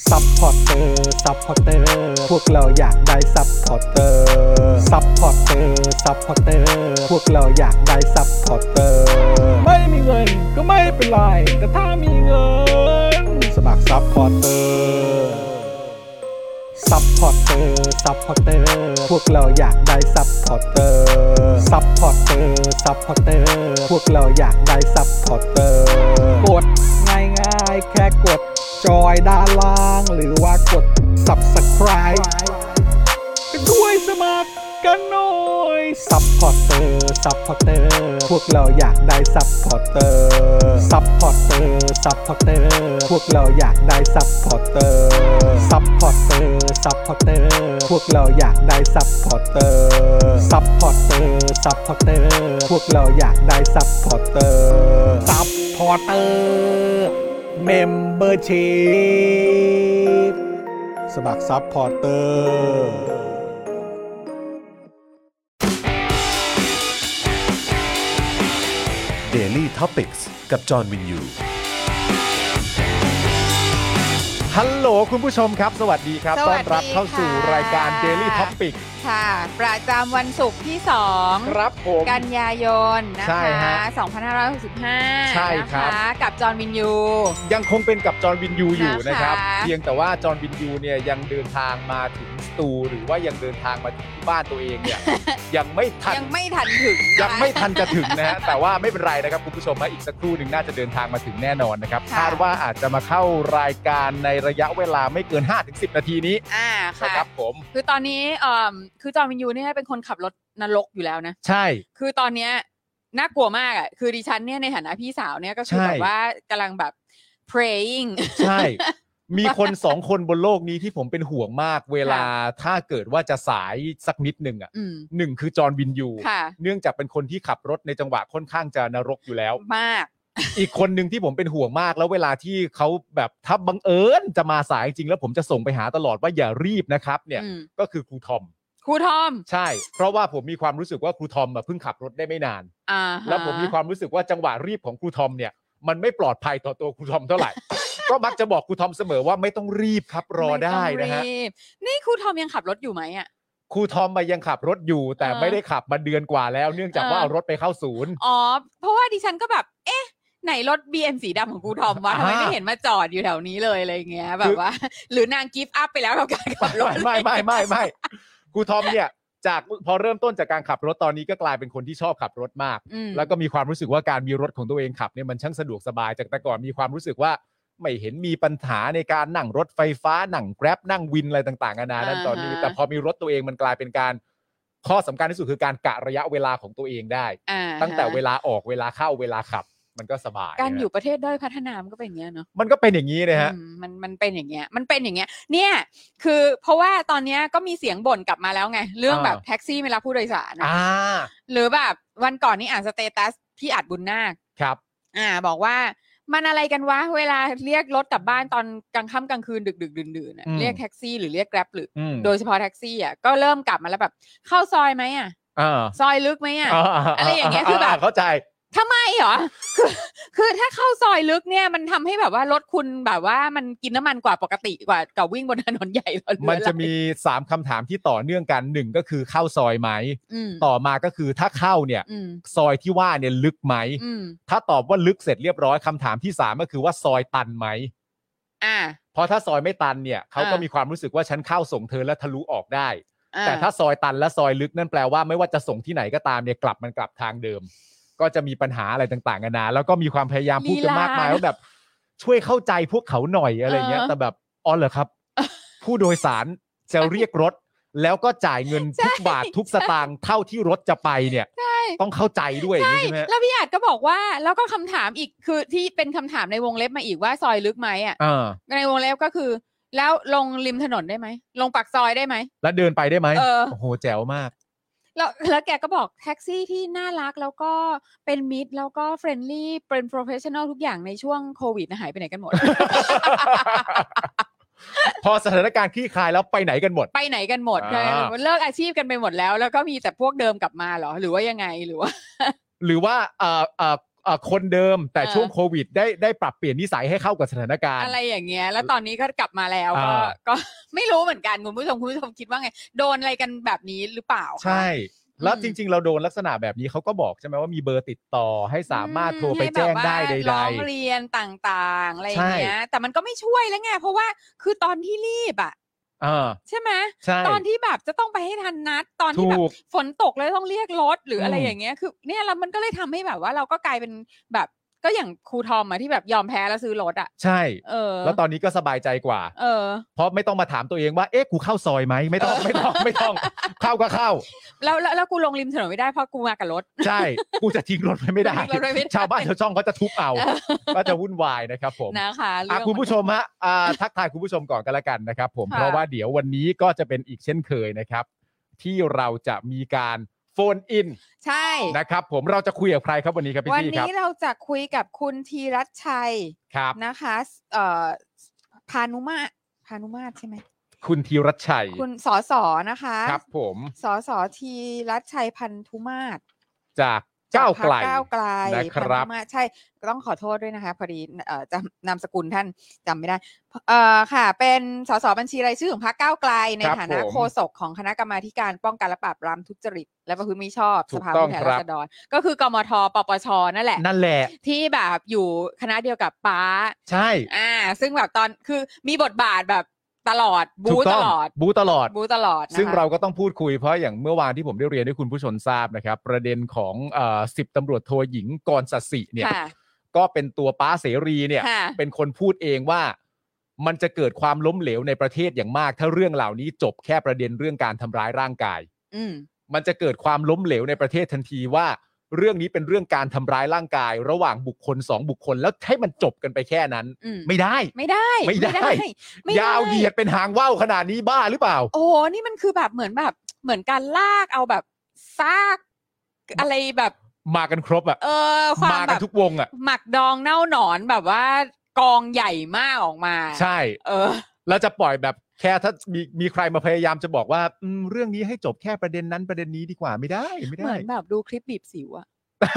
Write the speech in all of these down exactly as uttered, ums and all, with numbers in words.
ซัพพอร์เตอร์ซัพพอร์เตอร์พวกเราอยากได้ซัพพอร์เตอร์ซัพพอร์เตอร์ซัพพอร์เตอร์พวกเราอยากได้ซัพพอร์เตอร์ไม่มีเงินก็ไม่เป็นไรแต่ถ้ามีเงินสมัครซัพพอร์เตอร์ซัพพอร์เตอร์ซัพพอร์เตอร์พวกเราอยากได้ซัพพอร์เตอร์ซัพพอร์เตอร์ซัพพอร์เตอร์พวกเราอยากได้ซัพพอร์เตอร์กดง่ายๆแค่กดจอยด้านล่างหรือว่ากด ซับสไครบ์ ไปด้วยสมัครกันหน่อยซัพพอร์เตอร์ซัพพอร์เตอร์พวกเราอยากได้ซัพพอร์เตอร์ซัพพอร์เตอร์ซัพพอร์เตอร์พวกเราอยากได้ซัพพอร์เตอร์ซัพพอร์เตอร์ซัพพอร์เตอร์พวกเราอยากได้ซัพพอร์เตอร์ซัพพอร์เตอร์ซัพพอร์เตอร์พวกเราอยากได้ซัพพอร์เตอร์ซัพพอร์เตอร์เมมเบอร์ชีพสมัครซัพพอร์เตอร์ Daily Topics กับจอห์นวินยูฮัลโหลคุณผู้ชมครับสวัสดีครับต้อนรับเข้าสู่รายการ Daily Topics ค่ะประจำวันศุกร์ที่สองครับผมกันยายนนะคะสองพันห้าร้อยหกสิบห้าใช่ครับกับจอห์นวินยูยังคงเป็นกับจอห์นวินยูอยู่นะครับเพียงแต่ว่าจอห์นวินยูเนี่ยยังเดินทางมาถึงสตูหรือว่ายังเดินทางมาถึงที่บ้านตัวเองเนี่ย ยังไม่ทันยังไม่ทันถึงยังไม่ทันจะถึงนะฮะแต่ว่าไม่เป็นไรนะครับคุณผู้ชมมาอีกสักครู่หนึ่งน่าจะเดินทางมาถึงแน่นอนนะครับคาดว่าอาจจะมาเข้ารายการในระยะเวลาไม่เกิน ห้าถึงสิบ นาทีนี้อ่าค่ะครับผมคือตอนนี้เอ่อคือจอห์นวินยูเนี่ยเป็นคนขับรถนรกอยู่แล้วนะใช่คือตอนเนี้ยน่ากลัวมากอ่ะคือดิฉันเนี่ยในฐานะพี่สาวเนี่ยก็คือแบบว่ากำลังแบบ praying ใช่มีคนสองคนบนโลกนี้ที่ผมเป็นห่วงมากเวลาถ้าเกิดว่าจะสายสักนิดนึงอ่ะหนึ่งคือจอห์นวินยูเนื่องจากเป็นคนที่ขับรถในจังหวะค่อนข้างจะนรกอยู่แล้วมากอีกคนหนึ่งที่ผมเป็นห่วงมากแล้วเวลาที่เขาแบบถ้าบังเอิญจะมาสายจริงแล้วผมจะส่งไปหาตลอดว่าอย่ารีบนะครับเนี่ยก็คือครูทอมครูทอมใช่เพราะว่าผมมีความรู้สึกว่าครูทอมเพิ่งขับรถได้ไม่นานแล้วผมมีความรู้สึกว่าจังหวะรีบของครูทอมเนี่ยมันไม่ปลอดภัยต่อตัวครูทอมเท่าไหร่ ก็มักจะบอกครูทอมเสมอว่าไม่ต้องรีบครับรอได้นะฮะนี่ครูทอมยังขับรถอยู่ไหมอ่ะครูทอมมายังขับรถอยู่แต่ไม่ได้ขับมาเดือนกว่าแล้วเนื่องจากว่าเอารถไปเข้าศูนย์อ๋อเพราะว่าดิฉันก็แบบเอ๊ะไหนรถ บี เอ็ม สีดำของครูทอมวะทำไมไม่เห็นมาจอดอยู่แถวนี้เลยอะไรเงี้ยแบบว่าหรือนางกิฟต์อัพไปแล้วกับการขับรถไม่ไม่ไม่ไม่ครูทอมเนี่ยจากพอเริ่มต้นจากการขับรถตอนนี้ก็กลายเป็นคนที่ชอบขับรถมากแล้วก็มีความรู้สึกว่าการมีรถของตัวเองขับเนี่ยมันช่างสะดวกสบายจากแต่ก่อนมีความรู้สึกว่าไม่เห็นมีปัญหาในการนั่งรถไฟฟ้านั่ง Grab นั่งวินอะไรต่างๆนานานั่นตอนนี้แต่พอมีรถตัวเองมันกลายเป็นการข้อสำคัญที่สุดคือการกะระยะเวลาของตัวเองได้ตั้งแต่เวลาออกเวลาเข้าเวลาขับมันก็สบายการอยู่ประเทศด้อยพัฒนามันก็เป็นอย่างเงี้ยเนาะมันก็เป็นอย่างนี้นะฮะมันมันเป็นอย่างเงี้ยมันเป็นอย่างเงี้ยเนี่ยคือเพราะว่าตอนนี้ก็มีเสียงบ่นกลับมาแล้วไงเรื่องแบบแท็กซี่ไม่รับผู้โดยสารอ่าหรือแบบวันก่อนนี้อ่านสเตตัสพี่อัดบุญนาคครับอ่าบอกว่ามันอะไรกันวะเวลาเรียกรถกลับบ้านตอนกลางค่ำกลางคืนดึกดึกดื่นดื่นอ่ะเรียกแท็กซี่หรือเรียก Grab หรือโดยเฉพาะแท็กซี่อ่ะก็เริ่มกลับมาแล้วแบบเข้าซอยไหมอ่ะซอยลึกไหมอ่ะอะไรอย่างเงี้ยคือแบบเข้าใจทำไมเหรอคือคือถ้าเข้าซอยลึกเนี่ยมันทำให้แบบว่ารถคุณแบบว่ามันกินน้ำมันกว่าปกติกว่ากับวิ่งบนถนนใหญ่มันจะมีสามคำถามที่ต่อเนื่องกันหนึ่งก็คือเข้าซอยไหมต่อมาก็คือถ้าเข้าเนี่ยซอยที่ว่าเนี่ยลึกไหมถ้าตอบว่าลึกเสร็จเรียบร้อยคำถามที่สามก็คือว่าซอยตันไหมอ่าเพราะถ้าซอยไม่ตันเนี่ยเขาก็มีความรู้สึกว่าฉันเข้าส่งเธอแล้วทะลุออกได้แต่ถ้าซอยตันและซอยลึกนั่นแปลว่าไม่ว่าจะส่งที่ไหนก็ตามเนี่ยกลับมันกลับทางเดิมก็จะมีปัญหาอะไรต่างๆกันานาแล้วก็มีความพยายามพูดกันมากมายว่าแบบช่วยเข้าใจพวกเขาหน่อยอะไรเงี้ยแต่แบบอ๋อเหรอครับผู้โดยสารจะเรียกรถแล้วก็จ่ายเงินทุกบาททุกสตางค์เท่าที่รถจะไปเนี่ยต้องเข้าใจด้วยใช่ไหมแล้วพี่อาจก็บอกว่าแล้วก็คำถามอีกคือที่เป็นคำถามในวงเล็บมาอีกว่าซอยลึกไหมอ่ะในวงเล็บก็คือแล้วลงริมถนนได้ไหมลงปากซอยได้ไหมแล้วเดินไปได้ไหมโอ้โหแจ๋วมากแล้วแล้วแกก็บอกแท็กซี่ที่น่ารักแล้วก็เป็นมิตรแล้วก็เฟรนลี่เป็นโปรเฟสชั่นอลทุกอย่างในช่วงโควิดหายไปไหนกันหมดพอสถานการณ์คลี่คลายแล้วไปไหนกันหมดไปไหนกันหมดใช่เลิกอาชีพกันไปหมดแล้วแล้วก็มีแต่พวกเดิมกลับมาเหรอหรือว่ายังไงหรือว่าหรือว่าเอ่อเอ่อคนเดิมแต่ช่วงโควิดได้ได้ปรับเปลี่ยนนิสัยให้เข้ากับสถานการณ์อะไรอย่างเงี้ยแล้วตอนนี้ก็กลับมาแล้วก็ก็ไม่รู้เหมือนกันคุณผู้ชมคุณผู้ชมคิดว่าไงโดนอะไรกันแบบนี้หรือเปล่าใช่แล้วจริงๆเราโดนลักษณะแบบนี้เขาก็บอกใช่ไหมว่ามีเบอร์ติดต่อให้สามารถโทรไปแจ้งได้ใดๆร้องเรียนต่างๆอะไรอย่างเงี้ยแต่มันก็ไม่ช่วยแล้วไงเพราะว่าคือตอนที่รีบอ่ะใช่ไหมตอนที่แบบจะต้องไปให้ทันนัดตอนที่แบบฝนตกเลยต้องเรียกรถหรืออะไรอย่างเงี้ยคือเนี่ยแล้วมันก็เลยทำให้แบบว่าเราก็กลายเป็นแบบก็อย่างครูทอมอะที่แบบยอมแพ้แล้วซื้อรถอะใช่เออแล้วตอนนี้ก็สบายใจกว่าเออเพราะไม่ต้องมาถามตัวเองว่าเอ๊ะกูเข้าซอยไหมไม่ต้องไม่ต้องไม่ต้องเข้าก็เข้าแล้วแล้วกูลงริมถนนไม่ได้เพราะกูมากับรถใช่กูจะทิ้งรถไว้ไม่ได้ชาวบ้านชาวช่องเขาจะทุบเอาก็จะวุ่นวายนะครับผมนะคะคุณผู้ชมฮะทักทายคุณผู้ชมก่อนกันละกันนะครับผมเพราะว่าเดี๋ยววันนี้ก็จะเป็นอีกเช่นเคยนะครับที่เราจะมีการโฟนอินใช่นะครับผมเราจะคุยกับใครครับวันนี้ครับพี่วันซี่ครับนี้เราจะคุยกับคุณธีรัชชัยนะคะเอ่อพานุมาตรพานุมาตรใช่ไหมคุณธีรัชชัยคุณสสนะคะครับผมสสธีรัชชัยพันธุมาตรจากก้าวไกลก้าวไกลนะครับใช่ต้องขอโทษด้วยนะคะพอดีเอ่อจำนามสกุลท่านจำไม่ได้เอ่อค่ะเป็นสสบัญชีรายชื่อของพรรคก้าวไกลในฐานะโฆษกของคณะกรรมาธิการป้องกันและปราบปรามทุจริตและประพฤติมิชอบสภาผู้แทนราษฎรก็คือกมท.ปปช.นั่นแหละนั่นแหละที่แบบอยู่คณะเดียวกับป๊าใช่อ่าซึ่งแบบตอนคือมีบทบาทแบบตลอดบูตลอดบูตลอดบูตลอดซึ่งเราก็ต้องพูดคุยเพราะอย่างเมื่อวานที่ผมได้เรียนให้คุณผู้ชมทราบนะครับประเด็นของเอ่อสิบตำรวจโทหญิงกรศศิเนี่ยก็เป็นตัวป้าเสรีเนี่ยเป็นคนพูดเองว่ามันจะเกิดความล้มเหลวในประเทศอย่างมากถ้าเรื่องเหล่านี้จบแค่ประเด็นเรื่องการทำร้ายร่างกายมันจะเกิดความล้มเหลวในประเทศทันทีว่าเรื่องนี้เป็นเรื่องการทำร้ายร่างกายระหว่างบุคคลสองบุคคลแล้วให้มันจบกันไปแค่นั้นไม่ได้ไม่ได้ไม่ได้ยาวเหยียดเป็นหางว่าวขนาดนี้บ้าหรือเปล่าโอ้นี่มันคือแบบเหมือนแบบเหมือนการลากเอาแบบซากอะไรแบบมากันครบอ่ะเออความมากันทุกวงอ่ะหมักดองเน่าหนอนแบบว่ากองใหญ่มากออกมาใช่เออแล้วจะปล่อยแบบแค่ถ้ามีมีใครมาพยายามจะบอกว่าเรื่องนี้ให้จบแค่ประเด็นนั้นประเด็นนี้ดีกว่าไม่ได้ไม่ได้เหมือนแบบดูคลิปบีบสิวอะ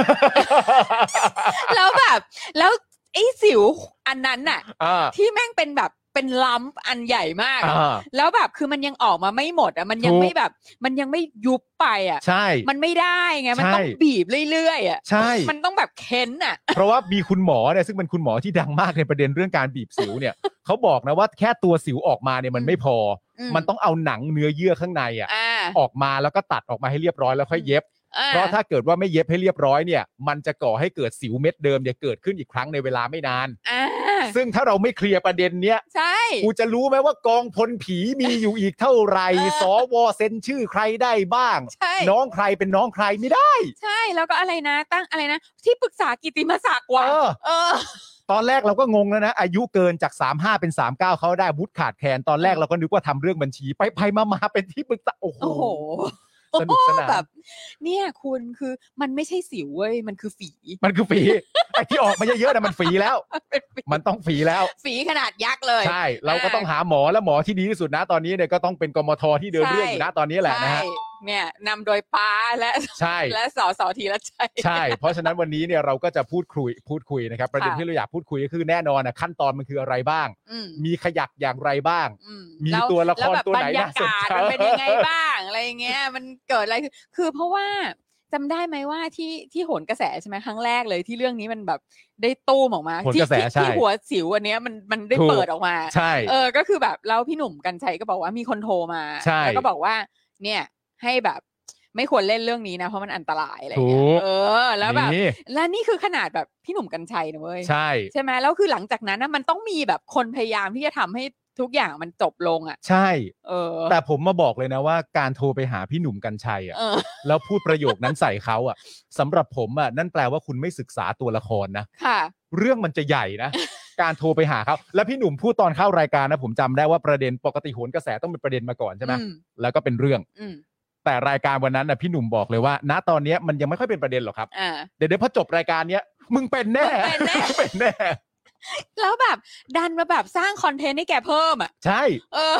แล้วแบบแล้วไอ้สิวอันนั้นน่ะที่แม่งเป็นแบบเป็นลัมป์อันใหญ่มากแล้วแบบคือมันยังออกมาไม่หมดอ่ะมันยังไม่แบบมันยังไม่ยุบไปอ่ะใช่มันไม่ได้ไงมันต้องบีบเรื่อยๆอ่ะใช่มันต้องแบบเค้นอ่ะเพราะว่ามีคุณหมอเนี่ยซึ่งเป็นคุณหมอที่ดังมากในประเด็นเรื่องการบีบสิวเนี่ยเขาบอกนะว่าแค่ตัวสิวออกมาเนี่ยมันไม่พอมันต้องเอาหนังเนื้อเยื่อข้างในอ่ะออกมาแล้วก็ตัดออกมาให้เรียบร้อยแล้วค่อยเย็บเพราะถ้าเกิดว่าไม่เย็บให้เรียบร้อยเนี่ยมันจะก่อให้เกิดสิวเม็ดเดิมเนี่ยเกิดขึ้นอีกครั้งในเวลาไม่นานซึ่งถ้าเราไม่เคลียร์ประเด็นเนี้ยใช่กูจะรู้ไหมว่ากองพลผีมีอยู่อีกเท่าไหร่สวเซ็นชื่อใครได้บ้างน้องใครเป็นน้องใครไม่ได้ใช่แล้วก็อะไรนะตั้งอะไรนะที่ปรึกษากิตติมศักดิ์ว่ะเออตอนแรกเราก็งงแล้วนะอายุเกินจากสามสิบห้าเป็นสามสิบเก้าเขาได้วุฒิขาดแคลนตอนแรกเราก็นึกว่าทำเรื่องบัญชีไปไปมาๆเป็นที่ปรึกษาโอ้โหสนุกสนานแบบเนี่ยคุณคือมันไม่ใช่สิวเว้ยมันคือฝีมันคือฝีไอ้ที่ออกมาเยอะๆน่ะมันฝีแล้วมันต้องฝีแล้วฝีขนาดยักษ์เลยใช่เราก็ต้องหาหมอแล้วหมอที่ดีที่สุดนะตอนนี้เนี่ยก็ต้องเป็นกมทที่เดินเรื่องอยู่นะตอนนี้แหละนะฮะเนี่ยนำโดยป้าและใช่และสสธีรชัยใช่เพราะฉะนั้นวันนี้เนี่ยเราก็จะพูดคุยพูดคุยนะครับประเด็นที่เราอยากพูดคุยก็คือแน่นอนนะขั้นตอนมันคืออะไรบ้างมีขยักอย่างไรบ้างมีตัวละครตัวไหนน่าสนใจมันเป็นยังไงบ้างอะไรเงี้ยมันเกิดอะไรคือเพราะว่าจำได้ไหมว่าที่ที่โหนกระแสใช่ไหมครั้งแรกเลยที่เรื่องนี้มันแบบได้ตู้มออกมาที่ที่หัวสิวอันเนี้ยมันมันได้เปิดออกมาใช่เออก็คือแบบแล้วพี่หนุ่มกรรชัยก็บอกว่ามีคนโทรมาแล้วก็บอกว่าเนี่ยให้แบบไม่ควรเล่นเรื่องนี้นะเพราะมันอันตรายอะไรเงี้ยเออแล้วแบบแล้วนี่คือขนาดแบบพี่หนุ่มกรรชัยนะเว้ยใช่ใช่ไหมแล้วคือหลังจากนั้นนะมันต้องมีแบบคนพยายามที่จะทำให้ทุกอย่างมันจบลงอ่ะใช่เออแต่ผมมาบอกเลยนะว่าการโทรไปหาพี่หนุ่มกรรชัยอ่ะแล้วพูดประโยคนั้นใส่เขาอ่ะสำหรับผมอ่ะนั่นแปลว่าคุณไม่ศึกษาตัวละครนะค่ะเรื่องมันจะใหญ่นะ การโทรไปหาเขาแล้วพี่หนุ่มพูดตอนเข้ารายการนะผมจำได้ว่าประเด็นปกติโหนกระแสต้องเป็นประเด็นมาก่อนใช่ไหมแล้วก็เป็นเรื่องแต่รายการวันนั้นน่ะพี่หนุ่มบอกเลยว่าณตอนนี้มันยังไม่ค่อยเป็นประเด็นหรอกครับเดี๋ยวเดี๋ยวพอจบรายการเนี้ยมึงเป็นแน่เป็นแน่เป็นแน่แล้วแบบดันมาแบบสร้างคอนเทนต์ให้แกเพิ่มอ่ะใช่เออ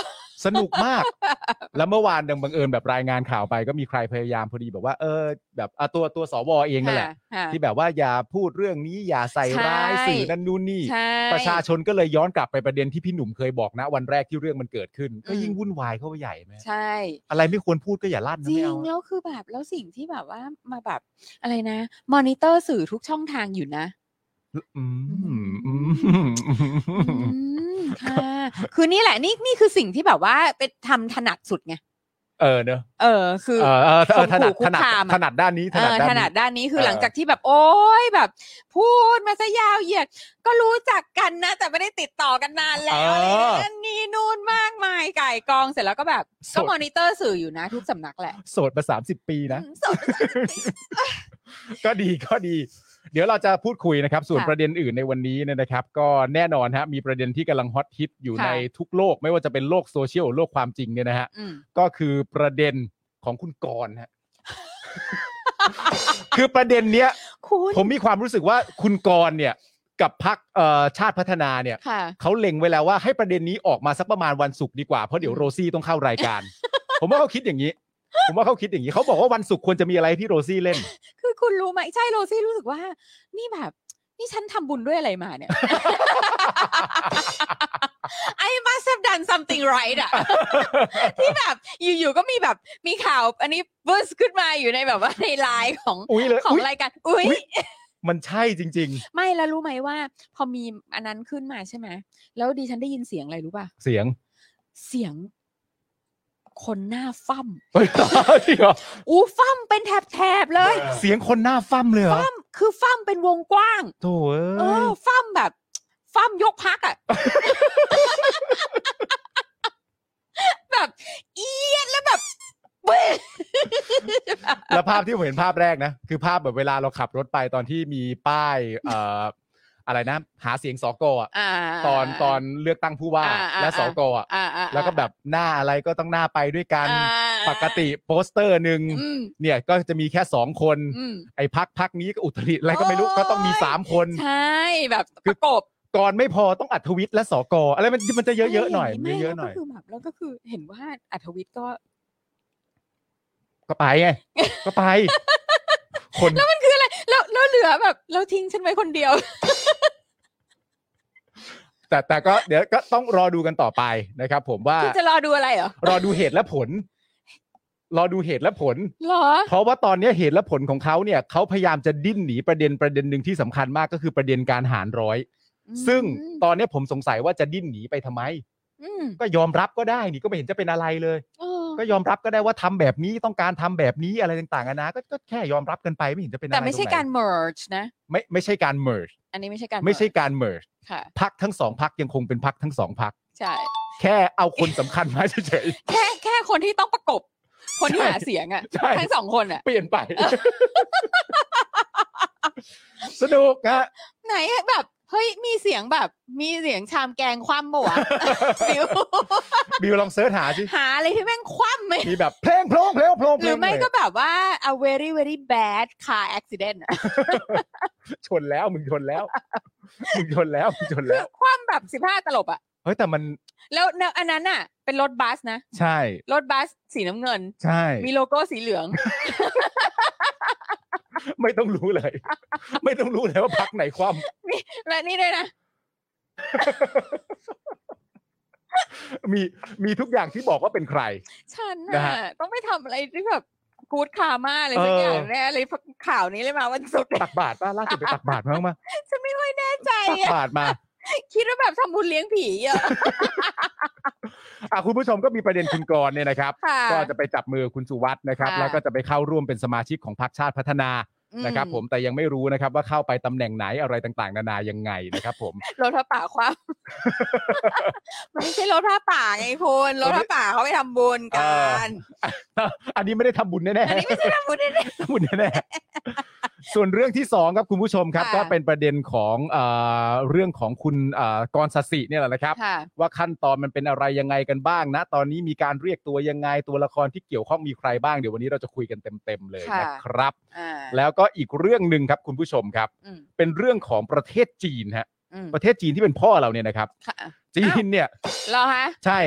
สนุกมาก แล้วเมื่อวานดังบังเอิญแบบรายงานข่าวไปก็มีใครพยายามพอดีแบบว่าเออแบบอ่ะตัวตัวสวเองนั่นแหละที่แบบว่าอย่าพูดเรื่องนี้อย่าใส่ร้ายสื่อนั่นนู่นนี่ประชาชนก็เลยย้อนกลับไปประเด็นที่พี่หนุ่มเคยบอกนะวันแรกที่เรื่องมันเกิดขึ้นก็ยิ่งวุ่นวายเข้าไปใหญ่ไหมใช่อะไรไม่ควรพูดก็อย่าลั่นนะจริไม่งเอาแล้วคือแบบแล้วสิ่งที่แบบว่ามาแบบอะไรนะมอนิเตอร์สื่อทุกช่องทางอยู่นะอืมอืมค่ะคือนี่แหละนี่นี่คือสิ่งที่แบบว่าเป็นทำถนัดสุดไงเออเนอะเออคือเออเออถนัดถนัดถนัดด้านนี้ถนัดถนัดด้านนี้คือหลังจากที่แบบโอ๊ยแบบพูดมาซะยาวเหยียดก็รู้จักกันนะแต่ไม่ได้ติดต่อกันนานแล้วอันนี้นู่นมากมายไก่กองเสร็จแล้วก็แบบก็มอนิเตอร์สื่ออยู่นะทุกสำนักแหละโสดมาสามสิบปีนะก็ดีก็ดีเดี๋ยวเราจะพูดคุยนะครับส่วนประเด็นอื่นในวันนี้เนี่ยนะครับก็แน่นอนฮะมีประเด็นที่กำลังฮอตฮิตอยู่ในทุกโลกไม่ว่าจะเป็นโลกโซเชียลโลกความจริงเนี่ยนะฮะก็คือประเด็นของคุณกรณ์ฮะ คือประเด็นเนี้ยผมมีความรู้สึกว่าคุณกรณ์เนี่ยกับพรรคชาติพัฒนาเนี่ยเขาเล็งไว้แล้วว่าให้ประเด็นนี้ออกมาสักประมาณวันศุกร์ดีกว่าเพราะเดี๋ยวโรซี่ต้องเข้ารายการ ผมว่าเขาคิดอย่างนี้ผมว่าเขาคิดอย่างนี้เขาบอกว่าวันศุกร์ควรจะมีอะไรที่โรซี่เล่นคือคุณรู้ไหมใช่โรซี่รู้สึกว่านี่แบบนี่ฉันทำบุญด้วยอะไรมาเนี่ย I must have done something right อะ ที่แบบอยู่ๆก็มีแบบมีข่าวอันนี้เบิร์สขึ้นมาอยู่ในแบบว่าในไลน์ของของรายการอุ้ยมันใช่จริงๆไม่แล้วรู้ไหมว่าพอมีอันนั้นขึ้นมาใช่ไหมแล้วดิฉันได้ยินเสียงอะไรรู้ป่ะเสียงเสียงคนหน้าฟั่มจริงเหรออู้ฟั่มเป็นแถบๆเลยเสียงคนหน้าฟั่มเลยเหรอฟั่มคือฟั่มเป็นวงกว้างโถ่เออฟั่มแบบฟั่มยกพักอ่ะ แบบเอียดแล้วแบบแล้วภาพที่ผมเห็นภาพแรกนะคือภาพแบบเวลาเราขับรถไปตอนที่มีป้ายเอ่ออะไรนะหาเสียงสกอ่ะตอนตอนเลือกตั้งผู้ว่าและสกอ่ะแล้วก็แบบหน้าอะไรก็ต้องหน้าไปด้วยกันปกติโปสเตอร์หนึ่งเนี่ยก็จะมีแค่สองคนไอ้พักพักนี้ก็อุตริอะไรก็ไม่รู้ก็ต้องมีสามคนใช่แบบประกบก่อนไม่พอต้องอัธวิทย์และสกอะไรมันมันจะเยอะๆหน่อยเยอะๆหน่อยก็คือแบบแล้วก็คือเห็นว่าอัธวิทย์ก็ก็ไปไงก็ไปคนแล้วมันคืออะไรแล้วแล้วเหลือแบบเราทิ้งฉันไว้คนเดียวแต่แต่ก็เดี๋ยวก็ต้องรอดูกันต่อไปนะครับผมว่าจะรอดูอะไรเหรอรอดูเหตุและผลรอดูเหตุและผลเหรอเพราะว่าตอนนี้เหตุและผลของเขาเนี่ยเขาพยายามจะดิ้นหนีประเด็นประเด็นหนึ่งที่สำคัญมากก็คือประเด็นการหารร้อยซึ่งตอนนี้ผมสงสัยว่าจะดิ้นหนีไปทำไมก็ยอมรับก็ได้นี่ก็ไม่เห็นจะเป็นอะไรเลยก็ยอมรับก็ได้ว่าทำแบบนี้ต้องการทำแบบนี้อะไรต่างๆนะก็ก็แค่ยอมรับกันไปไม่เห็นจะเป็นอะไรแต่ไม่ใช่การ merge นะไม่ไม่ใช่การ merge อันนี้ไม่ใช่การไม่ใช่การ merge พรรคทั้งสองพรรคยังคงเป็นพรรคทั้งสองพรรคใช่แค่เอาคนสำคัญมาเฉยๆแค่แค่คนที่ต้องประกบคนที่หาเสียงอ่ะทั้งสองคนอ่ะเปลี่ยนไปสนุกฮะไหนแบบเฮ้ยมีเสียงแบบมีเสียงชามแกงคว่ำบ่ะบิวบิวลองเสิร์ชหาสิหาอะไรที่แม่งคว่ำไหมมีแบบเพลงโพลงเพลงโพลงหรือไม่ก็แบบว่า a very very bad car accident ชนแล้วมึงชนแล้วมึงชนแล้วมึงชนแล้วคว่ำแบบสิบห้าตลบอ่ะเฮ้ยแต่มันแล้วอันนั้นน่ะเป็นรถบัสนะใช่รถบัสสีน้ำเงินใช่มีโลโก้สีเหลืองไม่ต้องรู้เลยไม่ต้องรู้เลยว่าพรรคไหนคว่ำนี่และนี่ด้วยนะมีมีทุกอย่างที่บอกว่าเป็นใครฉันน่ะต้องไปทำอะไรที่แบบกู๊ดคาม่าอะไรสักอย่างแน่เลยข่าวนี้เลยมาวันศุกร์ตักบาตรป่ะล่าสุดไปตักบาตรมั้งมาฉันไม่ค่อยแน่ใจตักบาตรมาคิดว่าแบบทำบุญเลี้ยงผีอ่ะอ่ะคุณผู้ชมก็มีประเด็นคุณกรณ์เนี่ยนะครับก็จะไปจับมือคุณสุวัฒน์นะครับแล้วก็จะไปเข้าร่วมเป็นสมาชิกของพรรคชาติพัฒนานะครับผมแต่ยังไม่รู้นะครับว่าเข้าไปตำแหน่งไหนอะไรต่างๆนานายังไงนะครับผมรถผ้าป่าความไม่ใช่รถผ้าป่าไงคุณรถผ้าป่าเขาไปทำบุญกันอันนี้ไม่ได้ทำบุญแน่ๆอันนี้ไม่ใช่ทำบุญแน่ๆทำบุญแน่ๆส่วนเรื่องที่สองครับคุณผู้ชมครับก็เป็นประเด็นของเอ่อเรื่องของคุณเอ่อกรณ์ศศิเนี่ยแหละนะครับว่าขั้นตอนมันเป็นอะไรยังไงกันบ้างนะตอนนี้มีการเรียกตัวยังไงตัวละครที่เกี่ยวข้องมีใครบ้างเดี๋ยววันนี้เราจะคุยกันเต็มๆเลยนะครับแล้วก็อีกเรื่องนึงครับคุณผู้ชมครับเป็นเรื่องของประเทศจีนฮะประเทศจีนที่เป็นพ่อเราเนี่ยนะครับจีนเนี่ยเหรอฮะใช่ฮะ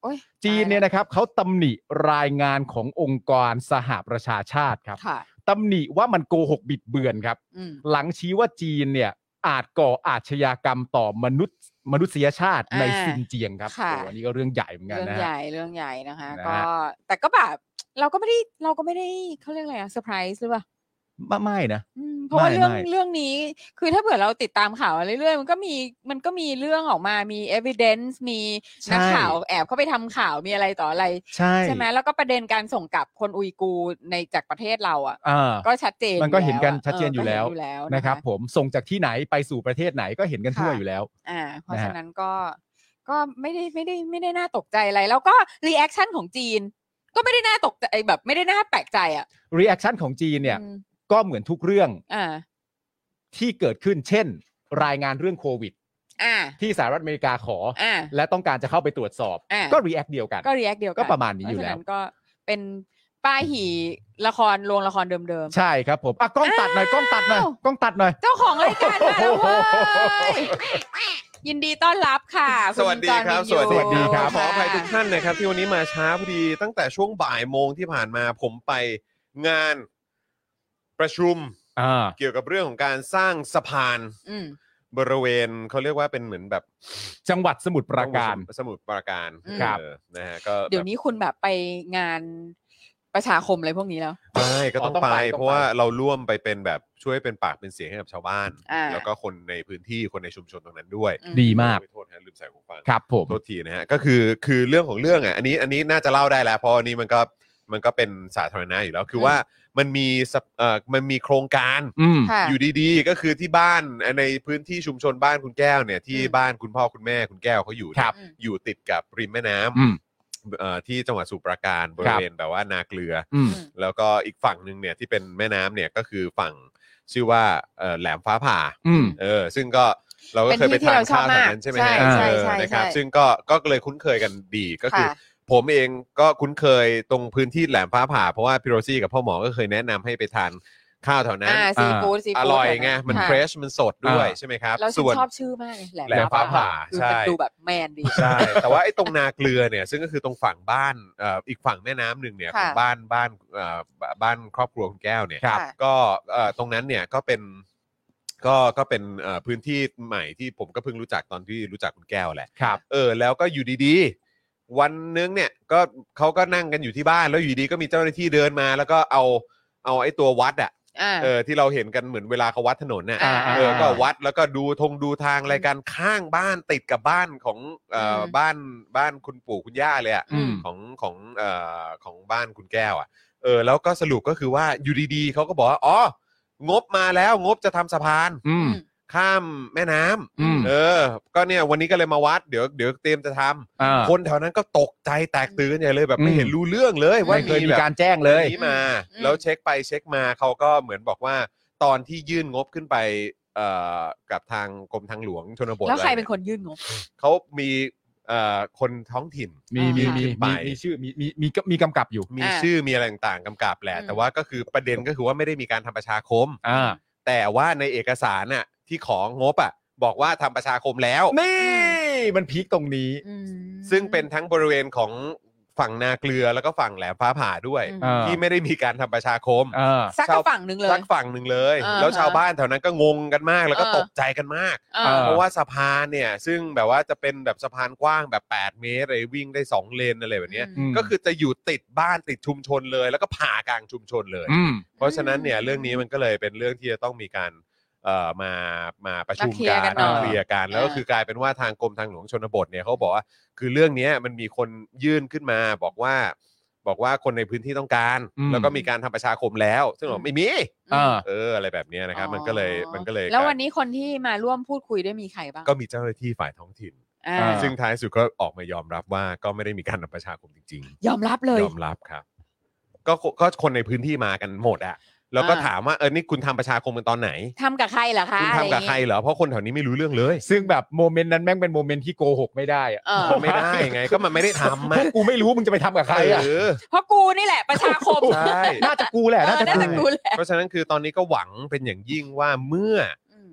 จีนเนี่ยนะครับเขาตำหนิรายงานขององค์กรสหประชาชาติครับตำหนิว่ามันโกหกบิดเบือนครับหลังชี้ว่าจีนเนี่ยอาจก่ออาชญากรรมต่อมนุษย์มนุษยชาติในซินเจียงครับโอ้อันนี้ก็เรื่องใหญ่เหมือนกันนะเรื่องใหญ่เรื่องใหญ่นะคะก็แต่ก็แบบเราก็ไม่ได้เราก็ไม่ได้เขาเรียกอะไรอะเซอร์ไพรส์หรือเปล่าไม่ไม่นะเพราะว่าเรื่องเรื่องนี้คือถ้าเผื่อเราติดตามข่าวเรื่อยๆมันก็มีมันก็มีเรื่องออกมามี evidence มีนักข่าวแอบเข้าไปทำข่าวมีอะไรต่ออะไรใช่ใช่ไหมแล้วก็ประเด็นการส่งกลับคนอุยกูร์ในจากประเทศเราอ่ะก็ชัดเจนมันก็เห็นกันชัดเจนอยู่แล้วนะครับผมส่งจากที่ไหนไปสู่ประเทศไหนก็เห็นกันทั่วอยู่แล้วอ่าเพราะฉะนั้นก็ก็ไม่ได้ไม่ได้ไม่ได้น่าตกใจอะไรแล้วก็รีแอคชั่นของจีนก็ไม่ได้น่าตกใจแบบไม่ได้น่าแปลกใจอ่ะรีแอคชั่นของจีนเนี่ยก็เหมือนทุกเรื่องที่เกิดขึ้นเช่นรายงานเรื่องโควิดที่สหรัฐอเมริกาขอและต้องการจะเข้าไปตรวจสอบก็รีแอคเดียวกันก็รีแอคเดียวกันก็ประมาณนี้อยู่แล้วก็เป็นป้ายหี่ละครโรงละครเดิมๆใช่ครับผมอ่ะกล้องตัดหน่อยกล้องตัดหน่อยกล้องตัดหน่อยเจ้าของรายการมาแล้วเว้ยยินดีต้อนรับค่ะสวัสดีครับสวัสดีครับขออภัยทุกท่านนะครับที่วันนี้มาช้าพอดีตั้งแต่ช่วงบ่ายโมงที่ผ่านมาผมไปงานประชุมเกี่ยวกับเรื่องของการสร้างสะพานบริเวณเขาเรียกว่าเป็นเหมือนแบบจังหวัดสมุทรปราการสมุทรปราการครับนะฮะก็เดี๋ยวนี้คุณแบบไปงานประชาคมอะไรพวกนี้แล้วใช่ก็ต้องไปเพราะว่าเราร่วมไปเป็นแบบช่วยเป็นปากเป็นเสียงให้กับชาวบ้านแล้วก็คนในพื้นที่คนในชุมชนตรงนั้นด้วยดีมากโทษนะลืมใส่หูฟังครับผมโทษทีนะฮะก็คือคือเรื่องของเรื่องอ่ะอันนี้อันนี้น่าจะเล่าได้แล้วเพราะอันนี้มันก็มันก็เป็นสาธารณะอยู่แล้วคือว่ามันมีเอ่อมันมีโครงการอยู่ดีๆก็คือที่บ้านในพื้นที่ชุมชนบ้านคุณแก้วเนี่ยที่บ้านคุณพ่อคุณแม่คุณแก้วเขาอยู่อยู่ติดกับริมแม่น้ำเอ่อที่จังหวัดสมุพรปราการบริเวณแบบว่านาเกลือแล้วก็อีกฝั่งนึงเนี่ยที่เป็นแม่น้ำเนี่ยก็คือฝั่งชื่อว่าแหลมฟ้าผ่าเออซึ่งก็เราก็เคยไปทานข้าวแถวนั้นใช่ไหมฮะนะครับซึ่งก็ก็เลยคุ้นเคยกันดีก็คือผมเองก็คุ้นเคยตรงพื้นที่แหลมฟ้าผ่าเพราะว่าพี่โรซี่กับพ่อหมอก็เคยแนะนำให้ไปทานข้าวแถวนั้นซีฟู้ดซีฟู้ดอร่อยไงมันเฟรชมันสดด้วยใช่ไหมครับส่วนชอบชื่อมากเลยแหลมฟ้าผ่าใช่ดูแบบแมนดีใช่แต่ว่าไอ้ตรงนาเกลือเนี่ยซึ่งก็คือตรงฝั่งบ้านเอ่ออีกฝั่งแม่น้ำหนึ่งเนี่ยของบ้านบ้านเอ่อบ้านครอบครัวคุณแก้วเนี่ยก็เอ่อตรงนั้นเนี่ยก็เป็นก็ก็เป็นเอ่อพื้นที่ใหม่ที่ผมก็เพิ่งรู้จักตอนที่รู้จักคุณแก้วแหละเออแล้วก็อยู่ดีๆวันนึงเนี่ยก็เขาก็นั่งกันอยู่ที่บ้านแล้วอยู่ดีก็มีเจ้าหน้าที่เดินมาแล้วก็เอาเอาไอ้ตัววัดอ่ะเออที่เราเห็นกันเหมือนเวลาเขาวัดถนนน่ะเออก็วัดแล้วก็ดูธงดูทางอะไรกันข้างบ้านติดกับบ้านของเอ่อบ้านบ้านคุณปู่คุณย่าเลยอ่ะของของเอ่อของบ้านคุณแก้วอ่ะเออแล้วก็สรุปก็คือว่าอยู่ดีๆเขาก็บอกว่าอ๋องบมาแล้วงบจะทำสะพานข้ามแม่น้ำเออก็เนี่ยวันนี้ก็เลยมาวัดเดี๋ยวเดี๋ยวเตรียมจะทำคนแถวนั้นก็ตกใจแตกตื่นใหญ่เลยแบบไม่เห็นรู้เรื่องเลยว่าเคยมีการแจ้งเลยนี้มาแล้วเช็คไปเช็คมาเขาก็เหมือนบอกว่าตอนที่ยื่นงบขึ้นไปเอ่อกับทางกรมทางหลวงชนบทแล้วใครเป็นคนยื่นงบเขามีเอ่อคนท้องถิ่นมีมีมีมีชื่อมีมีมีมีกำกับอยู่มีชื่อมีอะไรต่างๆกำกับแหละแต่ว่าก็คือประเด็นก็คือว่าไม่ได้มีการทำประชาคมแต่ว่าในเอกสารน่ะที่ของงบอ่ะบอกว่าทำประชาคมแล้วนี่มันพีคตรงนี้ซึ่งเป็นทั้งบริเวณของฝั่งนาเกลือแล้วก็ฝั่งแหลมฟ้าผ่าด้วยที่ไม่ได้มีการทำประชาคมสักฝั่งหนึ่งเลยสักฝั่งหนึ่งเลยแล้วชาวบ้านแถวนั้นก็งงกันมากแล้วก็ตกใจกันมากเพราะว่าสะพานเนี่ยซึ่งแบบว่าจะเป็นแบบสะพานกว้างแบบแปดเมตรเลยวิ่งได้สองเลนอะไรแบบนี้ก็คือจะอยู่ติดบ้านติดชุมชนเลยแล้วก็ผ่ากลางชุมชนเลยเพราะฉะนั้นเนี่ยเรื่องนี้มันก็เลยเป็นเรื่องที่จะต้องมีการเอ่อมามาประชุมกันมาเคลียร์กันแล้วก็คือกลายเป็นว่าทางกรมทางหลวงชนบทเนี่ยเขาบอกว่าคือเรื่องนี้มันมีคนยื่นขึ้นมาบอกว่าบอกว่าคนในพื้นที่ต้องการแล้วก็มีการทำประชาคมแล้วซึ่งบอกไม่มีเอออะไรแบบนี้นะครับมันก็เลยมันก็เลยแล้ววันนี้คนที่มาร่วมพูดคุยได้มีใครบ้างก็มีเจ้าหน้าที่ฝ่ายท้องถิ่นซึ่งท้ายสุดก็ออกมายอมรับว่าก็ไม่ได้มีการทำประชาคมจริงๆยอมรับเลยยอมรับครับก็ก็คนในพื้นที่มากันหมดอะแล้วก็ถามว่าเออนี่คุณทำประชาคมกันตอนไหนทำกับใครเหรอคะคุณทำกับใครเหรอเพราะคนแถวนี้ไม่รู้เรื่องเลยซึ่งแบบโมเมนต์นั้นแม่งเป็นโมเมนต์ที่โกหกไม่ได้อะไม่ได้ไงก็มันไม่ได้ทำเพราะกูไม่รู้มึงจะไปทำกับใครอ่ะเพราะกูนี่แหละประชาคมใช่น่าจะกูแหละน่าจะกูแหละเพราะฉะนั้นคือตอนนี้ก็หวังเป็นอย่างยิ่งว่าเมื่อ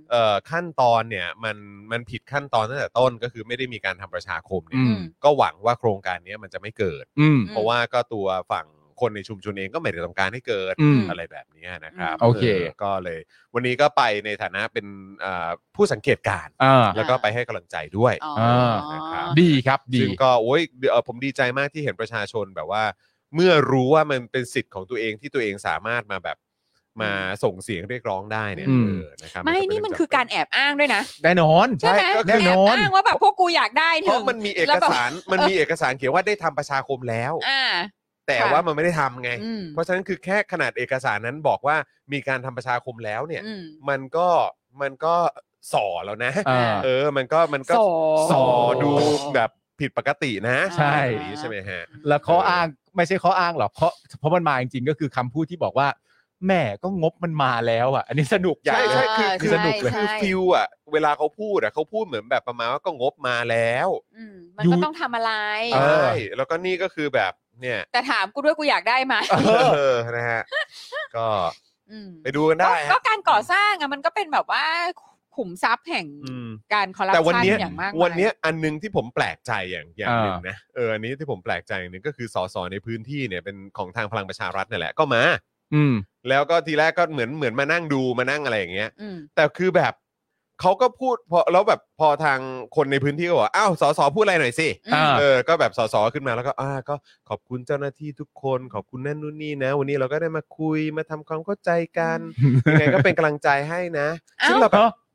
เอ่อขั้นตอนเนี่ยมันมันผิดขั้นตอนตั้งแต่ต้นก็คือไม่ได้มีการทำประชาคมเนี่ยก็หวังว่าโครงการนี้มันจะไม่เกิดเพราะว่าก็ตัวฝั่งคนในชุมชนเองก็ไม่ได้ต้องการให้เกิดอะไรแบบนี้นะครับโอเคก็เลยวันนี้ก็ไปในฐานะเป็นผู้สังเกตการณ์แล้วก็ไปให้กำลังใจด้วยนะครับดีครับดีซึ่งก็โอ้ยผมดีใจมากที่เห็นประชาชนแบบว่าเมื่อรู้ว่ามันเป็นสิทธิ์ของตัวเองที่ตัวเองสามารถมาแบบมาส่งเสียงเรียกร้องได้เนี่ยนะครับไม่นี่มันคือการแอบอ้างด้วยนะแน่นอนใช่ไหมแอบอ้างว่าแบบพวกกูอยากได้เพราะมันมีเอกสารมันมีเอกสารเขียนว่าได้ทำประชาคมแล้วแต่ว่ามันไม่ได้ทำไงเพราะฉะนั้นคือแค่ขนาดเอกสารนั้นบอกว่ามีการทำประชาคมแล้วเนี่ยมันก็มันก็ส่อแล้วนะเออมันก็มันก็ส่อดูแบบผิดปกตินะใช่ใช่ไหมฮะแล้วข้ออ้างไม่ใช่ข้ออ้างหรอกเพราะเพราะมันมาจริงๆก็คือคำพูดที่บอกว่าแม่ก็งบมันมาแล้วอ่ะอันนี้สนุกใหญ่ใช่คือคือสนุกเลยคือฟิลอ่ะเวลาเขาพูดอ่ะเขาพูดเหมือนแบบประมาณว่าก็งบมาแล้วมันก็ต้องทำอะไรใช่แล้วก็นี่ก็คือแบบเนี่ยแต่ถามกูด้วยกูอยากได้มาเออนะฮะก็ไปดูกันได้ก็การก่อสร้างอ่ะมันก็เป็นแบบว่าขุมทรัพย์แห่งการคอร์รัปชันอย่างมากวันนี้อันนึงที่ผมแปลกใจอย่างอย่างหนึ่งนะเอออันนี้ที่ผมแปลกใจอย่างนึงก็คือสสในพื้นที่เนี่ยเป็นของทางพลังประชารัฐนี่แหละก็มาอืมแล้วก็ทีแรกก็เหมือนเหมือนมานั่งดูมานั่งอะไรอย่างเงี้ยแต่คือแบบเขาก็พูดพอแล้วแบบพอทางคนในพื้นที่ก็บอกอ้าวสสพูดอะไรหน่อยสิเออก็แบบสสขึ้นมาแล้วก็อ่าก็ขอบคุณเจ้าหน้าที่ทุกคนขอบคุณนั่นนู่นนี่นะวันนี้เราก็ได้มาคุยมาทำความเข้าใจกันยังไงก็เป็นกำลังใจให้นะซึ่งเราแบบ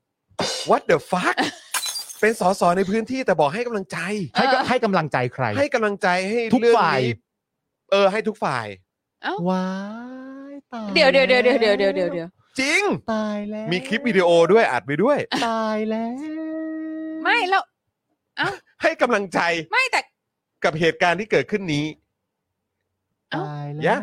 what the fuck เป็นสสในพื้นที่แต่บอกให้กำลังใจให้ให้กำลังใจใครให้กำลังใจให้ทุกฝ่ายเออให้ทุกฝ่ายว้ายตายเดี๋ยวเดี๋ยวเดี๋ยวเดี๋ยวเดี๋ยวเดี๋ยวเดี๋ยวจริงตายแล้วมีคลิปวิดีโอด้วยอัดไปด้วยตายแล้วไม่แล้วเอ้าให้กำลังใจไม่แต่กับเหตุการณ์ที่เกิดขึ้นนี้ตายแล้ว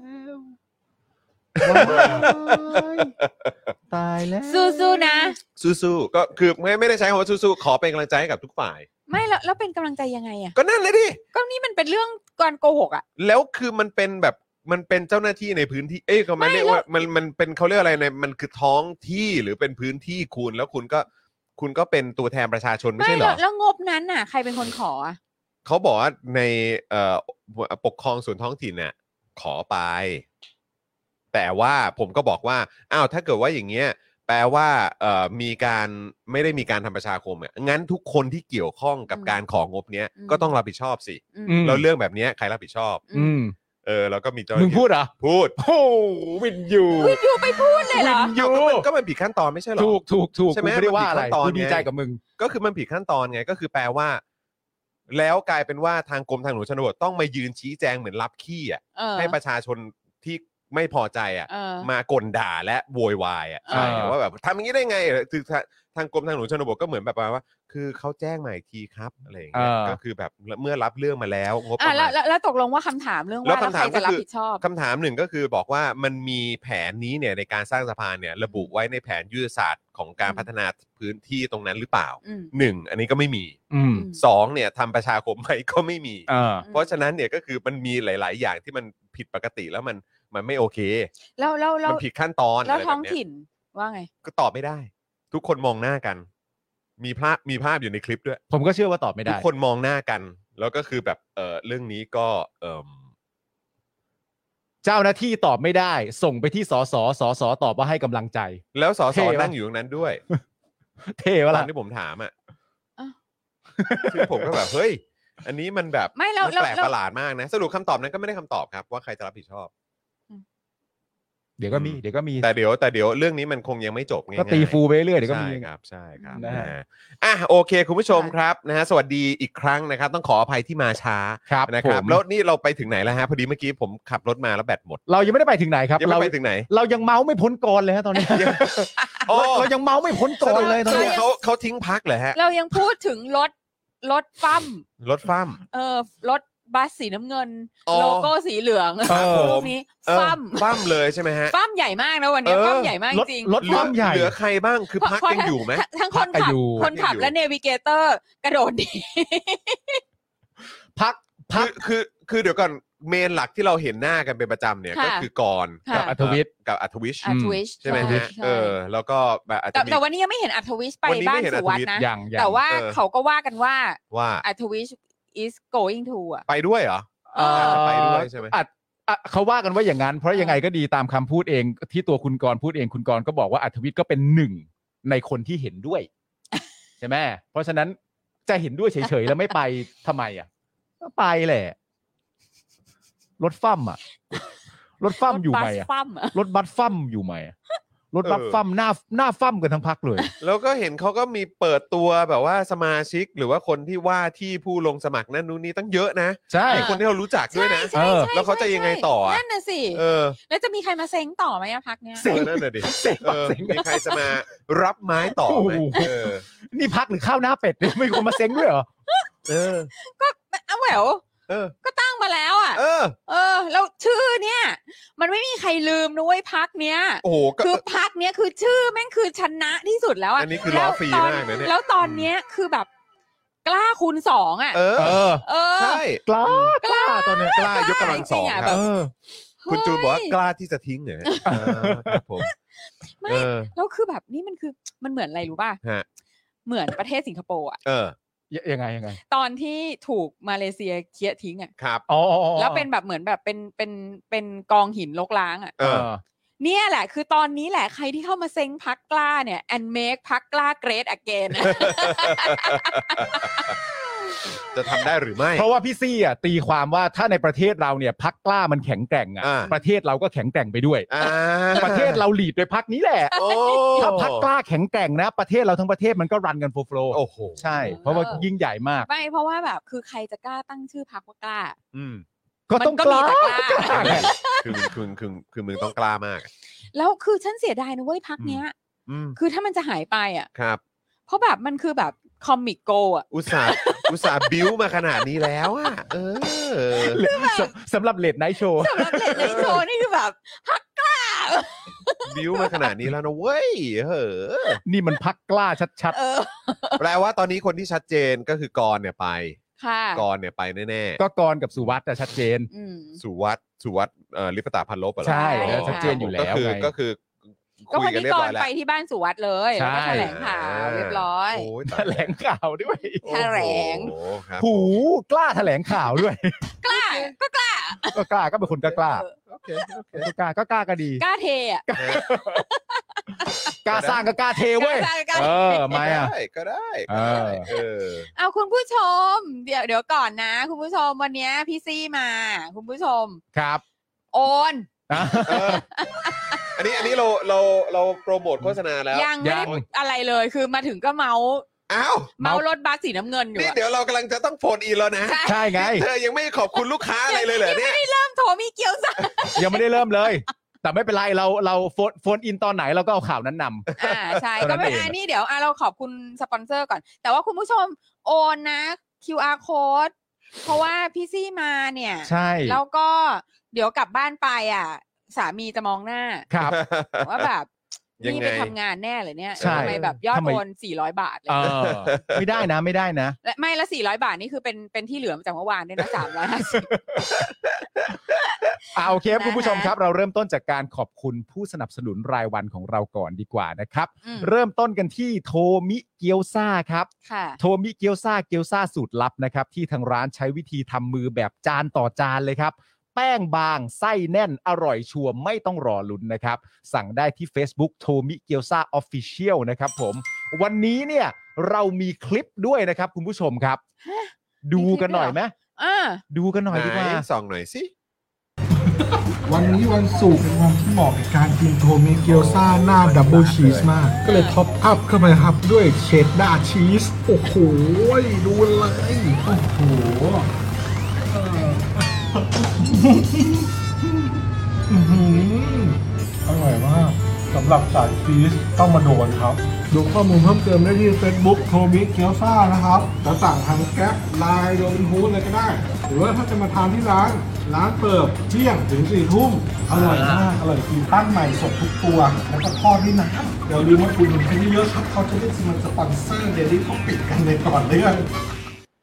ตายแล้วสู้ๆนะสู้ๆก็คือไม่ไม่ได้ใช้คำว่าสู้ๆขอเป็นกำลังใจให้กับทุกฝ่ายไม่แล้วแล้วเป็นกำลังใจยังไงอ่ะก็นั่นเลยดิก็นี่มันเป็นเรื่องการโกหกอ่ะแล้วคือมันเป็นแบบมันเป็นเจ้าหน้าที่ในพื้นที่เอ้ยเขาไม่เรียกว่ามันมันเป็นเขาเรียกอะไรในมันคือท้องที่หรือเป็นพื้นที่คุณแล้วคุณก็คุณก็เป็นตัวแทนประชาชนไม่ใช่เหรอแล้วงบนั้นน่ะใครเป็นคนขออ่ะเขาบอกว่าในเอ่อปกครองส่วนท้องถิ่นเนี่ยขอไปแต่ว่าผมก็บอกว่าอ้าวถ้าเกิดว่าอย่างเงี้ยแปลว่าเอ่อมีการไม่ได้มีการทำประชาคมอ่ะงั้นทุกคนที่เกี่ยวข้องกับการของงบเนี้ยก็ต้องรับผิดชอบสิแล้วเรื่องแบบนี้ใครรับผิดชอบอืมเออแล้วก็มีเจ้ามึงพูดเหรอพูดโอ้วินยูวินยูไปพูดเลยเหรอวินยูก็มันผิดขั้นตอนไม่ใช่หรอถูกถูกถูกใช่ไหมไม่ได้ว่าอะไรกูดีใจกับมึงก็คือมันผิดขั้นตอนไงก็คือแปลว่าแล้วกลายเป็นว่าทางกรมทางหลวงชนบทต้องมายืนชี้แจงเหมือนรับขี้อ่ะให้ประชาชนที่ไม่พอใจอ่ะมากลด่าและโวยวายอ่ะใช่ว่าแบบทำอย่างนี้ได้ไงคือทางกรมทางหลวงชนบทก็เหมือนแบบว่าคือเขาแจ้งมาอีกทีครับอะไรอย่างเงี้ยก็คือแบบเมื่อรับเรื่องมาแล้วงบประมาณแล้วแล้วตกลงว่าคำถามเรื่องว่าใครจะรับผิดชอบคำถามหนึ่งก็คือบอกว่ามันมีแผนนี้เนี่ยในการสร้างสะพานเนี่ยระบุไว้ในแผนยุทธศาสตร์ของการพัฒนาพื้นที่ตรงนั้นหรือเปล่าหนึ่งอันนี้ก็ไม่มีสองเนี่ยทำประชาคมไหมก็ไม่มีเพราะฉะนั้นเนี่ยก็คือมันมีหลายๆอย่างที่มันผิดปกติแล้วมันมันไม่โอเคแล้วแล้วมันผิดขั้นตอนแล้วท้องถิ่นว่าไงก็ตอบไม่ได้ทุกคนมองหน้ากันมีภาพมีภาพอยู่ในคลิปด้วยผมก็เชื่อว่าตอบไม่ได้ทุกคนมองหน้ากันแล้วก็คือแบบเออเรื่องนี้ก็เออเจ้าหน้าที่ตอบไม่ได้ส่งไปที่สสสสตอบว่าให้กำลังใจแล้วสสนั่งอยู่ตรงนั้นด้วยเท่วะล่ะที่ผมถามอ่ะคือผมก็แบบเฮ้ยอันนี้มันแบบไม่แล้วแปลกประหลาดมากนะสรุปคำตอบนั้นก็ไม่ได้คำตอบครับว่าใครจะรับผิดชอบเดี๋ยวก็มีเดี๋ยวก็มีแต่เดี๋ยวแต่เดี๋ยวเรื่องนี้มันคงยังไม่จบง่ายๆก็ตีฟูไปเรื่อยเดี๋ยวก็มีใช่ครับใช่ครับนะฮะอ่ะโอเคคุณผู้ชมครับนะฮะสวัสดีอีกครั้งนะครับต้องขออภัยที่มาช้านะครับแล้วนี่เราไปถึงไหนแล้วฮะพอดีเมื่อกี้ผมขับรถมาแล้วแบตหมดเรายังไม่ได้ไปถึงไหนครับเราไปถึงไหนเรายังเมาไม่พ้นกรเลยฮะตอนนี้เรายังเมาไม่พ้นกรเลยตอนนี้เขาเขาทิ้งพักเหรอฮะเรายังพูดถึงรถรถฟั่มรถฟั่มเออรถบัสสีน้ำเงินโลโก้สีเหลืองรูปนี้ฟั่มฟั่มเลยใช่ไหมฮะฟั่มใหญ่มากนะวันนี้ฟั่มใหญ่มากจริงรถฟั่มใหญ่เหลือใครบ้างคือพักยังอยู่ไหมทั้งคนขับคนขับและเนวิเกเตอร์กระโดดดีพักคือคือคือเดี๋ยวก่อนเมนหลักที่เราเห็นหน้ากันเป็นประจำเนี่ยก็คือกรกับอัธวิชกับอัธวิชใช่ไหมฮะเออแล้วก็แบบแต่วันนี้ยังไม่เห็นอัธวิชไปบ้านสุวัฒน์นะแต่ว่าเขาก็ว่ากันว่าว่าอัธวิช is going to อ่ะไปด้วยเหรอไปด้วยใช่ไหมเขาว่ากันว่าอย่างนั้นเพราะยังไงก็ดีตามคำพูดเองที่ตัวคุณกรพูดเองคุณกรก็บอกว่าอัธวิทย์ก็เป็นหนึ่งในคนที่เห็นด้วยใช่ไหมเพราะฉะนั้นจะเห็นด้วยเฉยๆแล้วไม่ไปทำไมอ่ะก็ไปแหละรถฟั่มอ่ะรถฟั่มอยู่ไหมอ่ะรถบัสฟั่มอยู่ไหมรถบัสฟั่มหน้าหน้าฟั่มกันทั้งพักเลยแล้วก็เห็นเขาก็มีเปิดตัวแบบว่าสมาชิกหรือว่าคนที่ว่าที่ผู้ลงสมัครนั่นนู่นนี่ตั้งเยอะนะใช่คนที่เรารู้จักด้วยนะแล้วเขาจะยังไงต่อนั่นน่ะสิแล้วจะมีใครมาเซ้งต่อไหมอะพักเนี้ยเซ้งนั่นน่ะดิเซ้งมีใครจะมารับไม้ต่อไหมนี่พักหรือข้าวหน้าเป็ดไม่มีคนมาเซ้งด้วยเหรอเออก็เอาแหววเออก็ตั้งมาแล้วอ่ะเออเออแล้วชื่อเนี่ยมันไม่มีใครลืมนะเว้ยพักเนี้ยโอ้โหคือพักเนี้ยคือชื่อแม่งคือชนะที่สุดแล้วอ่ะอันนี้คือล้อฟรีมากเลยเนี่ยแล้วตอนเนี้ยคือแบบกล้าคูณสองอ่ะเออเออใช่กล้ากล้าตอนนี้กล้ายกกำลังสองครับคุณจูนบอกว่ากล้าที่จะทิ้งเหรอครับผมไม่แล้วคือแบบนี่มันคือมันเหมือนอะไรรู้ป่ะเหมือนประเทศสิงคโปร์อ่ะเออยังไงยังไงตอนที่ถูกมาเลเซียเคี่ยทิ้งอ่ะครับอ๋อแล้วเป็นแบบเหมือนแบบเป็นเป็นเป็นกองหินรกร้างอ่ะเออเนี่ยแหละคือตอนนี้แหละใครที่เข้ามาเซ็งพักกล้าเนี่ย and make พักกล้า great again จะทำได้หรือไม่เพราะว่าพี่ซี่อ่ะตีความว่าถ้าในประเทศเราเนี่ยพรรคกล้ามันแข็งแกร่งอ่ะประเทศเราก็แข็งแกร่งไปด้วยประเทศเราหลีดโดยพรรคนี้แหละถ้าพรรคกล้าแข็งแกร่งนะประเทศเราทั้งประเทศมันก็รันกันโฟล์โฟล์โอ้โหใช่เพราะว่ายิ่งใหญ่มากไม่เพราะว่าแบบคือใครจะกล้าตั้งชื่อพรรคว่ากล้าอืมก็ต้องกล้าคือคือคือคือมึงต้องกล้ามากแล้วคือฉันเสียดายนะเว้ยพรรคเนี้ยคือถ้ามันจะหายไปอ่ะครับเพราะแบบมันคือแบบคอมิกโกอ่ะอุตส่าห์อุตส่าห์บิ้วมาขนาดนี้แล้วอ่ะเออสำหรับเลดไนท์โชว์สำหรับเลดไนท์โชว์นี่คือแบบพักกล้าบิ้วมาขนาดนี้แล้วนะเว้ยเฮ้อนี่มันพักกล้าชัดๆแปลว่าตอนนี้คนที่ชัดเจนก็คือกรเนี่ยไปกรเนี่ยไปแน่ๆก็กรกับสุวัสด์ชัดเจนสุวัสด์สุวัสด์เอ่อลิปตาพันลบใช่ชัดเจนอยู่แล้วก็คือก็คือก็วันนี้ก่อนไปที่บ้านสุวัสด์เลยแล้วก็แถลงข่าวเรียบร้อยแถลงข่าวด้วยแถลงหูกล้าแถลงข่าวด้วยกล้าก็กล้าก็กล้าก็เป็นคนกล้าโอเคโอเคกล้าก็กล้าก็ดีกล้าเทอ่ะกล้าสร้างก็กล้าเทเว้ยเออไม่อ่ะก็ได้เออเอาคุณผู้ชมเดี๋ยวเดี๋ยวก่อนนะคุณผู้ชมวันนี้พี่ซี่มาคุณผู้ชมครับโอนอันนี้อันนี้เราเราเราโปรโมทโฆษณาแล้วยังไม่ได้อะไรเลยคือมาถึงก็เมาอ้าวเมารถบัสสีน้ำเงินอยู่นี่เดี๋ยวเรากำลังจะต้องโฟนอินแล้วนะใช่ไงเธอยังไม่ขอบคุณลูกค้าอะไรเลยเหรอเนี่ยยังไม่ได้เริ่มโทรมีเกียวซ่ายังไม่ได้เริ่มเลยแต่ไม่เป็นไรเราเราโฟนโฟนอินตอนไหนเราก็เอาข่าวนั้นนำอ่าใช่ก็ไม่เป็นไรนี่เดี๋ยวอ่ะเราขอบคุณสปอนเซอร์ก่อนแต่ว่าคุณผู้ชมโอนนะ คิว อาร์ code เพราะว่าพี่ซี่มาเนี่ยใช่แล้วก็เดี๋ยวกลับบ้านไปอ่ะสามีจะมองหน้าครับว่าแบบนี่ไปทำงานแน่เลยเนี่ยทำไมแบบยอดโอนสี่ร้อยบาทเลยไม่ได้นะไม่ได้นะและไม่ละสี่ร้อยบาทนี่คือเป็นเป็นที่เหลือมาจากเมื่อวานด้วยนะสามร้อยห้าสิบอ่าโอเคครับคุณผู้ชมครับเราเริ่มต้นจากการขอบคุณผู้สนับสนุนรายวันของเราก่อนดีกว่านะครับเริ่มต้นกันที่โทมิเกียวซ่าครับโทมิเกียวซ่าเกียวซ่าสูตรลับนะครับที่ทางร้านใช้วิธีทำมือแบบจานต่อจานเลยครับแป้งบางไส้แน่นอร่อยชัวร์ไม่ต้องรอลุ้นนะครับสั่งได้ที่ Facebook โทมิเกียวซ่า Official นะครับผมวันนี้เนี่ยเรามีคลิปด้วยนะครับคุณผู้ชมครับดูกันหน่อยไหมดูกันหน่อยดีกว่าส่องหน่อยสิวันนี้วันศุกร์เป็นวันที่เหมาะกับการกินโทมิเกียวซ่าหน้าดับเบิลชีสมากก็เลยท็อปอัพเข้าไปครับด้วยเชดดาร์ชีสโอ้โหดูเลยโอ้โหอร่อยมากสำหรับสายชีสต้องมาโดนครับดูข้อมูลเพิ่มเติมได้ที่ Facebook โทมิเกียวซ่านะครับจะสั่งทางแก๊ปไลน์โรบินฮูดเลยก็ได้หรือว่าถ้าจะมาทานที่ร้านร้านเปิดเที่ยงถึงสี่ทุ่มอร่อยมากอร่อยจริงตั้งใหม่สดทุกตัวแล้วก็ทอดด้วยน้ำเดี๋ยวลืมว่าคุณกันเยอะๆครับเขาจะได้สมันสปอนเซอร์เดลี่ท็อปิกกันในก่อนเรื่อง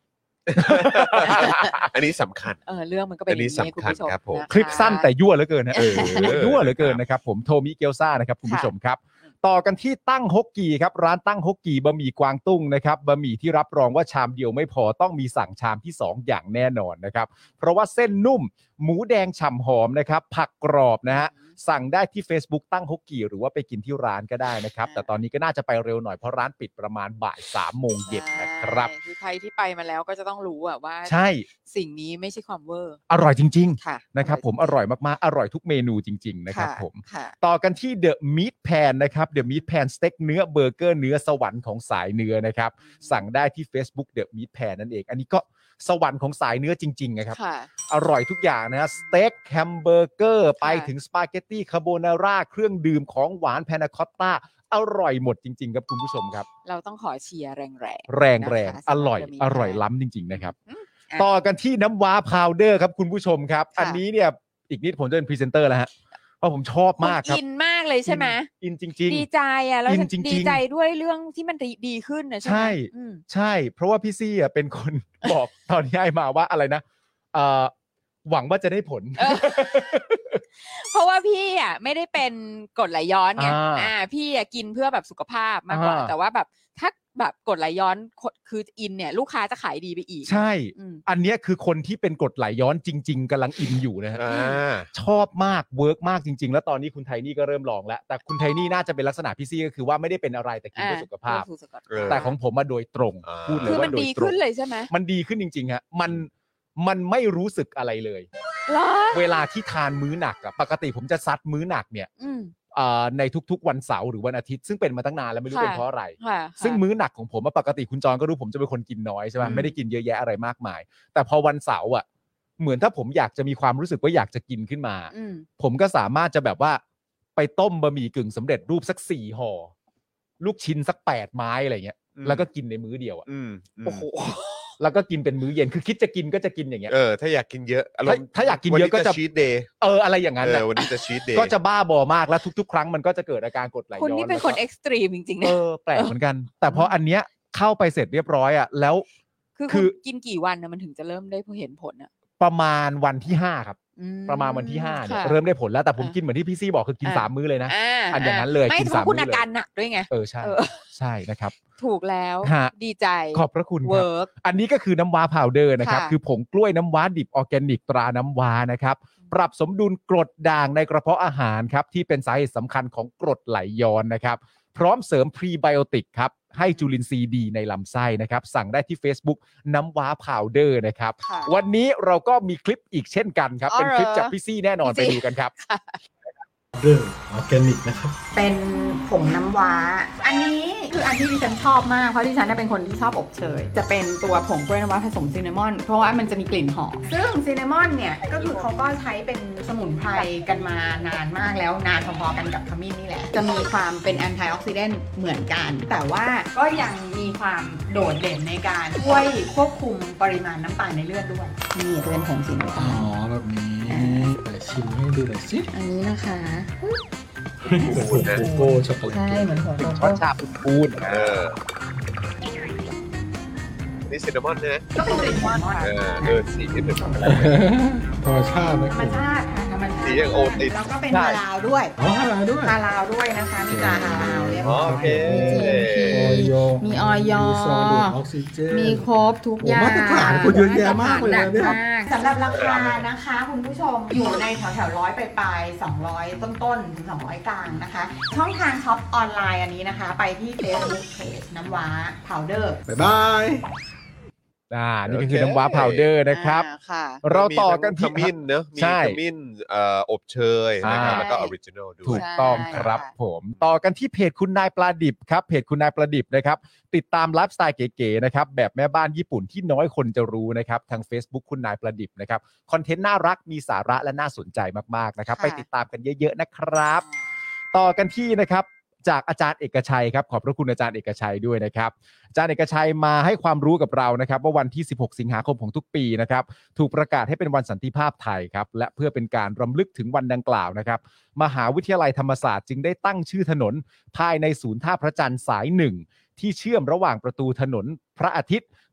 อันนี้สำคัญเออเรื่องมันก็เป็นอย่างนี้คุณผู้ชมครับผมคลิปสั้นแต่ยั่วเหลือเกินนะเออยั่วเหลือเกินนะครับผมโทมิเกียวซ่านะครับคุณผู้ชมครับต่อกันที่ตั้งฮกกีครับร้านตั้งฮกกีบะหมี่กวางตุ้งนะครับบะหมี่ที่รับรองว่าชามเดียวไม่พอต้องมีสั่งชามที่สองอย่างแน่นอนนะครับเพราะว่าเส้นนุ่มหมูแดงฉ่ำหอมนะครับผักกรอบนะฮะสั่งได้ที่ Facebook ตั้งฮกกีหรือว่าไปกินที่ร้านก็ได้นะครับแต่ตอนนี้ก็น่าจะไปเร็วหน่อยเพราะร้านปิดประมาณบ่ายสามโมงเย็นนะครับคือใครที่ไปมาแล้วก็จะต้องรู้อะว่าใช่สิ่งนี้ไม่ใช่ความเวอร์อร่อยจริงๆนะครับผมอร่อยมากๆอร่อยทุกเมนูจริงๆนะครับผมต่อกันที่ The Meat Pan นะครับ The Meat Pan สเต็กเนื้อเบอร์เกอร์เนื้อสวรรค์ของสายเนื้อนะครับสั่งได้ที่ Facebook The Meat Pan นั่นเองอันนี้ก็สวรรค์ของสายเนื้อจริงๆนะครับอร่อยทุกอย่างนะฮะสเต็กแฮมเบอร์เกอร์ไปถึงสปาเกตตี้คาโบนาร่าเครื่องดื่มของหวานแพนาคอตต้าอร่อยหมดจริงๆครับคุณผู้ชมครับเราต้องขอเชียร์แรงๆแรงๆอร่อยอร่อยล้ำจริงๆนะครับต่อกันที่น้ำว้าพาวเดอร์ครับคุณผู้ชมครับอันนี้เนี่ยอีกนิดผมจะเป็นพรีเซนเตอร์แล้วฮะเพราะผมชอบมากครับอินมากเลยใช่ไหมอินจริงๆดีใจอ่ะแล้วดีใจด้วยเรื่องที่มันดีขึ้นนะใช่ไหมใช่ใช่เพราะว่าพี่ซี่อ่ะเป็นคนบอกตอนที่ไอ้มาว่าอะไรนะเอ่อหวังว่าจะได้ผลเพราะว่าพี่อ่ะไม่ได้เป็นกรดไหลย้อนไงอ่าพี่อ่ะกินเพื่อแบบสุขภาพมากกว่าแต่ว่าแบบถ้าแบบกรดไหลย้อนคืออินเนี่ยลูกค้าจะขายดีไปอีกใช่อันนี้คือคนที่เป็นกรดไหลย้อนจริงๆกำลังอินอยู่นะฮะชอบมากเวิร์กมากจริงๆแล้วตอนนี้คุณไทนี่ก็เริ่มลองแล้วแต่คุณไทนี่น่าจะเป็นลักษณะพี่ซี่ก็คือว่าไม่ได้เป็นอะไรแต่กินเพื่อสุขภาพแต่ของผมมาโดยตรงพูดเลยว่าโดยตรงคือมันดีขึ้นเลยใช่ไหมมันดีขึ้นจริงๆฮะมันมันไม่รู้สึกอะไรเลยเวลาที่ทานมื้อหนักอะปกติผมจะซัดมื้อหนักเนี่ยในทุกๆวันเสาร์หรือวันอาทิตย์ซึ่งเป็นมาตั้งนานแล้วไม่รู้เป็นเพราะอะไรซึ่งมื้อหนักของผมปกติคุณจรก็รู้ผมจะเป็นคนกินน้อยใช่ไหมไม่ได้กินเยอะแยะอะไรมากมายแต่พอวันเสาร์อะเหมือนถ้าผมอยากจะมีความรู้สึกว่าอยากจะกินขึ้นมาผมก็สามารถจะแบบว่าไปต้มบะหมี่กึ่งสำเร็จรูปสักสี่ห่อลูกชิ้นสักแปดไม้อะไรเงี้ยแล้วก็กินในมื้อเดียวอะโอ้โหแล้วก็กินเป็นมื้อเย็นคือคิดจะกินก็จะกินอย่างเงี้ยเออถ้าอยากกินเยอะถ้าอยากกินเยอะก็จะชีทเดย์เอออะไรอย่างนั้นเออวันนี้จะชีทเดย์ก็จะบ้าบอมากแล้วทุกๆครั้งมันก็จะเกิดอาการกรดไหลย้อนคุณนี่เป็นคนเอ็กซ์ตรีมจริงๆนะเออแปลกเหมือนกันแต่พออันเนี้ยเข้าไปเสร็จเรียบร้อยอ่ะแล้วคือกินกี่วันนะมันถึงจะเริ่มได้เห็นผลอ่ะประมาณวันที่ห้าครับประมาณวันที่ห้าเนี่ยเริ่มได้ผลแล้วแต่ผมกินเหมือนที่พี่ซี่บอกคือกินสามมื้อเลยนะอันอย่างนั้นเลยกินสามมื้อเลยไม่คุณอาการหนักด้วยไงเออใช่ใช่นะครับถูกแล้วดีใจขอบพระคุณครับอันนี้ก็คือน้ำว้าพาวเดอร์นะครับคือผงกล้วยน้ำว้าดิบออร์แกนิกตราน้ำว้านะครับปรับสมดุลกรดด่างในกระเพาะอาหารครับที่เป็นสาเหตุสำคัญของกรดไหลย้อนนะครับพร้อมเสริมพรีไบโอติกครับให้จุลินทรีย์ดีในลำไส้นะครับสั่งได้ที่ Facebook น้ำว้าพาวเดอร์นะครับวันนี้เราก็มีคลิปอีกเช่นกันครับเป็นคลิปจากพี่ซี่แน่นอนไปดูกันครับเรื่องออร์แกนิกนะครับเป็นผงน้ำว้าอันนี้คืออันที่ดิฉันชอบมากเพราะดิฉันเป็นคนที่ชอบอบเชยจะเป็นตัวผงกล้วยน้ำว้าผสมซินนามอนเพราะว่ามันจะมีกลิ่นหอมซึ่งซินนามอนเนี่ยก็คือเขาก็ใช้เป็นสมุนไพรกันมานานมากแล้วนานพอๆกันกับขมิ้นนี่แหละจะมีความเป็นแอนตี้ออกซิเดนต์เหมือนกันแต่ว่าก็ยังมีความโดดเด่นในการช่วยควบคุมปริมาณน้ำตาลในเลือดด้วยนี่จะเป็นผงสีน้ำตาลอ๋อแบบนี้ไปชิมให้ดูหน่อยสิอันนี้นะคะโกโก้ช็อกโกแลตใช่เหมือนหัวโกโก้ชาปูนเออนี่ซินนามอนใช่ไหมก็เป็นซินนามอนเออเออสีที่เป็นช็อกโกแลตธรรมชาติธรรมชาติค่ะธรรมชาติสียังโอติแล้วก็เป็นฮาลาลด้วยอ๋อฮาลาลด้วยฮาลาลด้วยนะคะมีตราฮาลาลเรียบร้อยโอเคมีออยมีซองดูดออกซิเจนมีครบทุกอย่างมาตรฐานคุณเยอะแยะมากเลยเนี่ยสำหรับราคานะคะคุณผู้ชมอยู่ในแถวแถวร้อยไปปลายสองร้อยต้นๆถึงสองร้อยกลางนะคะช่องทางช็อปออนไลน์อันนี้นะคะไปที่ Facebook Page น้ำว้าพาวเดอร์บ๊ายบายอ่านี่ก็คือน้ำว้าพาวเดอร์นะครับเราต่อกันที่ขมิ้นเนอะมีขมิ้นเอ่ออบเชยนะครับแล้วก็ออริจินอลด้วยถูกต้องครับผมต่อกันที่เพจคุณนายปลาดิบครับเพจคุณนายปลาดิบนะครับติดตามไลฟ์สไตล์เก๋ๆนะครับแบบแม่บ้านญี่ปุ่นที่น้อยคนจะรู้นะครับทาง Facebook คุณนายปลาดิบนะครับคอนเทนต์น่ารักมีสาระและน่าสนใจมากๆนะครับไปติดตามกันเยอะๆนะครับต่อกันที่นะครับจากอาจารย์เอกชัยครับขอบพระคุณอาจารย์เอกชัยด้วยนะครับอาจารย์เอกชัยมาให้ความรู้กับเรานะครับว่าวันที่สิบหกสิงหาคมของทุกปีนะครับถูกประกาศให้เป็นวันสันติภาพไทยครับและเพื่อเป็นการรำลึกถึงวันดังกล่าวนะครับมหาวิทยาลัยธรรมศาสตร์จึงได้ตั้งชื่อถนนภายในศูนย์ท่าพระจันทร์สายหนึ่งที่เชื่อมระหว่างประตูถนนพระอาทิตย์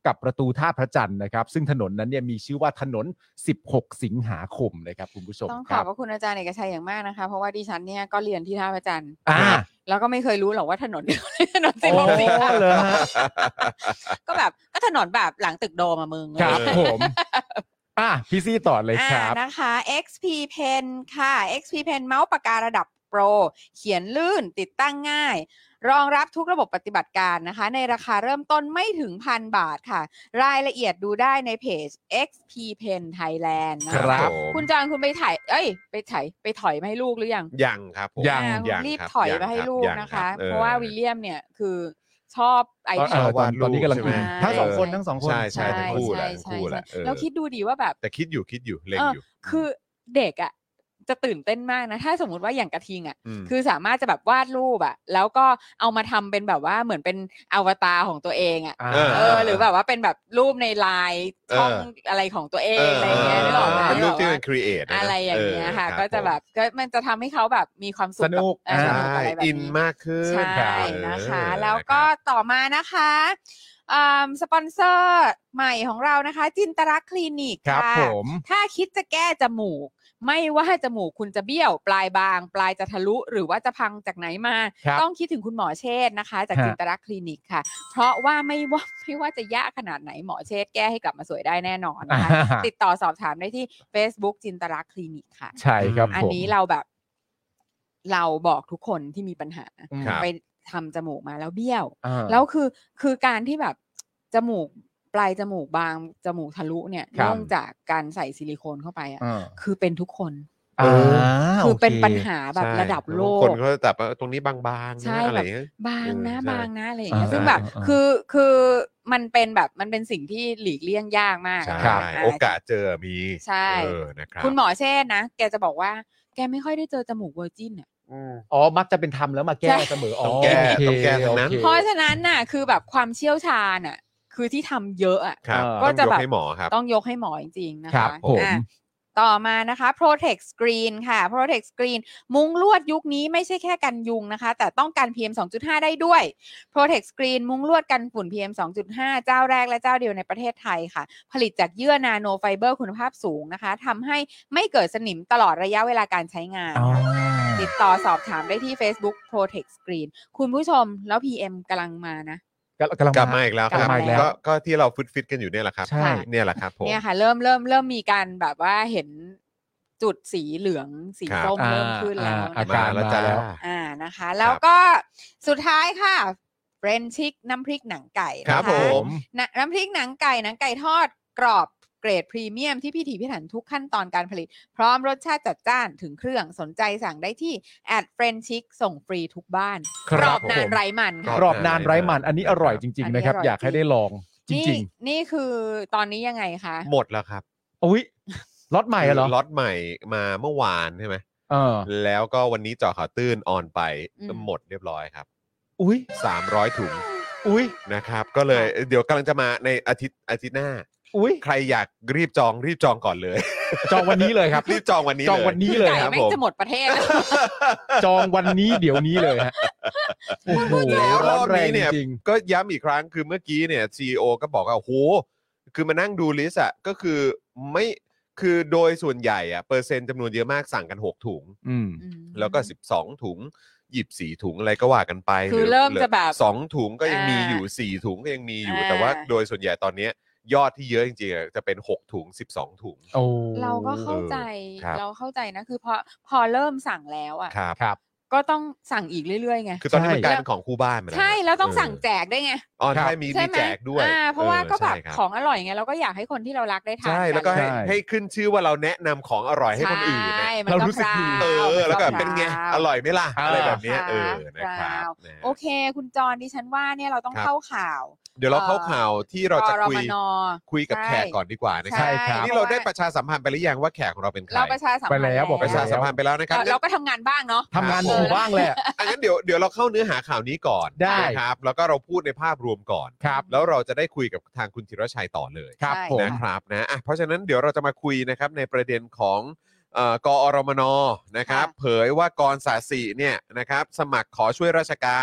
กับประตูท่าพระจันทร์นะครับซึ่งถนนนั้นเนี่ยมีชื่อว่าถนนสิบหกสิงหาคมนะครับคุณผู้ชมต้องขครัอบบ พระคุณอาจารย์เอกชัยอย่างมากนะคะเพราะว่าดิฉันเนี่ยก็เรียนที่ท่าพระจันทร์อ่าแล้วก็ไม่เคยรู้หรอกว่าถนน ถนนสิบหกสิงหาเลยฮะก็แบบก็ถนนแบบหลังตึกโดมอะมึงครับผมอ่ะพี่ซี่ต่อเลยครับอ่านะคะ เอ็กซ์ พี Pen ค่ะ เอ็กซ์ พี Pen เมาส์ปากการะดับโปรเขียนลื่นติดตั้งง่ายรองรับทุกระบบปฏิบัติการนะคะในราคาเริ่มต้นไม่ถึงพันบาทค่ะรายละเอียดดูได้ในเพจ เอ็กซ์ พี Pen Thailand นะครัคะบคุณจอนคุณไปถ่ายเอ้ยไปถ่ายไปถอยมาให้ลูกหรือยังยังครับผมยังอ่ายังรีบครับถอยยังมาให้ครับลูกยังนะครัคะบออเพราะว่าวิลเลียมเนี่ยคือชอบเออ iPad ตอนตอนนี้กำลังวาดรูปตอนนี้กำลังใช่ไหมทั้งทั้งสองคนทั้งสองคนใช่ใช่ทั้งคู่แหละทั้งคู่แหละเออแล้วคิดดูดีว่าแบบแต่คิดอยู่คิดอยู่เล็งเอออยู่คือเด็กอ่ะจะตื่นเต้นมากนะถ้าสมมติว่าอย่างกระทิงอ่ะอืมคือสามารถจะแบบวาดรูปอ่ะแล้วก็เอามาทำเป็นแบบว่าเหมือนเป็นอวตารของตัวเองอ่ะอ่าเออหรือแบบว่าเป็นแบบรูปในไลน์ช่องอะไรของตัวเองอะไรอย่างเงี้ยนึกออกไหมเป็นรูปที่แบบเป็นครีเอทอะไรอย่างเงี้ยค่ะก็จะแบบก็มันจะทำให้เขาแบบมีความสุขสนุกเออสนุกใช่อะไรแบบอินนี้มากขึ้นใช่ครับนะคะเออแล้วก็นะครับต่อมานะคะอ่าสปอนเซอร์ใหม่ของเรานะคะจินตรักษณ์คลินิกครับค่ะผมถ้าคิดจะแก้จมูก ไม่ว่าจมูกคุณจะเบี้ยวปลายบาง ปลายจะทะลุหรือว่าจะพังจากไหนมาครับต้องคิดถึงคุณหมอเชษฐ์นะคะ จากฮะจินตรักษณ์คลินิกค่ะ เพราะว่าไม่ว่าไม่ว่าจะยากขนาดไหนหมอเชษฐ์แก้ให้กลับมาสวยได้แน่นอนนะคะอ่าติดต่อสอบถามได้ที่ Facebook จินตรักษณ์คลินิกค่ะใช่ครับอันผมนี้เราแบบ เราบอกทุกคนที่มีปัญหาครับไปทำจมูกมาแล้วเบี้ยวอ่าแล้วคือคือการที่แบบจมูกปลายจมูกบางจมูกทะลุเนี่ยครับเนื่องจากการใส่ซิลิโคนเข้าไปอ่ะอ่าคือเป็นทุกคนอ่าคือเป็นโปัญหาแบบใช่ระดับโลคกนเขาจะแบบว่าตรงนี้บางๆใช่นะอะไรแบบเงี้ยบางนะเออใช่บางนะอะไรอย่างเงี้ยอ่าซึ่งแบบอ่าคือคือมันเป็นแบบมันเป็นสิ่งที่หลีกเลี่ยงยากมากใช่ครับอ่โอกาสเจอมีใช่เออนะครับคุณหมอเชษฐ์นะแกจะบอกว่าแกไม่ค่อยได้เจอจมูกเวอร์จินอ่ะอืมอ๋อมักจะเป็นทำแล้วมาแก้ใช่เสมออ๋อต้องแก้โเคต้องแก้ทั้งนั้นโอคเพราะฉะนั้นน่ะคือแบบความเชี่ยวชาญอ่ะคือที่ทำเยอะอ่ะครับเออก็ต้องจะยกแบบให้หมอครับต้องยกให้หมอจริงๆนะครัคะบผมอ่ะต่อมานะคะ Protect Screen ค่ะ Protect Screen มุ้งลวดยุคนี้ไม่ใช่แค่กันยุงนะคะ แต่ต้องกัน พี เอ็ม สองจุดห้า ได้ด้วย Protect Screen มุ้งลวดกันฝุ่น พี เอ็ม สองจุดห้า เจ้าแรกและเจ้าเดียวในประเทศไทยค่ะ ผลิตจากเยื่อนาโนไฟเบอร์คุณภาพสูงนะคะทำให้ไม่เกิดสนิมตลอดระยะเวลาการใช้งานอ๋อค่ะติดต่อสอบถามได้ที่ Facebook Protect Screen คุณผู้ชมแล้ว พี เอ็ม กำลังมานะกำลังกลับมาอีกแล้วครับกลับมาอีกแล้วก็ก็ที่เราฟิตฟิตๆกันอยู่เนี่ยแหละครับใช่เนี่ยแหละครับผมเนี่ยค่ะเริ่มเริ่มเริ่มมีการแบบว่าเห็นจุดสีเหลืองสีครับส้มเริ่มขึ้นแล้วอ่านะมาคะแล้วจ้าแล้วอ่านะคะ แล้วก็สุดท้ายค่ะเฟรนชิกน้ำพริกหนังไก่ครันะบคะผมนะน้ำพริกหนังไก่หนังไก่ทอดกรอบเกรดพรีเมียมที่พิถีพิถันทุกขั้นตอนการผลิต พร้อมรสชาติจัดจ้านถึงเครื่องสนใจสั่งได้ที่แอดเฟรนชิกส่งฟรีทุกบ้านครับกรอบนานผมไร้มันค่ะกรอบนานไร้มันอันนี้อร่อยจริง ๆ นะครับอันนี้อร่อยอยากให้ได้ลองจนี่ริงนี่คือตอนนี้ยังไงคะหมดแล้วครับๆอุ้ยล็อตใหม่อะเหรอล็อตใหม่มาเมื่อวานใช่ไหมเออแล้วก็วันนี้เจาะข่าวตื้นออนไปอืมหมดเรียบร้อยครับอุ้ยสามร้อยถุงอุ้ยนะครับ ก็เลยเดี๋ยวกำลังจะมาในอาทิตย์อาทิตย์หน้าอุ้ยใครอยากรีบจองรีบจองก่อนเลยจองวันนี้เลยครับรีบจองวันนี้จองเลยวันนี้เลยไก่ครับแม่ผงมจะหมดประเทศแล้วจองวันนี้เดี๋ยวนี้เลยฮะโอ้โหแล้วรร้ออบ นแรนี้งเนี่ยจริงก็ย้ำอีกครั้งคือเมื่อกี้เนี่ย ซี อี โอ ก็บอกว่าโอ้โหคือมานั่งดูลิสต์อะก็คือไม่คือโดยส่วนใหญ่อะเปอร์เซ็นต์จำนวนเยอะมากสั่งกันหกถุงอืมแล้วก็สิบสองถุงหยิบสี่ถุงอะไรก็ว่ากันไปคือหเริ่มจะแบบสองถุงก็ยังมีอ่าอยู่สี่ถุงก็ยังมีอยู่อ่าแต่ว่าโดยส่วนใหญ่ตอนเนี้ยยอดที่เยอะจริงๆอะจะเป็นหกถุงสิบสองถุงโอ้เราก็เข้าใจครับเราเข้าใจนะคือพอพอเริ่มสั่งแล้วอ่ะครับครับก็ต้องสั่งอีกเรื่อยๆไงคือตอนนี้มันใช่กลายเป็นของคู่บ้านไปแล้วใช่แล้วต้องเสั่งแจกได้วยไงอ๋อครับใช่มีใช่มีไหมแจกด้วยอ่าเพราะว่าออก็แบบใช่คบของอร่อยไงเราก็อยากให้คนที่เรารักได้ทานใช่แล้วก็นให้ใช่ให้ขึ้นชื่อว่าเราแนะนำของอร่อยให้คนอื่นนะใช่มันเราก็รู้สึกดีพราวเออ แล้วก็มัเป็นไงพราวอร่อยไหมล่ะอ่าอะไรแบบเนี้ยเออพนะราวครับนะโอเค คุณจรดิฉันว่าเนี่ยเราต้องครับเข้าข่าวเดี๋ยวเราเข้าข่าวที่เราจะคุยกรมนคุยกับใช่แขกก่อนดีกว่านะคใช่รับครับนี่เราได้ประชาสัมพันธ์ไปหรือยังว่าแขกของเราเป็นใครเราประชาสัมพันธ์ไปแล้วบอกประชาสัมพันธ์ไปแล้วนะครับเราเราก็ทำงานบ้างเนาะทำงานอยู่บ้างแหละอันนั้นเดี๋ยวเดี๋ยวเราเข้าเนื้อหาข่าวนี้ก่อนได้นะครับ แล้วก็เราพูดในภาพรวมก่อนครับแล้วเราจะได้คุยกับทางคุณธีรชัยต่อเลยครับใช่ผมนะครับนะอ่ะเพราะฉะนั้นเดี๋ยวเราจะมาคุยนะครับในประเด็นของเอ่อกอรมนนะครับค่ะเผยว่ากรสาสีเนี่ยนะครับสมัครขอช่วยราชการ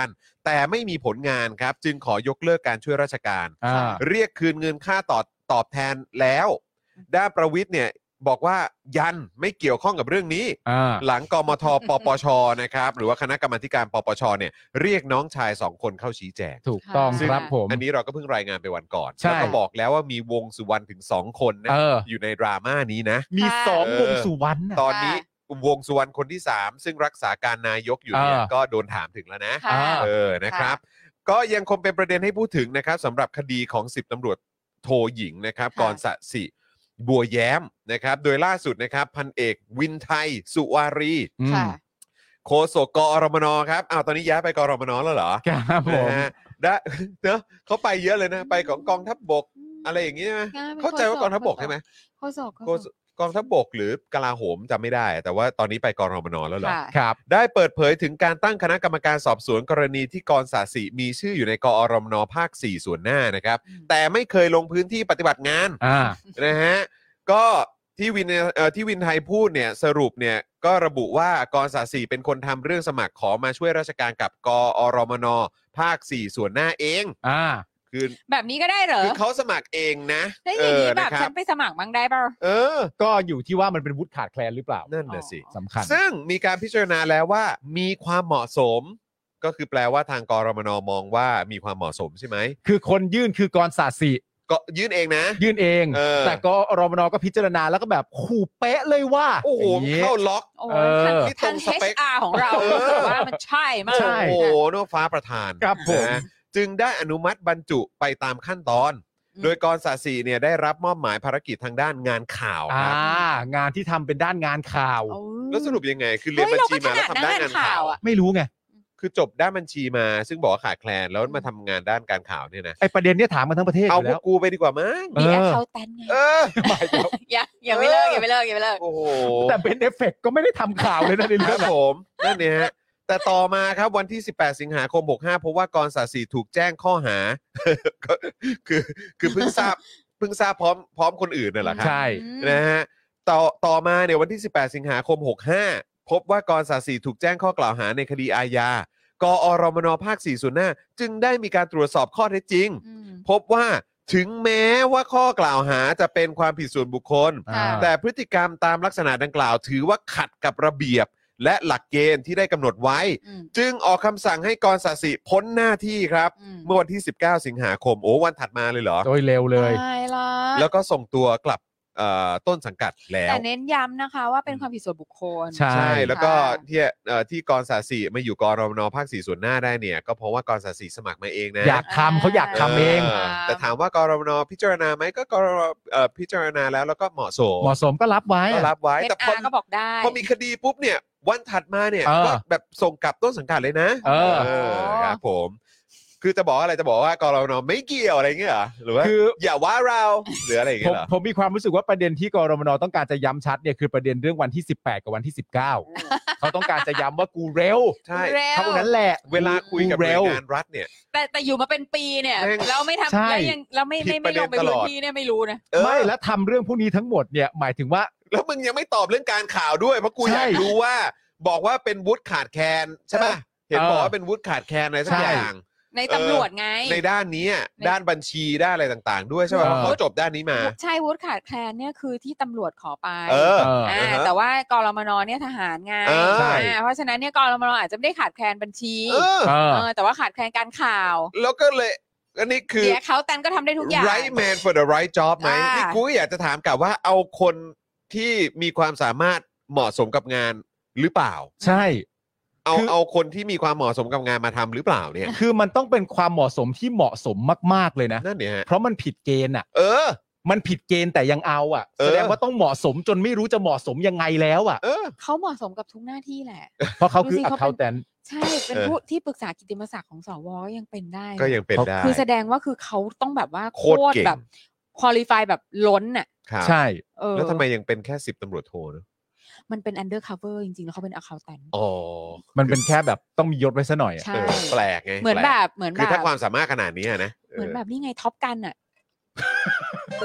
แต่ไม่มีผลงานครับจึงขอยกเลิกการช่วยราชการเรียกคืนเงินค่าตอบตอบแทนแล้วด้านประวิตรเนี่ยบอกว่ายันไม่เกี่ยวข้องกับเรื่องนี้หลังกมทปปชนะครับหรือว่าคณะกรรมาการปปชเนี่ยเรียกน้องชายสองคนเข้าชี้แจงถูกต้องครับผมอันนี้เราก็เพิ่งรายงานไปวันก่อนแล้วก็บอกแล้วว่ามีวงสุวรรณถึงสองคนนะ อ, อยู่ในดราม่านี้นะมีสองวงสุวรรณตอนนี้วงสุวรรณคนที่สามซึ่งรักษาการนายกอยู่เนี่ยก็โดนถามถึงแล้วนะเออนะครับก็ยังคงเป็นประเด็นให้พูดถึงนะครับสำหรับคดีของสิบตำรวจโทหญิงนะครับกรสสิบัวแย้มนะครับโดยล่าสุดนะครับพันเอกวินไทยสุวารีโฆษกกอรมนครับอ้าวตอนนี้ย้ายไปกอรมนแล้วเหรอครับผมได้เนอะเขาไปเยอะเลยนะไปของกองทัพบกอะไรอย่างงี้ใช่ไหมเข้าใจว่ากองทัพบกใช่ไหมโฆษกกองทัพบกหรือกลาโหมจำไม่ได้แต่ว่าตอนนี้ไปกรมนแล้วเหรอครับได้เปิดเผยถึงการตั้งคณะกรรมการสอบสวนกรณีที่กรสสิมีชื่ออยู่ในกอรมนภาคสี่ส่วนหน้านะครับแต่ไม่เคยลงพื้นที่ปฏิบัติงานนะฮะก็ที่วินเอ่อที่วินไทยพูดเนี่ยสรุปเนี่ยก็ระบุว่ากรสสิเป็นคนทำเรื่องสมัครขอมาช่วยราชการกับกอรมนภาคสี่ส่วนหน้าเองอ่าคือแบบนี้ก็ได้เหรอคือเขาสมัครเองนะแล้วอย่างนี้แบบฉันไปสมัครบ้างได้ป่ะเออก็อยู่ที่ว่ามันเป็นวุฒิขาดแคลนหรือเปล่านั่นน่ะสิสำคัญซึ่งมีการพิจารณาแล้วว่ามีความเหมาะสมก็คือแปลว่าทางกรมนมองว่ามีความเหมาะสมใช่ไหมคือคนยื่นคือกรสสิก็ยื่นเองนะยื่นเองแต่กรมนก็พิจารณาแล้วก็แบบขู่เป๊ะเลยว่าโอ้โหเข้าล็อกที่ตรงสเปคของเราว่ามันใช่มากโอ้โหนฟ้าประธานครับผมจึงได้อนุมัติบรรจุไปตามขั้นตอนโดยกรสสิเนี่ยได้รับมอบหมายภารกิจทางด้านงานข่าวครับงานที่ทำเป็นด้านงานข่าวแล้วสรุปยังไงคือเรียนบัญชีมาแล้วทำด้านงานข่าวไม่รู้ไงคือจบด้านบัญชีมาซึ่งบอกว่าขาดแคลนแล้วมาทำงานด้านการข่าวเนี่ยนะไอประเด็นเนี้ยถามมาทั้งประเทศเอาพวกกูไปดีกว่ามั้งมีแอคเคาท์แตนไงเอออย่าอย่าไม่เลิกอย่าไม่เลิกอย่าไม่เลิกโอ้โหแต่เป็นเอฟเฟกต์ก็ไม่ได้ทำข่าวเลยนะในเรื่องผมนั่นเนี่ยฮะแต่ต่อมาครับวันที่สิบแปดสิงหาคมหกสิบห้าพบว่ากรสสิถูกแจ้งข้อหาคือคือเพิ่งทราบเพิ่งทราบพร้อมพร้อมคนอื่นน่ะแหละครับใช่นะฮะต่อต่อมาเนี่ยวันที่สิบแปดสิงหาคมหกสิบห้าพบว่ากรสสิถูกแจ้งข้อกล่าวหาในคดีอาญากอรมนภาคสี่ส่วนหน้าจึงได้มีการตรวจสอบข้อเท็จจริงพบว่าถึงแม้ว่าข้อกล่าวหาจะเป็นความผิดส่วนบุคคลแต่พฤติกรรมตามลักษณะดังกล่าวถือว่าขัดกับระเบียบและหลักเกณฑ์ที่ได้กำหนดไว้จึงออกคำสั่งให้กรสสิพ้นหน้าที่ครับเมื่อวันที่สิบเก้าสิงหาคมโอ้วันถัดมาเลยเหรอโดยเร็วเลยแล้วก็ส่งตัวกลับต้นสังกัดแล้วแต่เน้นย้ำนะคะว่าเป็นความผิดส่วนบุคคลใช่แล้วก็ที่ที่กรสสิมาอยู่กรมนภาคสี่ส่วนหน้าได้เนี่ยก็เพราะว่ากรสสิสมัครมาเองนะอยากทำเขาอยากทำเองแต่ถามว่ากรมนพิจารณาไหมก็กรมนพิจารณาแล้วแล้วก็เหมาะสมเหมาะสมก็รับไว้ก็รับไว้แต่พอก็บอกได้พอมีคดีปุ๊บเนี่ยวันถัดมาเนี่ยก็แบบส่งกลับต้นสังกัดเลยนะเออครับผมคือจะบอกอะไรจะบอกว่ากรมนไม่เกี่ยวอะไรเงี้ยหรือว่าอย่าว่าเราหรืออะไรอย่างเงี้ยผมมีความรู้สึกว่าประเด็นที่กรมนต้องการจะย้ำชัดเนี่ยคือประเด็นเรื่องวันที่สิบแปดกับวันที่สิบเก้าเขาต้องการจะย้ำว่ากูเร็วใช่เท่านั้นแหละเวลาคุยกับหน่วยงานรัฐเนี่ยแต่แต่อยู่มาเป็นปีเนี่ยเราไม่ทำแล้วยังเราไม่ไม่ไม่ลงไปพื้นที่เนี่ยไม่รู้นะไม่แล้วทำเรื่องพวกนี้ทั้งหมดเนี่ยหมายถึงว่าแล้วมึงยังไม่ตอบเรื่องการข่าวด้วยเพราะกูอยากรู้ว่าบอกว่าเป็นวุฒิขาดแคลนใช่ป่ะเห็นบอกว่าเป็นวุฒิขาดแคลนอะไรสักอย่างในตำรวจไงในด้านนี้ด้านบัญชีด้านอะไรต่างๆด้วยใช่ไหมเพราะเขาจบด้านนี้มาใช่วุฒิขาดแคลนเนี่ยคือที่ตำรวจขอไปแต่ว่ากรมนเนี่ยทหารไงเพราะฉะนั้นเนี่ยกรมนอาจจะไม่ได้ขาดแคลนบัญชีแต่ว่าขาดแคลนการข่าวแล้วก็เลยอันนี้คือเดี๋ยวเขาแตนก็ทำได้ทุกอย่าง right man for the right job ไหมนี่กูอยากจะถามกลับว่าเอาคนที่มีความสามารถเหมาะสมกับงานหรือเปล่าใช่เอาเอาคนที่มีความเหมาะสมกับงานมาทำหรือเปล่าเนี่ยคือมันต้องเป็นความเหมาะสมที่เหมาะสมมากๆเลยนะนั่นเนี่ยฮะเพราะมันผิดเกณฑ์อ่ะเออมันผิดเกณฑ์แต่ยังเอาอ่ะแสดงว่าต้องเหมาะสมจนไม่รู้จะเหมาะสมยังไงแล้วอ่ะเออเขาเหมาะสมกับทุกหน้าที่แหละเพราะเขาคือ accountant ใช่เป็นผู้ที่ปรึกษากิตติมศักดิ์ของสวยังเป็นได้ก็ยังเป็นได้คือแสดงว่าคือเขาต้องแบบว่าโคตรแบบ qualify แบบล้นอ่ะใช่แล้วทำไมยังเป็นแค่สิบตำรวจโทเนอะมันเป็น undercover จริงๆแล้วเขาเป็น accountant อ๋อมันเป็นแค่แบบต้องมียศไว้ซะหน่อยอ่ะแปลกไงเหมือนแบบเหมือนแบบคือถ้าความสามารถขนาดนี้นะเหมือนแบบนี่ไงท็อปกันอ่ะ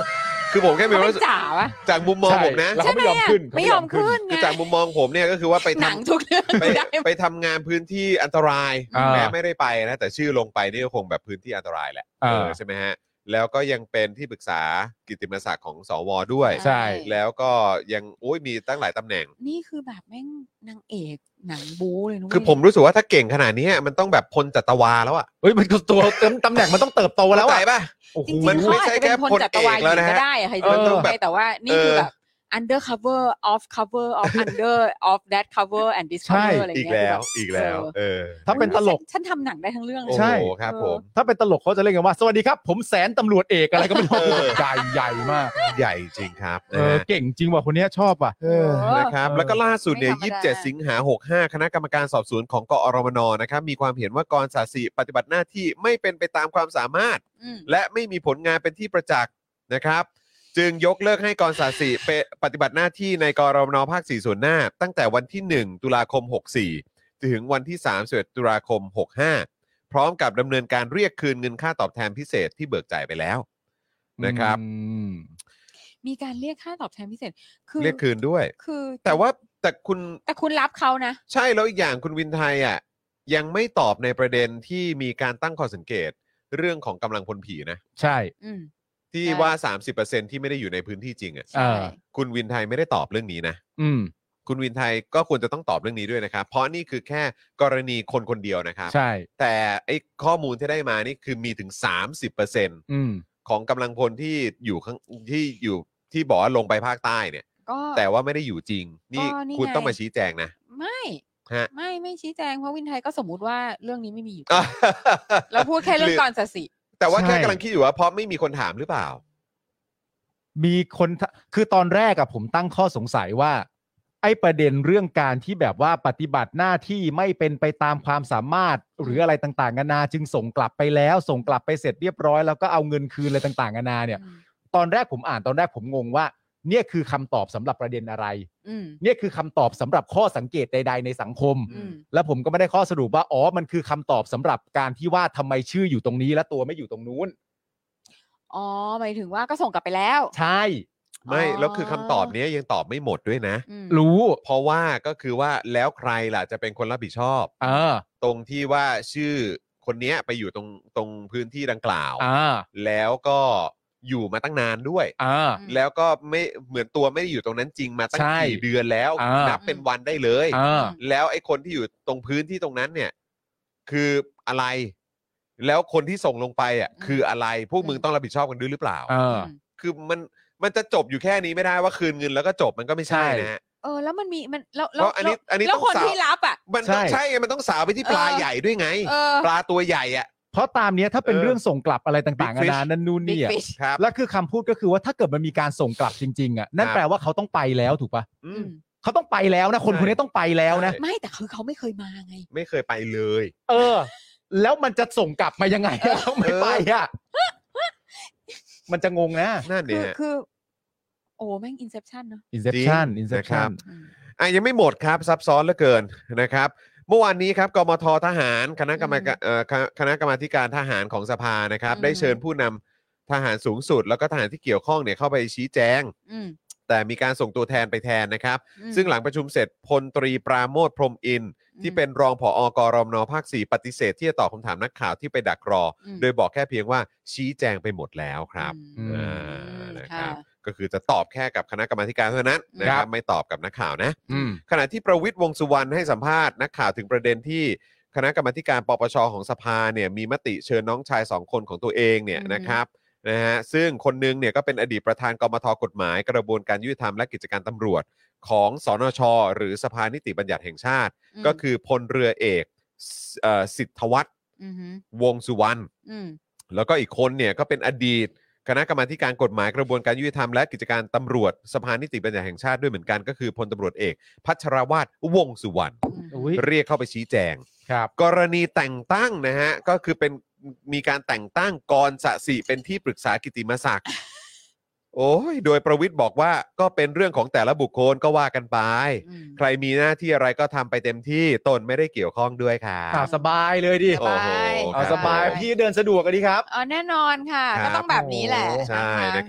คือผมแค่มีเขาความเป็นรู้สึกจ๋าวะจากมุมมองผมนะแล้วเขาไม่ยอมขึ้นไม่ยอมขึ้นคือจากมุมมองผมเนี่ยก็คือว่าไปหนังทำทุกเรื่องไปได้ไปทำงานพื้นที่อันตรายอ่าแม้ไม่ได้ไปนะแต่ชื่อลงไปนี่ก็คงแบบพื้นที่อันตรายแหละอ่าเออใช่ไหมฮะแล้วก็ยังเป็นที่ปรึกษากิตติมศักดิ์ของสวด้วยใช่แล้วก็ยังโอ้ยมีตั้งหลายตำแหน่งนี่คือแบบแม่งนางเอกหนังบู๊เลยนะเว้ยคือผมรู้สึกว่าถ้าเก่งขนาดนี้มันต้องแบบพลจัตวาแล้วอะเฮ้ยมันก็ตัวเต็มตำแหน่งมันต้องเติบโตแล้วเข้าอะใจป่ะโอ้โหจริงมันๆเขาไม่อาจใช่จะเป็นพลจัตวาหแค่พลเอกแล้วญิงนะฮะก็ได้อะใครจะมันต้องแบบแต่ว่านี่คือเออแบบ under cover off cover of under of that cover and this ใช่ cover อะไรอีกเงี้ยแล้วบบอีกแล้ว เออถ้าเป็นตลกฉัฉันทำหนังได้ทั้งเรื่องเลยโอ้ใช่โหครับผมถ้าเป็นตลกเขาจะเรียกกันว่าสวัสดีครับ ผมแสนตำรวจเอกอะไรก็ไม่รู้เออใหญ่ใหญ่มากใหญ่จริงครับเอนะอฮะเก่งจริงว่ะคนเนี้ยชอบว่ะเออนะครับเออแล้วก็ล่าสุดเนี่ยไม่ธรรมดายี่สิบเจ็ด สิงหาหกห้าคณะกรรมการสอบสวนของกอรมนนะครับมีความเห็นว่ากรศาสิปฏิบัติหน้าที่ไม่เป็นไปตามความสามารถอืมและไม่มีผลงานเป็นที่ประจักษ์นะครับ จึงยกเลิกให้กรศาสิไปปฏิบัติหน้าที่ในกรมนภาคสี่ส่วนหน้า ตั้งแต่วันที่ หนึ่ง ตุลาคม หกสี่ ถึงวันที่ สามสิบเอ็ด ตุลาคม หกห้า พร้อมกับดำเนินการเรียกคืนเงินค่าตอบแทนพิเศษที่เบิกจ่ายไปแล้วนะครับอืมมีการเรียกค่าตอบแทนพิเศษคือเรียกคืนด้วยคือแต่ว่าแต่คุณแต่คุณรับเขานะใช่แล้วอีกอย่างคุณวินไทยอ่ะยังไม่ตอบในประเด็นที่มีการตั้งข้อสังเกตเรื่องของกำลังพลผีนะใช่อืมที่ใช่ว่า สามสิบเปอร์เซ็นต์ ที่ไม่ได้อยู่ในพื้นที่จริงอ่ะใช่อ่าคุณวินไทยไม่ได้ตอบเรื่องนี้นะอืมคุณวินไทยก็ควรจะต้องตอบเรื่องนี้ด้วยนะครับ เพราะนี่คือแค่กรณีคนคนเดียวนะครับใช่แต่ไอ้ข้อมูลที่ได้มานี่คือมีถึง สามสิบเปอร์เซ็นต์อืมของกำลังพลที่อยู่ข้างที่อยู่ที่บอกว่าลงไปภาคใต้เนี่ยก็แต่ว่าไม่ได้อยู่จริง นี่ก็นี่คุณไงต้องมาชี้แจงนะไม่ฮะไม่ไม่ชี้แจงเพราะวินไทยก็สมมุติว่าเรื่องนี้ไม่มีอยู่จริงเราพูดแค่เรื่องกรศาสิแต่ว่าใช่แค่กำลังคิดอยู่ว่าเพราะไม่มีคนถามหรือเปล่ามีคนทะคือตอนแรกอะผมตั้งข้อสงสัยว่า ไอ้ประเด็นเรื่องการที่แบบว่าปฏิบัติหน้าที่ไม่เป็นไปตามความสามารถหรืออะไรต่างๆนานาจึงส่งกลับไปแล้ว ส่งกลับไปเสร็จเรียบร้อยแล้วก็เอาเงินคืนอะไรต่างๆนานาเนี่ยอืมตอนแรกผมอ่านตอนแรกผมงงว่า เนี่ยคือคำตอบสำหรับประเด็นอะไรอืมเนี่ยคือคำตอบสำหรับข้อสังเกตใดๆในสังคมอืมแล้วผมก็ไม่ได้ข้อสรุปว่าอ๋อมันคือคำตอบสำหรับการที่ว่าทำไมชื่ออยู่ตรงนี้และตัวไม่อยู่ตรงนู้นอ๋อหมายถึงว่าก็ส่งกลับไปแล้วใช่ไม่อ๋อแล้วคือคำตอบเนี้ยยังตอบไม่หมดด้วยนะอืมรู้เพราะว่าก็คือว่าแล้วใครล่ะจะเป็นคนรับผิดชอบเออตรงที่ว่าชื่อคนเนี้ยไปอยู่ตรงตรงพื้นที่ดังกล่าวอ่าแล้วก็อยู่มาตั้งนานด้วยอ่าอืมแล้วก็ไม่เหมือนตัวไม่ได้อยู่ตรงนั้นจริงมาตั้งใช่กี่เดือนแล้วอ่านันับเป็นวันได้เลยอ่าแล้วไอ้คนที่อยู่ตรงพื้นที่ตรงนั้นเนี่ย คืออะไร แล้วคนที่ส่งลงไปอ่ะอืมคืออะไรพวกมึงอืมต้องรับผิดชอบกันด้วยหรือเปล่าเออมคือมันมันจะจบอยู่แค่นี้ไม่ได้ว่าคืนเงินแล้วก็จบมันก็ไม่ใช่ใช่นะฮะเออแล้วมันมีมันแล้วเพราะอันนี้อันนี้แล้วต้องคนสาวที่รับอ่ะมันต้องใช่ใช่ไงมันต้องสาวไปที่ปลาเออใหญ่ด้วยไงเออปลาตัวใหญ่อ่ะเพราะตามเนี้ยถ้าเป็นเออเรื่องส่งกลับอะไรต่างๆ Big นานา Fish นั่นนู่น Big นี่อะ Fish ครับแล้วคือคำพูดก็คือว่าถ้าเกิดมันมีการส่งกลับจริงๆอ่ะนั่นครับแปลว่าเขาต้องไปแล้วถูกปะอือืมมเขาต้องไปแล้วนะคนใช่คนนี้ต้องไปแล้วนะใช่ไม่แต่คือเขาไม่เคยมาไงไม่เคยไปเลยเออ แล้วมันจะส่งกลับมายังไงอะเขาไม่ไปอ่ะมันจะงงนะนั่นคืเนี่อย คือ โอ้แม่งอินเซปชันเนอะ Inception จริง Inception อืมอ่ะยังไม่หมดครับซับซ้อนเหลือเกินนะครับ เมื่อวานนี้ครับกมททหารคณะกรรมการเอ่อคณะคณะกรรมาธิการทหารของสภานะครับอืมได้เชิญผู้นำทหารสูงสุด แล้วก็ทหารที่เกี่ยวข้องเนี่ยเข้าไปชี้แจงอืมแต่มีการส่งตัวแทนไปแทนนะครับอืมซึ่งหลังประชุมเสร็จพลตรีปราโมทพรหมอินทร์ที่เป็นรองผอ กรมนภาคสี่ปฏิเสธที่จะตอบคำถามนักข่าวที่ไปดักรออืมโดยบอกแค่เพียงว่าชี้แจงไปหมดแล้วครับอืมอ่านะครับค่ะก็คือจะตอบแค่กับคณะกรรมาธิการเท่านั้นนะคครัรับบ ไม่ตอบกับนักข่าวนะอืมขณะที่ประวิตรวงษ์สุวรรณให้สัมภาษณ์นักข่าวถึงประเด็นที่คณะกรรมาธิการปปชของสภาเนี่ยมีมติเชิญน้องชายสองคนของตัวเองเนี่ยอืมนะครับนะฮะซึ่งคนหนึงเนี่ยก็เป็นอดีตประธานกมทกฎหมาย กระบวนการยุติธรรมและกิจการตำรวจของสนช หรือสภานิติบัญญัติแห่งชาติอืมก็คือพลเรือเอกสเอ่อสิทธวัฒน์อือหือวงษ์สุวรรณอืมแล้วก็อีกคนเนี่ยก็เป็นอดีตคณะกรรมาธิการกฎหมายกระบวนการยุติธรรมและกิจการตำรวจสภานิติบัญญัติแห่งชาติด้วยเหมือนกันก็คือพลตำรวจเอกพัชรวาทวงษ์สุวรรณอุ๊ยเรียกเข้าไปชี้แจงครับกรณีแต่งตั้งนะฮะก็คือเป็นมีการแต่งตั้งกรสะสิเป็นที่ปรึกษากิตติมศักดิ์ โอ้ยโดยประวิตรบอกว่าก็เป็นเรื่องของแต่ละบุคคลก็ว่ากันไปอืมใครมีหน้าที่อะไรก็ทำไปเต็มที่ตนไม่ได้เกี่ยวข้องด้วยค่ะอ่าสบายเลยดิสบายโอ้โหเอาครับสบายผมพี่เดินสะดวกกันดีครับเออแน่นอนค่ะครับก็ต้องแบบนี้แหละใช่นะครับอืม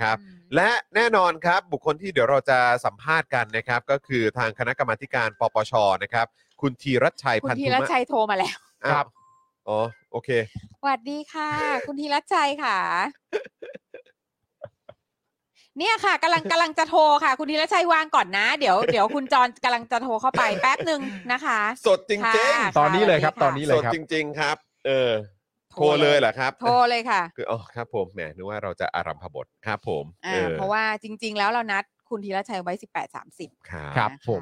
และแน่นอนครับบุคคลที่เดี๋ยวเราจะสัมภาษณ์กันนะครับก็คือทางคณะกรรมาธิการปปชนะครับคุณธีรัชชัยคุพัณนธีธุรมะชัยโทรมาแล้วครับอ๋อโอเคสวัสดีค่ะ คุณธีรชัยค่ะ เนี่ยค่ะกำลังกำลังจะโทรค่ะ คุณธีรชัยวางก่อนนะ เดี๋ยวเดี๋ยวคุณจรกำลังจะโทรเข้าไปแป๊บหนึ่งนะคะสดจริงค่ะตอนนี้เลยครับสวัสดีค่ะตอนนี้เลสยดครับจริง ๆ ครับ เออโทโทรรเลยเลยเหรอครับโทรเลยค่ะคืออ๋อครับผมแหมนึกว่าเราจะอารัมพบทครับผมอ่าออเพราะว่าจริง ๆ แล้วเรานัดคุณธีรชัยไว้สิบแปดสามสิบครับครับผม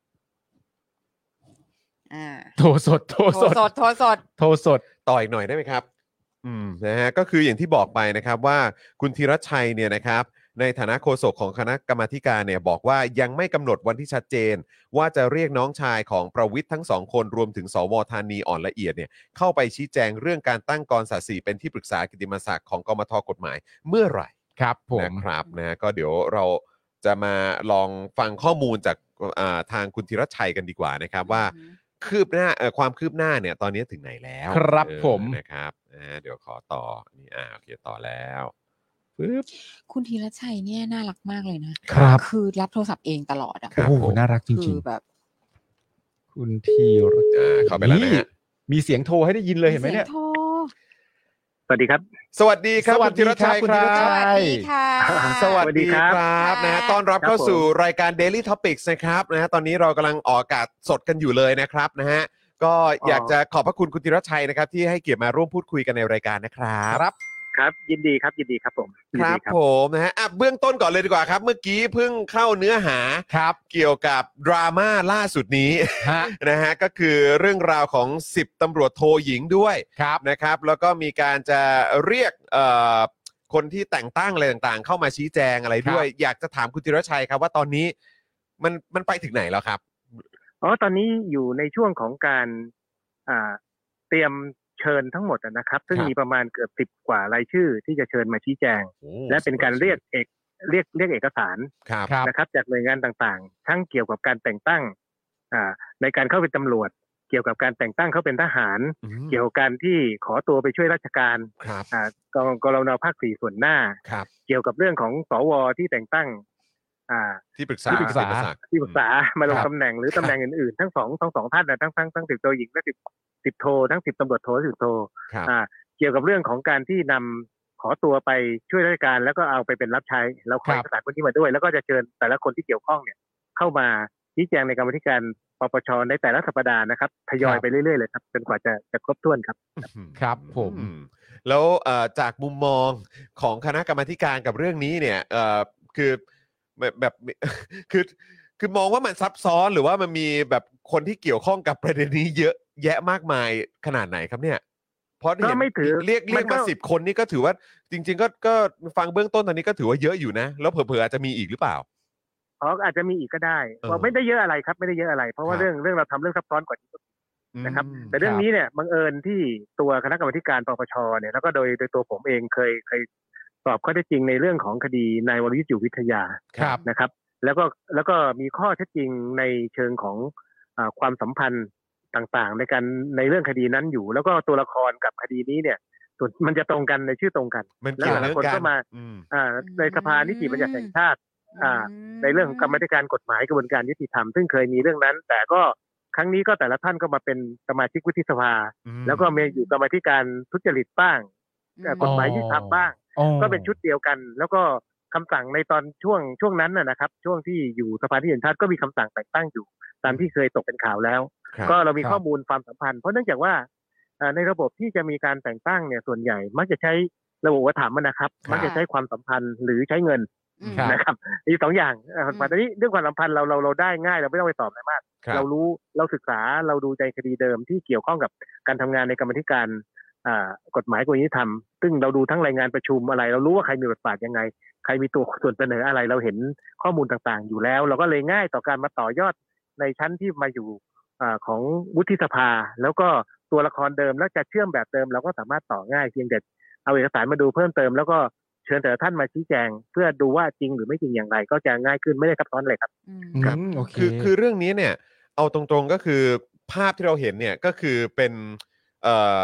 อ่าโทรสดโทรโทรสดสดโทรสดโทรสดต่ออีกหน่อยได้ไหมครับ อืมนะฮะก็คืออย่างที่บอกไปนะครับว่าคุณธีรชัยเนี่ยนะครับในฐานะโฆษกของคณะกรรมาธิการเนี่ยบอกว่ายังไม่กำหนดวันที่ชัดเจน ว่าจะเรียกน้องชายของประวิทย์ทั้งสองคนรวมถึงสวธานีอ่อนละเอียดเนี่ยเข้าไปชี้แจงเรื่องการตั้งกรศาสีเป็นที่ปรึกษากิตติมศักดิ์ของกมทกฎหมายเมื่อไหร่ครับผมนะครับนะก็เดี๋ยวเราจะมาลองฟังข้อมูลจากอ่าทางคุณธีรชัยกันดีกว่านะครับว่าอือฮึคืบหน้าเอ่อความคืบหน้าเนี่ยตอนนี้ถึงไหนแล้วครับเออผมนะครับอ่าเดี๋ยวขอต่อนี่อ่าโอเคต่อแล้วปึ๊บคุณธีรชัยเนี่ยน่ารักมากเลยนะครับ คือรับโทรศัพท์เองตลอดอ่ะครับโอ้โหผมน่ารักจคืริงอแบบๆ คุณธีรอ่าเข้าไปแล้วนะฮะมีเสียงโทรให้ได้ยินเลยเห็นไหมเนี่ยสีงโทรสวัสดีครับสวัสดีครับสวัคุสณดีธีรชัยครับคุณคธีรัรชัสยวัสดีค่ะสวัสสวัสดีดีครับครับนะฮะค่ะต้อนรับครับเข้าสู่ผมรายการ Daily Topics นะครับนะฮะตอนนี้เรากำลังออกอากาศสดกันอยู่เลยนะครับนะฮะก็อยากจะขอบพระคุณคุณธีรชัยนะครับที่ให้เกียรติมาร่วมพูดคุยกันในรายการนะครับครับครับ ยินดีครับ ยินดีครับผมยิคน รับดีครับผมนะฮะอ่ะเบื้องต้นก่อนเลยดีกว่าครับ เมื่อกี้เพิ่งเข้าเนื้อหาครับเกี่ยวกับดราม่าล่าสุดนี้ฮะนะฮะก็คือเรื่องราวของสิบตำรวจโทหญิงด้วยครับนะครับแล้วก็มีการจะเรียกเอ่อคนที่แต่งตั้งอะไรต่างๆ เข้ามาชี้แจงอะไรด้วย อยากจะถามคุณธีรชัยครับว่าตอนนี้มันมันไปถึงไหนแล้วครับอ๋อ ตอนนี้อยู่ในช่วงของการอ่าเตรียมเชิญทั้งหมดนะครับ ซึ่งครับมีประมาณเกือบสิบกว่ารายชื่อที่จะเชิญมาชี้แจงโอ้และเป็นการเรียกเอกเรียกเรียกเอกสารครับครับนะครับ จากหน่วยงานต่างๆ ทั้งเกี่ยวกับการแต่งตั้งอ่าในการเข้าเป็นตำรวจ เกี่ยวกับการแต่งตั้งเขาเป็นทหารอืมเกี่ยวกับการที่ขอตัวไปช่วยราชการครับอ่ากองกรนภาคสี่ส่วนหน้าครับเกี่ยวกับเรื่องของสวที่แต่งตั้งอ่าที่ปรึกษาที่ปรึกษาที่กษที่ปรึกษามาลงครับตำแหน่งหรือตำแหน่งอื่นๆทั้งสองทั้งสองท่านนะทั้งทั้งทั้งสิบโทหญิงและสิบสิบโททั้งสิบตำรวจโทสิบโทครับอ่าเกี่ยวกับเรื่องของการที่นำขอตัวไปช่วยราชการแล้วก็เอาไปเป็นรับใช้เราขอครับเอกสารคนนี้มาด้วย แล้วก็จะเชิญแต่ละคนที่เกี่ยวข้องเนี่ยเข้ามาชี้แจงในกรรมาธิการปปชในแต่ละสัปดาห์นะครับทยอยไปเรื่อยๆเลยครับจนกว่าจะจะครบถ้วนครับครับผมอืแล้วเอ่อจากมุมมองของคณะกรรมาธิการกับเรื่องนี้เนี่ยเอ่อคือแบบแบบ คือคือมองว่ามันซับซ้อนหรือว่ามันมีแบบคนที่เกี่ยวข้องกับประเด็นนี้เยอะแยะมากมายขนาดไหนครับเนี่ยเพราะเห็นก็ไม่ถือเรียกเรียกมันก็มาสิบคนนี่ก็ถือว่าจริง ๆ ก็ก็ฟังเบื้องต้นตอนนี้ก็ถือว่าเยอะอยู่นะ แล้วเผลอๆอาจจะมีอีกหรือเปล่าอ๋ออาจจะมีอีกก็ได้เออเพราะไม่ได้เยอะอะไรครับไม่ได้เยอะอะไร เพราะว่าครับเรื่องเรื่องเราทำเรื่องซับซ้อนกว่านี้ นะครับอืมแต่เรื่องนี้เนี่ยบังเอิญที่ตัวคณะกรรมาธิการปปชเนี่ยแล้วก็โดยโดยตัวผมเองเคยเคยสอบข้อเท็จจริงในเรื่องของคดีนายวรยุทธ์อยู่วิทยาครับนะครับ แล้วก็แล้วก็มีข้อเท็จจริงในเชิงของอาความสัมพันธ์ต่างๆ ในการในเรื่องคดีนั้นอยู่ แล้วก็ตัวละครกับคดีนี้เนี่ยส่วนมันจะตรงกันในชื่อตรงกันมันแล้วเกี่ยวหลายเนื่องคนกันก็มาอืมอ่าในสภานิติบัญญัติแห่งชาติ อ่า ในเรื่องของกรรมาธิการกฎหมายกระบวนการยุติธรรมซึ่งเคยมีเรื่องนั้น แต่ก็ครั้งนี้ก็แต่ละท่านก็มาเป็นสมาชิกวุฒิสภาอืมแล้วก็มีอยู่กรรมาธิการทุจริตบ้างอืมเอ่อกฎหมายยุติธรรมบ้างอ๋อก็เป็นชุดเดียวกัน แล้วก็คำสั่งในตอนช่วงช่วงนั้นนะนะครับ ช่วงที่อยู่สภาที่เห็นชาติก็มีคำสั่งแต่งตั้งอยู่ ตามที่เคยตกเป็นข่าวแล้วครับก็เรามีครับข้อมูลความสัมพันธ์เพราะเนื่องจากว่าเอ่อในระบบที่จะมีการแต่งตั้งเนี่ยส่วนใหญ่ มักจะใช้ระบบอุปถัมภ์นะครับ มักจะใช้ความสัมพันธ์หรือใช้เงินอืมครับนะครับมีสองอย่างเอ่ออืมตอนนี้เรื่องความสัมพันธ์เราเราเราได้ง่ายเราไม่ต้องไปสอบอะไรมากครับเรารู้เราศึกษาเราดูใจคดีเดิมที่เกี่ยวข้องกับการทำงานในกรรมาธิการอ่ากฎหมายกฎยุติธรรมซึ่งเราดูทั้งรายงานประชุมอะไร เรารู้ว่าใครมีบทบาทยังไง ใครมีตัวส่วนเสนออะไร เราเห็นข้อมูลต่างๆ อยู่แล้ว เราก็เลยง่ายต่อการมาต่อยอดในชั้นที่มาอยู่อาของวุฒิสภา แล้วก็ตัวละครเดิมแล้วจะเชื่อมแบบเดิมเราก็สามารถต่อง่ายเพียงแต่เอาเอกสารมาดูเพิ่มเติม แล้วก็เชิญแต่ละท่านมาชี้แจง เพื่อดูว่าจริงหรือไม่จริงอย่างไร ก็จะง่ายขึ้นไม่ได้ซับซ้อนเลยครับอืมอืมโอเคคือคือเรื่องนี้เนี่ยเอาตรงๆก็คือภาพที่เราเห็นเนี่ยก็คือเป็นเอ่อ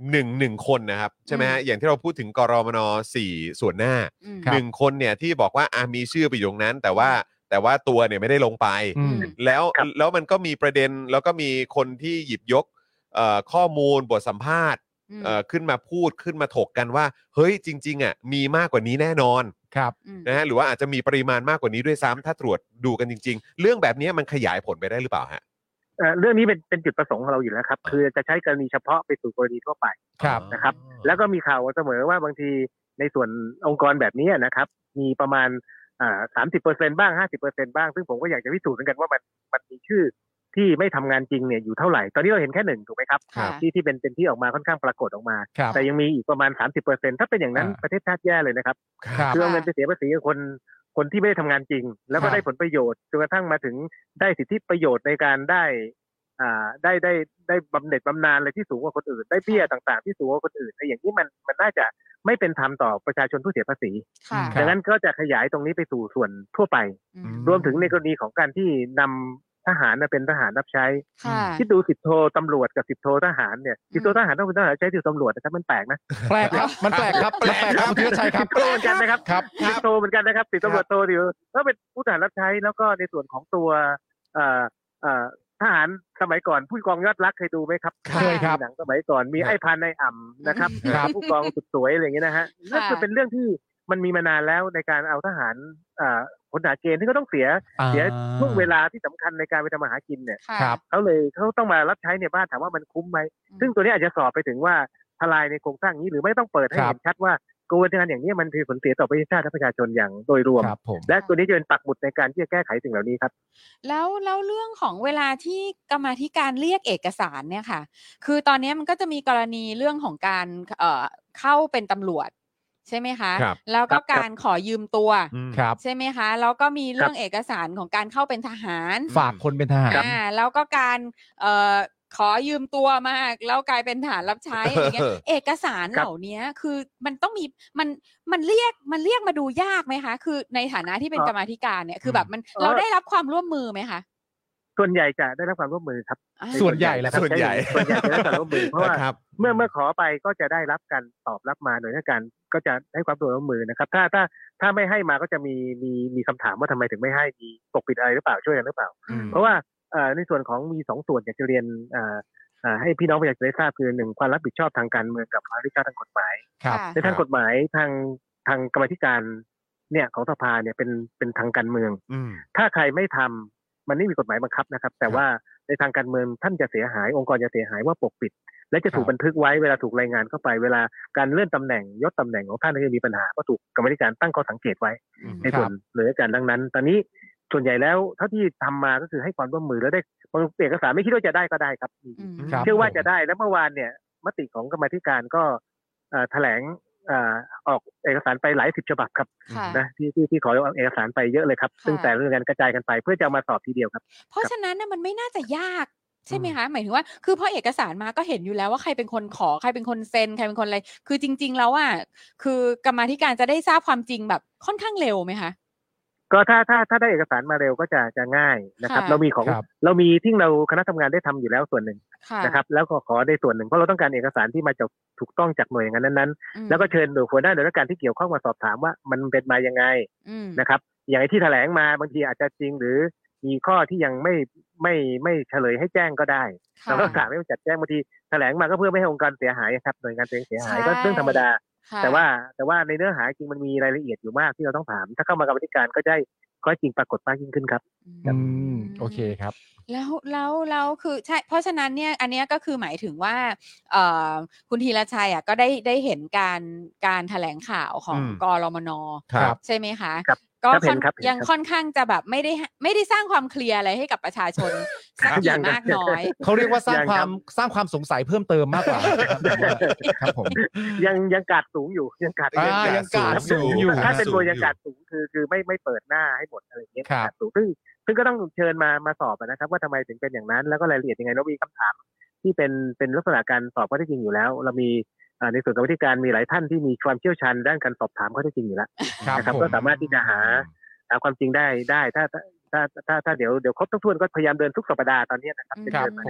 หนึ่งหนึ่งคนนะครับใช่ไหมฮะอย่างที่เราพูดถึงกรมนสี่ส่วนหน้าหนึ่งคนเนี่ยที่บอกว่าอ่ะมีชื่อไปอยู่นั้นแต่ว่าแต่ว่าตัวเนี่ยไม่ได้ลงไปแล้วแล้วมันก็มีประเด็นแล้วก็มีคนที่หยิบยกเอ่อข้อมูลบทสัมภาษณ์เอ่อขึ้นมาพูดขึ้นมาถกกันว่าเฮ้ยจริงๆอ่ะมีมากกว่านี้แน่นอนครับนะฮะหรือว่าอาจจะมีปริมาณมากกว่านี้ด้วยซ้ำถ้าตรวจดูกันจริงๆเรื่องแบบนี้มันขยายผลไปได้หรือเปล่าฮะเรื่องนี้เป็นเป็นจุดประสงค์ของเราอยู่แล้วครับคือจะใช้กรณีเฉพาะไปสู่กรณีทั่วไปนะครับแล้วก็มีข่าวเสมอว่าบางทีในส่วนองค์กรแบบนี้นะครับมีประมาณอ่าสามสิบเปอร์เซ็นต์บ้างห้าสิบเปอร์เซ็นต์บ้างซึ่งผมก็อยากจะพิสูจน์เหมือนกันว่ามันมันมีชื่อที่ไม่ทำงานจริงเนี่ยอยู่เท่าไหร่ตอนนี้เราเห็นแค่หนึ่งถูกไหมครับที่ที่เป็นเป็นที่ออกมาค่อนข้างปรากฏออกมาแต่ยังมีอีกประมาณ สามสิบเปอร์เซ็นต์ ถ้าเป็นอย่างนั้นประเทศชาติแย่เลยนะครับคือเอาเงินไปเสียภาษีกับคนคนที่ไม่ได้ทำงานจริงแล้วก็ได้ผลประโยชน์จนกระทั่งมาถึงได้สิทธิประโยชน์ในการได้อ่าได้ได้ได้บำเหน็จบำนาญอะไรที่สูงกว่าคนอื่นได้เบี้ยต่างๆที่สูงกว่าคนอื่นไอ้อย่างนี้มันมันน่าจะไม่เป็นธรรมต่อประชาชนผู้เสียภาษีดังนั้นก็จะขยายตรงนี้ไปสู่ส่วนทั่วไปรวมถึงในกรณีของการที่นำทหารเป็นทหารรับใช้ที่ดูสิบโทตำรวจกับสิบโททหารเนี่ยสิบโททหารต้องเป็นทหารใช้สิบตำรวจนะครับมันแปลกนะแปลกครับมันแปลกครับแปลกครับคุณธีรชัยครับโทเหมือนกันนะครับสิบโทเหมือนกันนะครับสิบตำรวจโทเดียวก็เป็นผู้ทหารรับใช้แล้วก็ในส่วนของตัวเอ่อเอ่อทหารสมัยก่อนผู้กองยอดรักเคยดูไหมครับเคยครับหนังสมัยก่อนมีไอ้พันไอ้อ่ำนะครับผู้กองสุดสวยอะไรอย่างเงี้ยนะฮะนั่นคือเป็นเรื่องที่มันมีมานานแล้วในการเอาทหารพลทหารเกณฑ์ที่เขาต้องเสียเสียช่วงเวลาที่สำคัญในการไปทำมาหากินเนี่ยเขาเลยเขาต้องมารับใช้ในบ้านถามว่ามันคุ้มไหมซึ่งตัวนี้อาจจะสอบไปถึงว่าทลายในโครงสร้างนี้หรือไม่ต้องเปิดให้เห็นชัดว่ากระบวนการอย่างนี้มันมีผลเสียต่อประเทศชาติและประชาชนอย่างโดยรวมและตัวนี้จะเป็นปักหมุดในการที่จะแก้ไขสิ่งเหล่านี้ครับแล้วแล้วเรื่องของเวลาที่กรรมาธิการเรียกเอกสารเนี่ยค่ะคือตอนนี้มันก็จะมีกรณีเรื่องของการเอ่อเข้าเป็นตำรวจใช่ไหมคะแล้วก็การขอยืมตัวใช่ไหมคะแล้วก็มีเรื่องเอกสารของการเข้าเป็นทหารฝากคนเป็นทหารอ่าแล้วก็การเอ่อขอยืมตัวมาแล้วกลายเป็นทหารรับใช้อะไรเงี้ยเอกสารเหล่านี้คือมันต้องมีมันมันเรียกมันเรียกมาดูยากไหมคะคือในฐานะที่เป็นกรรมาธิการเนี่ยคือแบบมันเราได้รับความร่วมมือไหมคะส่วนใหญ่จะได้รับความร่วมมือครับส่วนใหญ่แล้วส่วนใหญ่ส่วนใหญ่จะได้รับความร่วมมือเพราะว่าเมื่อเมื่อขอไปก็จะได้รับการตอบรับมาโดยการก็จะให้ความร่วมมือนะครับถ้าถ้าถ้าไม่ให้มาก็จะมีมีมีคำถามว่าทำไมถึงไม่ให้มีปกปิดอะไรหรือเปล่าช่วยกันหรือเปล่าเพราะว่าในส่วนของมีสองส่วนอยากจะเรียนให้พี่น้องประชาชนได้ทราบคือหนึ่งความรับผิดชอบทางการเมืองกับความรับผิดชอบทางกฎหมายในทางกฎหมายทางทางกรรมธิการเนี่ยของสภาเนี่ยเป็นเป็นทางการเมืองถ้าใครไม่ทำมันไม่มีกฎหมายบังคับนะครับแต่ว่าในทางการเมืองท่านจะเสียหายองค์กรจะเสียหายว่าปกปิดและจะถูกบันทึกไว้เวลาถูกรายงานเข้าไปเวลาการเลื่อนตำแหน่งยศตำแหน่งของท่านจะมีปัญหาก็ถูกกรรมธิการตั้งข้อสังเกตไว่าในส่วนเหลือการดังนั้นตอนนี้ส่วนใหญ่แล้วเท่าที่ทำมาก็คือให้ความร่วมมือแล้วได้บางเอกสารไม่คิดว่าจะได้ก็ได้ครับเชื่อว่าจะได้แล้วเมื่อวานเนี่ยมติของกรรมธิการก็แถลงออกเอกสารไปหลายสิบฉบับครับนะที่ที่ที่ขอเอกสารไปเยอะเลยครับซึ่งแต่เรื่องการกระจายกันไปเพื่อจะมาสอบทีเดียวครับเพราะฉะนั้นเนี่ยมันไม่น่าจะยากใช่ไหมคะหมายถึงว่าคือพอเอกสารมาก็เห็นอยู่แล้วว่าใครเป็นคนขอใครเป็นคนเซ็นใครเป็นคนอะไรคือจริงๆแล้วอ่ะคือกรรมาธิการจะได้ทราบความจริงแบบค่อนข้างเร็วไหมคะก็ถ้าถ้าถ้าได้เอกสารมาเร็วก็จะจะง่ายนะครับเรามีของเรามีที่เราคณะทำงานได้ทำอยู่แล้วส่วนหนึ่งนะครับแล้วก็ขอได้ส่วนหนึ่งเพราะเราต้องการเอกสารที่มาจากถูกต้องจากหน่วยงานนั้นๆแล้วก็เชิญโดยหัวหน้าหน่วยราชการที่เกี่ยวข้องมาสอบถามว่ามันเป็นมายังไงนะครับอย่างที่แถลงมาบางทีอาจจะจริงหรือมีข้อที่ยังไม่ไม่ไม่เฉลยให้แจ้งก็ได้เราก็สั่งให้จัดแจ้งบางทีแถลงมาก็เพื่อไม่ให้องค์การเสียหายครับหน่วยงานตัวเองเสียหายก็เรื่องธรรมดาแต่ว่าแต่ว่าในเนื้อหาจริงมันมีรายละเอียดอยู่มากที่เราต้องถามถ้าเข้ามากรรมธิการก็ได้ข้อจริงปรากฏมากยิ่งขึ้นครับอืมโอเคครับแล้วแล้วแล้วคือใช่เพราะฉะนั้นเนี่ยอันนี้ก็คือหมายถึงว่าเอ่อคุณธีรชัยอ่ะก็ได้ได้เห็นการการแถลงข่าวของกรมน.ใช่ไหมคะก็ยังค่อนข้างจะแบบไม่ได้ไม่ได้สร้างความเคลียร์อะไรให้กับประชาชนสักอย่างมากน้อยเขาเรียกว่าสร้างความสร้างความสงสัยเพิ่มเติมมากกว่าครับผมยังยังกาดสูงอยู่ยังกาดยังกาดสูงอยู่ถ้าเป็นโดยยังกาดสูงคือคือไม่ไม่เปิดหน้าให้หมดอะไรอย่างเงี้ยกาดสูงซึ่งซึ่งก็ต้องเชิญมามาสอบนะครับว่าทำไมถึงเป็นอย่างนั้นแล้วก็รายละเอียดยังไงเรามีคำถามที่เป็นเป็นลักษณะการสอบข้อเท็จจริงอยู่แล้วเรามีในส่วนกรรมธิการมีหลายท่านที่มีความเชี่ยวชาญด้านการสอบถามข้อเท็จจริงอยู่แล้วนะครับก็สามารถที่จะหาหาความจริงได้ได้ถ้าถ้าถ้าถ้าถ้าเดี๋ยวเดี๋ยวครบทุกท่วนก็พยายามเดินทุกสัปดาห์ตอนนี้นะครับเป็นเดินมาเรื่อย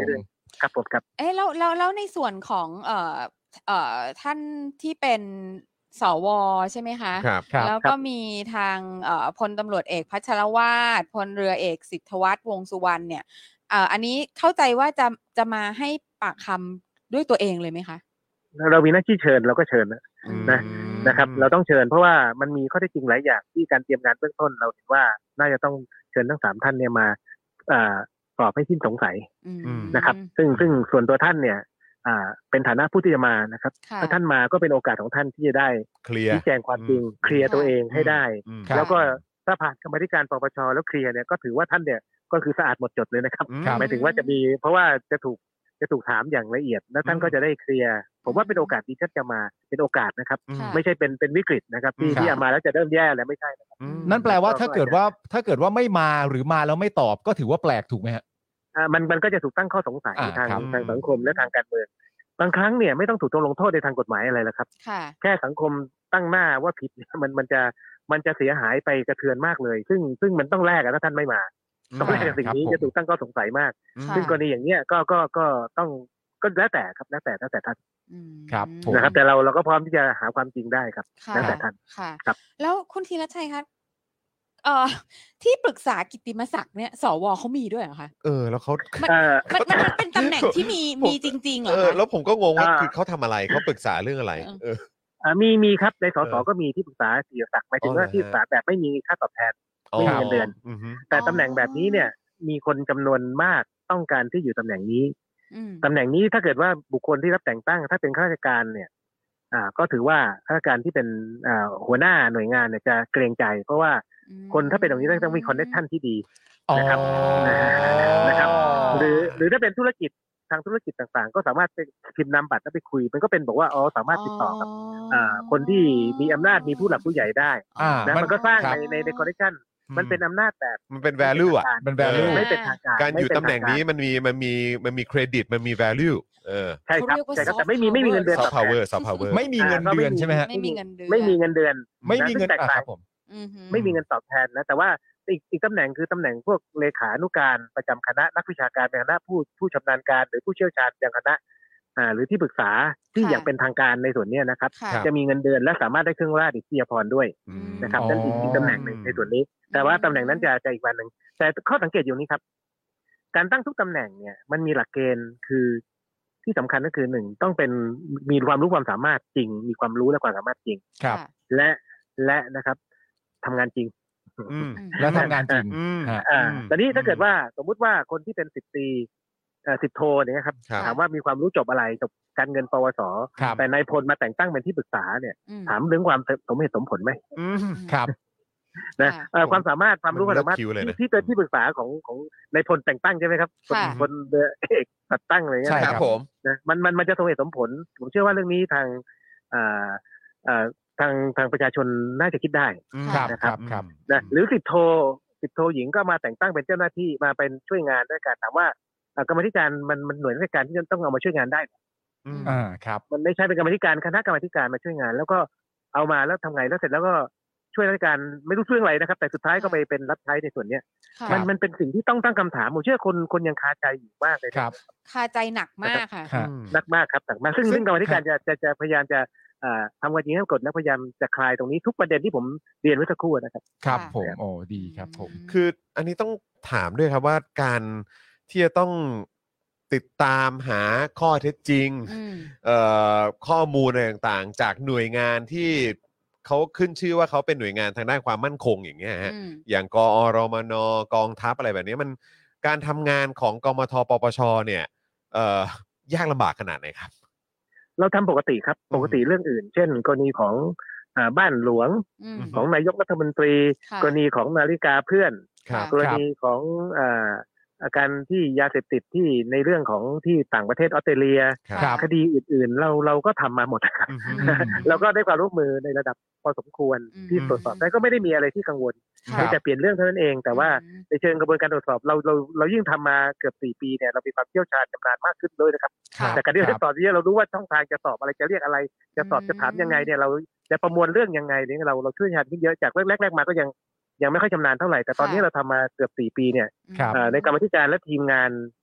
ครับผมครับเอ๊ะแล้วแล้วแล้วในส่วนของเอ่อเอ่อท่านที่เป็นสวใช่ไหมคะครับแล้วก็มีทางเอ่อพลตำรวจเอกพัชรวาทพลเรือเอกสิทธวัฒน์วงษ์สุวรรณเนี่ยเอ่ออันนี้เข้าใจว่าจะจะมาให้ปากคำด้วยตัวเองเลยไหมคะเรามีหน้าที่เชิญเราก็เชิญนะนะนะครับเราต้องเชิญเพราะว่ามันมีข้อเท็จจริงหลายอย่างที่การเตรียมงานเบื้องต้นเราเห็นว่าน่าจะต้องเชิญทั้งสามท่านเนี่ยมาเอ่อสอบให้สิ้นสงสัยนะครับซึ่งซึ่งส่วนตัวท่านเนี่ยอ่าเป็นฐานะผู้ที่จะมานะครับถ้าท่านมาก็เป็นโอกาสของท่านที่จะได้ชี้แจงความจริงเคลียร์ตัวเองให้ได้แล้วก็ถ้าผ่านกรรมาธิการปปชแล้วเคลียร์เนี่ยก็ถือว่าท่านเนี่ยก็คือสะอาดหมดจดเลยนะครับหมายถึงว่าจะมีเพราะว่าจะถูกจะถูกถามอย่างละเอียดแล้วท่านก็จะได้เคลียร์ผมว่าเป็นโอกาสที่ท่านจะมาเป็นโอกาสนะครับไม่ใช่เป็นเป็นวิกฤตนะครับที่ที่มาแล้วจะเริ่มแย่แล้วไม่ใช่นะครับนั่นแปลว่าถ้าเกิดว่าถ้าเกิดว่าไม่มาหรือมาแล้วไม่ตอบก็ถือว่าแปลกถูกไหมฮะอ่ามันมันก็จะถูกตั้งข้อสงสัยทางทางสังคมและทางการเมืองบางครั้งเนี่ยไม่ต้องถูกลงโทษในทางกฎหมายอะไรแล้วครับแค่สังคมตั้งหน้าว่าผิดมันมันจะมันจะเสียหายไปกระเทือนมากเลยซึ่งซึ่งมันต้องแลกถ้าท่านไม่มาต้องแลกกับสิ่งนี้จะถูกตั้งข้อสงสัยมากซึ่งกรณีอย่างเนี้ยก็ก็ก็ต้องก็แล้วแต่ครับแล้วแต่แล้วแต่ท่านครับนะครับแต่เราเราก็พร้อมที่จะหาความจริงได้ครับแล้วแต่ท่านครับแล้วคุณธีรชัยครับเอ่อที่ปรึกษากิตติมศักดิ์เนี่ยสวเขามีด้วยเหรอคะเออแล้วเขามันมันมันเป็นตำแหน่งที่มีมีจริงๆเหรอคะแล้วผมก็งงว่าคือเขาทำอะไรเขาปรึกษาเรื่องอะไรเออมีมีครับในสสก็มีที่ปรึกษากิตติมศักดิ์หมายถึงว่าที่ปรึกษาแบบไม่มีค่าตอบแทนไม่มีเงินเดือนแต่ตำแหน่งแบบนี้เนี่ยมีคนจำนวนมากต้องการที่อยู่ตำแหน่งนี้ตำแหน่งนี้ถ้าเกิดว่าบุคคลที่รับแต่งตั้งถ้าเป็นข้าราชการเนี่ยอ่าก็ถือว่าข้าราชการที่เป็นอ่าหัวหน้าหน่วยงานเนี่ยจะเกรงใจเพราะว่าคนถ้าเป็นตรงนี้ต้องมีคอนเนคชั่นที่ดีนะครับนะครับหรือหรือถ้าเป็นธุรกิจทางธุรกิจต่างๆก็สามารถไปพิมพ์นามบัตรแล้วไปคุยมันก็เป็นบอกว่าอ๋อสามารถติดต่อกับอ่าคนที่มีอำนาจมีผู้หลักผู้ใหญ่ได้นะมันก็สร้างในในในคอนเนคชั่นมันเป็นอำนาจแบบมันเป็น value อ่ะเป็น value ไม่เป็นทางการการอยู่ตำแหน่งนี้มันมีมันมีมันมีเครดิตมันมี value เออใช่ครับใช่ครับแต่ไม่มีไม่มีเงินเดือน soft power soft power ไม่มีเงินเดือนใช่ไหมฮะไม่มีเงินเดือนไม่มีเงินเดือนไม่มีเงินครับผมไม่มีเงินตอบแทนนะแต่ว่าอีกอีกตำแหน่งคือตำแหน่งพวกเลขานุการประจำคณะนักวิชาการในคณะผู้ผู้ชำนาญการหรือผู้เชี่ยวชาญอย่างคณะอ่าหรือที่ปรึกษาที่อย่างเป็นทางการในส่วนนี้นะครับจะมีเงินเดือนและสามารถได้เครื่องราชอิสริยาภรณ์ด้วยนะครับนั่นอีกตำแหน่งหนึ่งในส่วนนี้แต่ว่าตำแหน่งนั้นจะจะอีกวันหนึ่งแต่ข้อสังเกตอยู่นี้ครับการตั้งทุกตำแหน่งเนี่ยมันมีหลักเกณฑ์คือที่สำคัญก็คือหนึ่งต้องเป็นมีความรู้ความสามารถจริงมีความรู้และความสามารถจริงครับและและนะครับทำงานจริงแล้วทำงานจริงอ่าตอนนี้ถ้าเกิดว่าสมมุติว่าคนที่เป็นสิบตีเอ่อสิบโทเนี่ยครับถามว่ามีความรู้จบอะไรจบการเงินปวสแต่นายพลมาแต่งตั้งเป็นที่ปรึกษาเนี่ยถามเรื่องความสมเหตุสมผลไหมครับนะความสามารถความรู้ความสามารถที่เป็นที่ปรึกษาของของนายพลแต่งตั้งใช่ไหมครับคนเอกตัดตั้งอะไรเงี้ยครับผมนะมันมันมันจะสมเหตุสมผลผมเชื่อว่าเรื่องนี้ทางอ่าอ่าทางทางประชาชนน่าจะคิดได้นะครับนะหรือสิบโทสิบโทหญิงก็มาแต่งตั้งเป็นเจ้าหน้าที่มาเป็นช่วยงานด้วยกันถามว่ากรรมธิการมันมันหน่วยราชการที่ต้องเอามาช่วยงานได้อ่าครับมันไม่ใช่เป็นกรรมธิการคณะกรรมธิการมาช่วยงานแล้วก็เอามาแล้วทำไงแล้วเสร็จแล้วก็ช่วยราชการไม่รู้เรื่องอะไรนะครับแต่สุดท้ายก็ไปเป็นรับใช้ในส่วนเนี้ยมันมันเป็นสิ่งที่ต้องตั้งคำถามผมเชื่อคนคนยังคาใจอยู่มากเลยครับคาใจหนักมากค่ะหนักมากครับหนักมากซึ่งซึ่งกรรมธิการจะจะจะพยายามจะทำความจริงให้ปรากฏและพยายามจะคลายตรงนี้ทุกประเด็นที่ผมเรียนเมื่อสักครู่นะครับครับผมโอ้ดีครับผมคืออันนี้ต้องถามด้วยครับว่าการที่จะต้องติดตามหาข้อเท็จจริงข้อมูลอะไรต่างๆจากหน่วยงานที่เขาขึ้นชื่อว่าเขาเป็นหน่วยงานทางด้านความมั่นคงอย่างเงี้ยฮะอย่างกอรมนกองทัพอะไรแบบนี้มันการทำงานของกมทปปชเนี่ยยากลำบากขนาดไหนครับเราทำปกติครับปกติเรื่องอื่นเช่นกรณีของบ้านหลวงของนายกรัฐมนตรีกรณีของนาฬิกาเพื่อนกรณีของอาการที่ยาเสพติดที่ในเรื่องของที่ต่างประเทศออสเตรเลียคดีอื่นๆเราเราก็ทำมาหมดครับเราก็ได้ความร่วมมือในระดับพอสมควรที่ตรวจสอบได้ก็ไม่ได้มีอะไรที่กังวลแต่เปลี่ยนเรื่องเท่านั้นเองแต่ว่าในเชิงกระบวนการตรวจสอบเราเราเรายิ่งทำมาเกือบสี่ปีเนี่ยเรามีความเชี่ยวชาญชำนาญมากขึ้นด้วยนะครับแต่การที่เราสอบนี้เรารู้ว่าช่องทางจะสอบอะไรจะเรียกอะไรจะสอบจะถามยังไงเนี่ยเราจะประมวลเรื่องยังไงเนี่ยเราเราช่วยชาญขึ้นเยอะจากแรกๆมาก็ยังยังไม่ค่อยชำนาญเท่าไหร่แต่ตอนนี้เราทำมาเกือบสี่ปีเนี่ยในกรรมธิการและทีมงาน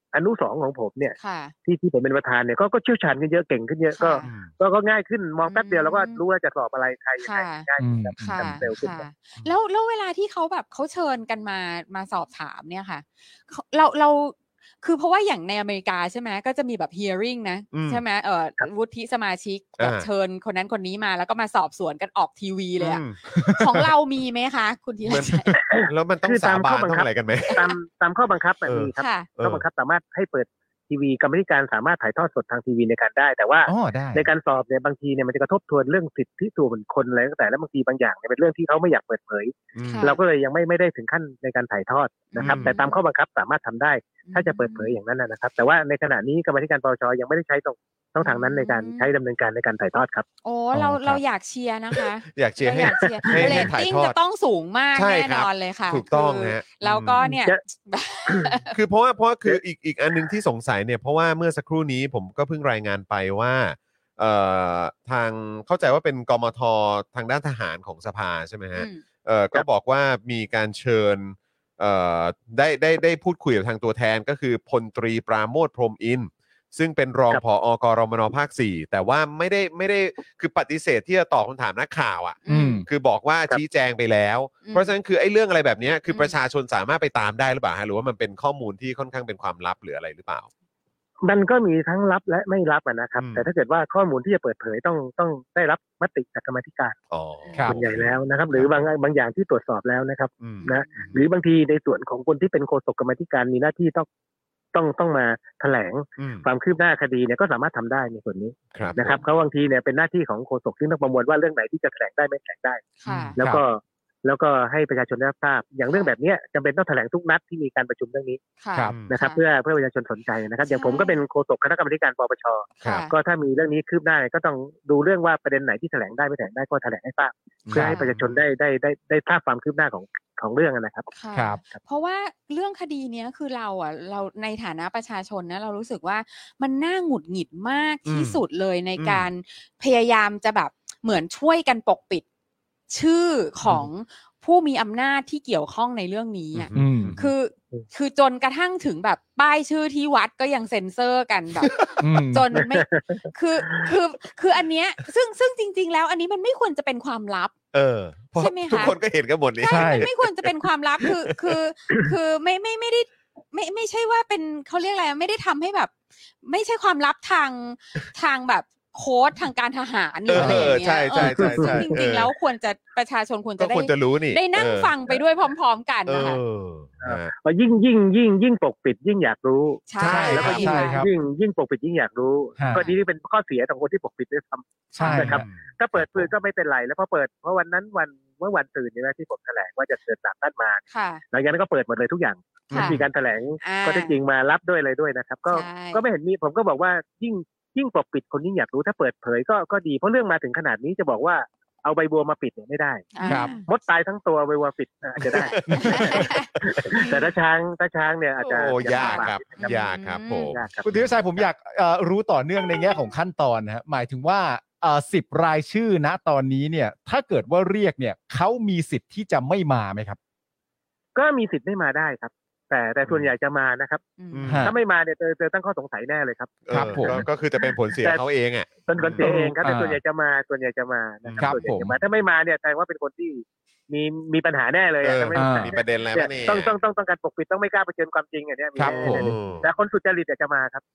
อนุสองของผมเนี่ยที่ที่ผมเป็นประธานเนี่ยก็ก็เชี่ยวชาญขึ้นเยอะเก่งขึ้นเยอะก็ก็ก็ง่ายขึ้นมองแป๊บเดียวแล้วก็รู้ว่าจะสอบอะไรใครยังไงง่ายขึ้นจำเร็วขึ้นแล้วแล้วเวลาที่เขาแบบเขาเชิญกันมามาสอบถามเนี่ยค่ะเราเราคือเพราะว่าอย่างในอเมริกาใช่ไหมก็จะมีแบบ hearing นะใช่ไหมเออวุฒิสมาชิกแบบเชิญคนนั้นคนนี้มาแล้วก็มาสอบสวนกันออกทีวีเลยอะของเรามีไหมคะคุณธีรชัยแล้วมันต้องสาบานต้องอะไรกันไหมตามตามข้อบังคับแบบนี้ครับข้อบังคับสามารถให้เปิดทีวีกรรมธิการสามารถถ่ายทอดสดทางทีวีในการได้แต่ว่าในการสอบเนี่ยบางทีเนี่ยมันจะกระทบทวนเรื่องสิทธิส่วนบุคคลอะไรตั้งแต่แล้วบางทีบางอย่างเนี่ยเป็นเรื่องที่เขาไม่อยากเปิดเผยเราก็เลยยังไม่ไม่ได้ถึงขั้นในการถ่ายทอดนะครับแต่ตามข้อบังคับสามารถทำได้ถ้าจะเปิดเผยอย่างนั้นนะครับแต่ว่าในขณะนี้กรรมธิการปปชยังไม่ได้ใช้ตรงต้องทางนั้นในการใช้ดำเนินการในการถ่ายทอดครับโอ้เราเราอยากเชียร์นะคะอยากเชียร์ให้เรตติ้งจะต้องสูงมากแน่นอนเลยค่ะถูกต้องฮะแล้วก็เนี่ยคือเพราะว่าเพราะคืออีกอีกอันนึงที่สงสัยเนี่ยเพราะว่าเมื่อสักครู่นี้ผมก็เพิ่งรายงานไปว่าเอ่อทางเข้าใจว่าเป็นกมททางด้านทหารของสภาใช่ไหมฮะเอ่อก็บอกว่ามีการเชิญเอ่อได้ได้ได้พูดคุยกับทางตัวแทนก็คือพลตรีปราโมทพรหมอินทร์ซึ่งเป็นรองผอ.กรมน.ภาคสี่แต่ว่าไม่ได้ไม่ได้คือปฏิเสธที่จะตอบคำถามนักข่าวอ่ะคือบอกว่าชี้แจงไปแล้วเพราะฉะนั้นคือไอ้เรื่องอะไรแบบนี้คือประชาชนสามารถไปตามได้หรือเปล่าฮะหรือว่ามันเป็นข้อมูลที่ค่อนข้างเป็นความลับหรืออะไรหรือเปล่ามันก็มีทั้งรับและไม่รับนะครับแต่ถ้าเกิดว่าข้อมูลที่จะเปิดเผยต้องต้องได้รับมติจากกรรมธิการส่วนใหญ่แล้วนะครับหรือบางบางอย่างที่ตรวจสอบแล้วนะครับนะหรือบางทีในส่วนของคนที่เป็นโฆษกกรรมธิการมีหน้าที่ต้องต้องต้องมาแถลงความคืบหน้าคดีเนี่ยก็สามารถทำได้ในส่วนนี้นะครับเขาบางทีเนี่ยเป็นหน้าที่ของโฆษกที่ต้องประมวลว่าเรื่องไหนที่จะแถลงได้ไม่แถลงได้แล้วก็แล้วก็ให้ประชาชนได้รับทราบอย่างเรื่องแบบนี้จำเป็นต้องแถลงทุกนัดที่มีการประชุมเรื่องนี้นะครับเพื่อเพื่อประชาชนสนใจนะครับอย่างผมก็เป็นโฆษกคณะกรรมการปปชก็ถ้ามีเรื่องนี้คืบหน้าก็ต้องดูเรื่องว่าประเด็นไหนที่แถลงได้ไม่แถลงได้ก็แถลงให้ทราบเพื่อให้ประชาชนได้ได้ได้ได้ทราบความคืบหน้าของของเรื่องนะครับครับเพราะว่าเรื่องคดีนี้คือเราอ่ะเราในฐานะประชาชนนะเรารู้สึกว่ามันน่าหงุดหงิดมากที่สุดเลยในการพยายามจะแบบเหมือนช่วยกันปกปิดชื่อของผู้มีอำนาจที่เกี่ยวข้องในเรื่องนี้อ่ะคือคือจนกระทั่งถึงแบบป้ายชื่อที่วัดก็ยังเซ็นเซอร์กันแบบจนไม่คือคือคืออันเนี้ยซึ่งซึ่งจริงๆแล้วอันนี้มันไม่ควรจะเป็นความลับเออใช่ไหมคะทุกคนก็เห็นกันหมดนี่ใช่มันไม่ควรจะเป็นความลับคือคือคือไม่ไม่ไม่ได้ไม่ไม่ใช่ว่าเป็นเขาเรียกอะไรไม่ได้ทำให้แบบไม่ใช่ความลับทางทางแบบโค้ดทางการทหารหรืออะไรอย่างเงี้ยใช่ใช่ใช่จริงๆแล้วควรจะประชาชนควรจะได้ได้นั่งฟังไปด้วยพร้อมๆกันนะคะยิ่งยิ่งยิ่งยิ่งปกปิดยิ่งอยากรู้ใช่แล้วก็ยิ่งยิ่งยิ่งปกปิดยิ่งอยากรู้ก็ดีที่เป็นข้อเสียของคนที่ปกปิดด้วยซ้ำนะครับถ้าเปิดเผยก็ไม่เป็นไรแล้วพอเปิดเพราะวันนั้นวันเมื่อวันตื่นเนี่ยที่ผมแถลงว่าจะเชิญศาลท่านมาหลังจากนั้นก็เปิดหมดเลยทุกอย่างมีการแถลงก็ได้จริงมารับด้วยอะไรด้วยนะครับก็ก็ไม่เห็นมีผมก็บอกว่ายิ่งยิ่งปกปิดคนยิ่งอยากรู้ถ้าเปิดเผยก็ก็ดีเพราะเรื่องมาถึงขนาดนี้จะบอกว่าเอาใบบัวมาปิดเนี่ยไม่ได้มดตายทั้งตัวใบบัวปิดอาจจะได้แต่ถ้าช้างถ้าช้างเนี่ยอาจจะโอ้ยากครับยากครับผมคุณธีรชัยผมอยากรู้ต่อเนื่องในแง่ของขั้นตอนนะฮะหมายถึงว่าสิบรายชื่อณตอนนี้เนี่ยถ้าเกิดว่าเรียกเนี่ยเขามีสิทธิ์ที่จะไม่มาไหมครับก็มีสิทธิ์ไม่มาได้ครับแต่แต่ส่วนใหญ่จะมานะครับถ้าไม่มาเนี่ยเจอเจอตั้งข้อสงสัยแน่เลยครับครับผมก็คือจะเป็นผลเสียเขาเองอ่ะเป็นผลเสียเองครับแต่ส่วนใหญ่จะมาส่วนใหญ่จะมานะครับส่วนใหญ่จะมาถ้าไม่มาเนี่ยแสดงว่าเป็นคนที่มีมีปัญหาแน่เลยอ่ะมีประเด็นแล้วนี่ต้องต้องต้องต้องการปกปิดต้องไม่กล้าเผชิญความจริงอ่ะเนี่ยครับผมแต่คนสุจริตจะมาครับ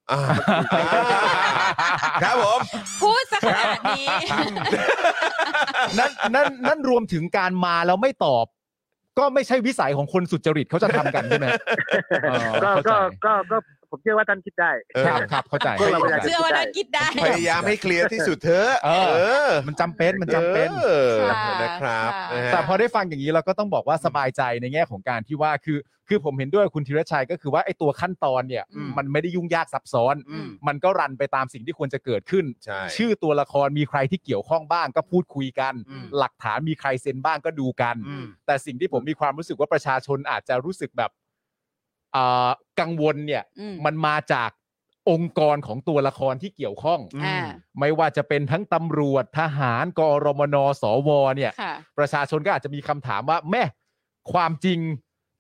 ครับผมพูดสักขนาดนี้นั่นนั่นนั่นรวมถึงการมาแล้วไม่ตอบก็ไม่ใช่วิสัยของคนสุจริตเขาจะทำกันใช่ไหมก็ก็ก็ก็ผมเชื่อว่าท่านคิดได้ครับครับเข้าใจเชื่อว่าท่านคิดได้พยายามให้เคลียร์ที่สุดเถอะเออมันจำเป็นมันจำเป็นนะครับแต่พอได้ฟังอย่างนี้เราก็ต้องบอกว่าสบายใจในแง่ของการที่ว่าคือคือผมเห็นด้วยคุณธีรชัยก็คือว่าไอ้ตัวขั้นตอนเนี่ยมันไม่ได้ยุ่งยากซับซ้อนมันก็รันไปตามสิ่งที่ควรจะเกิดขึ้นชื่อตัวละครมีใครที่เกี่ยวข้องบ้างก็พูดคุยกันหลักฐานมีใครเซ็นบ้างก็ดูกันแต่สิ่งที่ผมมีความรู้สึกว่าประชาชนอาจจะรู้สึกแบบกังวลเนี่ยมันมาจากองค์กรของตัวละครที่เกี่ยวข้องไม่ว่าจะเป็นทั้งตำรวจทหารกรมน.สวเนี่ยประชาชนก็อาจจะมีคำถามว่าแม่ความจริง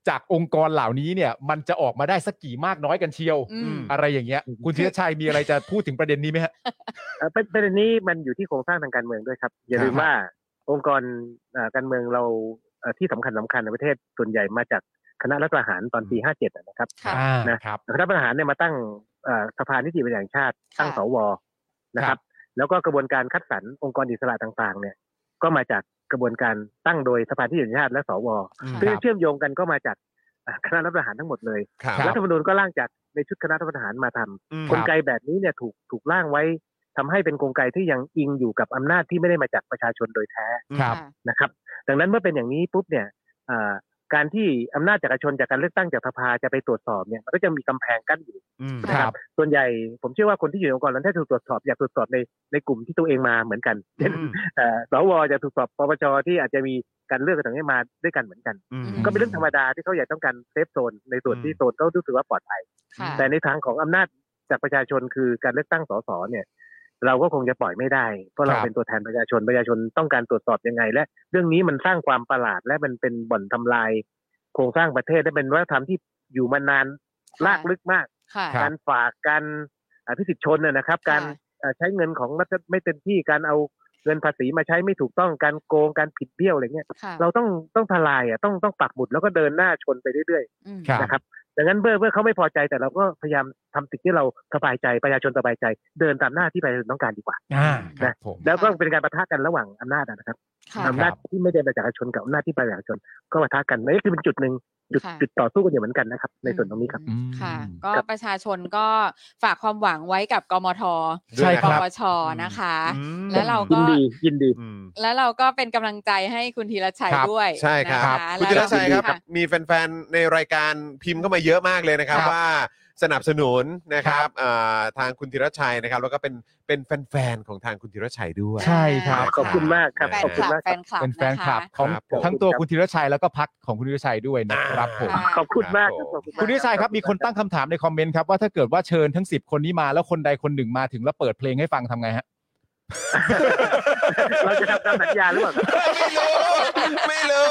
จากองค์กรเหล่านี้เนี่ยมันจะออกมาได้สักกี่มากน้อยกันเชียวอะไรอย่างเงี้ยคุณธีรชัยมีอะไรจะพูดถึงประเด็นนี้ไหมฮะเป็นประเด็นนี้มันอยู่ที่โครงสร้างทางการเมืองด้วยครับอย่าลืมว่าองค์กรการเมืองเราที่สำคัญสำคัญในประเทศส่วนใหญ่มาจากคณะรัฐประหารตอนปีห้าสิบเจ็ดนะครับนะครับคณะรัฐประหารเนี่ยมาตั้งสภานิติบัญญัติแห่งชาติตั้งสวนะครับแล้วก็กระบวนการคัดสรรองค์กรอิสระต่างๆเนี่ยก็มาจากกระบวนการตั้งโดยสภานิติบัญญัติแห่งชาติและสวเพื่อเชื่อมโยงกันก็มาจากคณะรัฐประหารทั้งหมดเลยรัฐธรรมนูญก็ร่างจากในชุดคณะรัฐประหารมาทำกลไกแบบนี้เนี่ยถูกถูกร่างไว้ทำให้เป็นกลไกที่ยังอิงอยู่กับอำนาจที่ไม่ได้มาจากประชาชนโดยแท้นะครับดังนั้นเมื่อเป็นอย่างนี้ปุ๊บเนี่ยการที่อำนาจจากประชาชนจากการเลือกตั้งจากสภาจะไปตรวจสอบเนี่ยมันก็จะมีกำแพงกั้นอยู่นะครับส่วนใหญ่ผมเชื่อว่าคนที่อยู่ในองค์กรนั้นถ้าถูกตรวจสอบอยากตรวจสอบในในกลุ่มที่ตัวเองมาเหมือนกันเช่นสวจะถูกสอบปปชที่อาจจะมีการเลือกกันต่างๆมาด้วยกันเหมือนกันก็เป็นเรื่องธรรมดาที่เขาอยากต้องการเซฟโซนในส่วนที่โซนเขารู้สึกว่าปลอดภัยแต่ในทางของอำนาจจากประชาชนคือการเลือกตั้งสสเนี่ยเราก็คงจะปล่อยไม่ได้เพราะเราเป็นตัวแทนประชาชนประชาชนต้องการตรวจสอบยังไงและเรื่องนี้มันสร้างความประหลาดและมันเป็นบ่อนทำลายโครงสร้างประเทศและเป็นวัฒนธรรมที่อยู่มานานลากลึกมากการฝากการพิสิทธิชนนะครับการใช้เงินของรัฐไม่เต็มที่การเอาเงินภาษีมาใช้ไม่ถูกต้องการโกงการผิดเบี้ยวอะไรเงี้ยเราต้องต้องทลายอ่ะต้องต้องปักหมุดแล้วก็เดินหน้าชนไปเรื่อยๆนะครับดังนั้นเมื่อเมื่อเขาไม่พอใจแต่เราก็พยายามทำสิ่งที่เราสบายใจประชาชนสบายใจเดินตามหน้าที่ประชาชนต้องการดีกว่านะแล้วก็เป็นการปะทะกันระหว่างอำนาจนะครับอำนาจที่ไม่ได้มาจากประชาชนกับอำนาจที่ประชาชนก็ปะทะกันนี่คือเป็นจุดหนึ่งจุดจุดต่อสู้กันอยู่เหมือนกันนะครับในส่วนตรงนี้ครับค่ะก็ประชาชนก็ฝากความหวังไว้กับกมทปปชนะคะแล้วเราก็ยินดียินดีแล้วเราก็เป็นกำลังใจให้คุณธีรชัยด้วยใช่ครับคุณธีรชัยครับมีแฟนๆในรายการพิมพ์เข้ามาเยอะมากเลยนะครับว่าสนับสนุนนะครับทางคุณธีรชัยนะครับแล้วก็เป็นเป็นแฟนๆของทางคุณธีรชัยด้วยใช่ครับขอบคุณมากครับขอบคุณมากเป็นแฟนคลับของทั้งตัวคุณธีรชัยแล้วก็พรรคของคุณธีรชัยด้วยนะครับผมขอบคุณมากคุณธีรชัยครับมีคนตั้งคำถามในคอมเมนต์ครับว่าถ้าเกิดว่าเชิญทั้งสิบคนนี้มาแล้วคนใดคนหนึ่งมาถึงแล้วเปิดเพลงให้ฟังทำไงฮะเราจะทำตามสัญญาหรือเปล่าไม่รู้ไม่รู้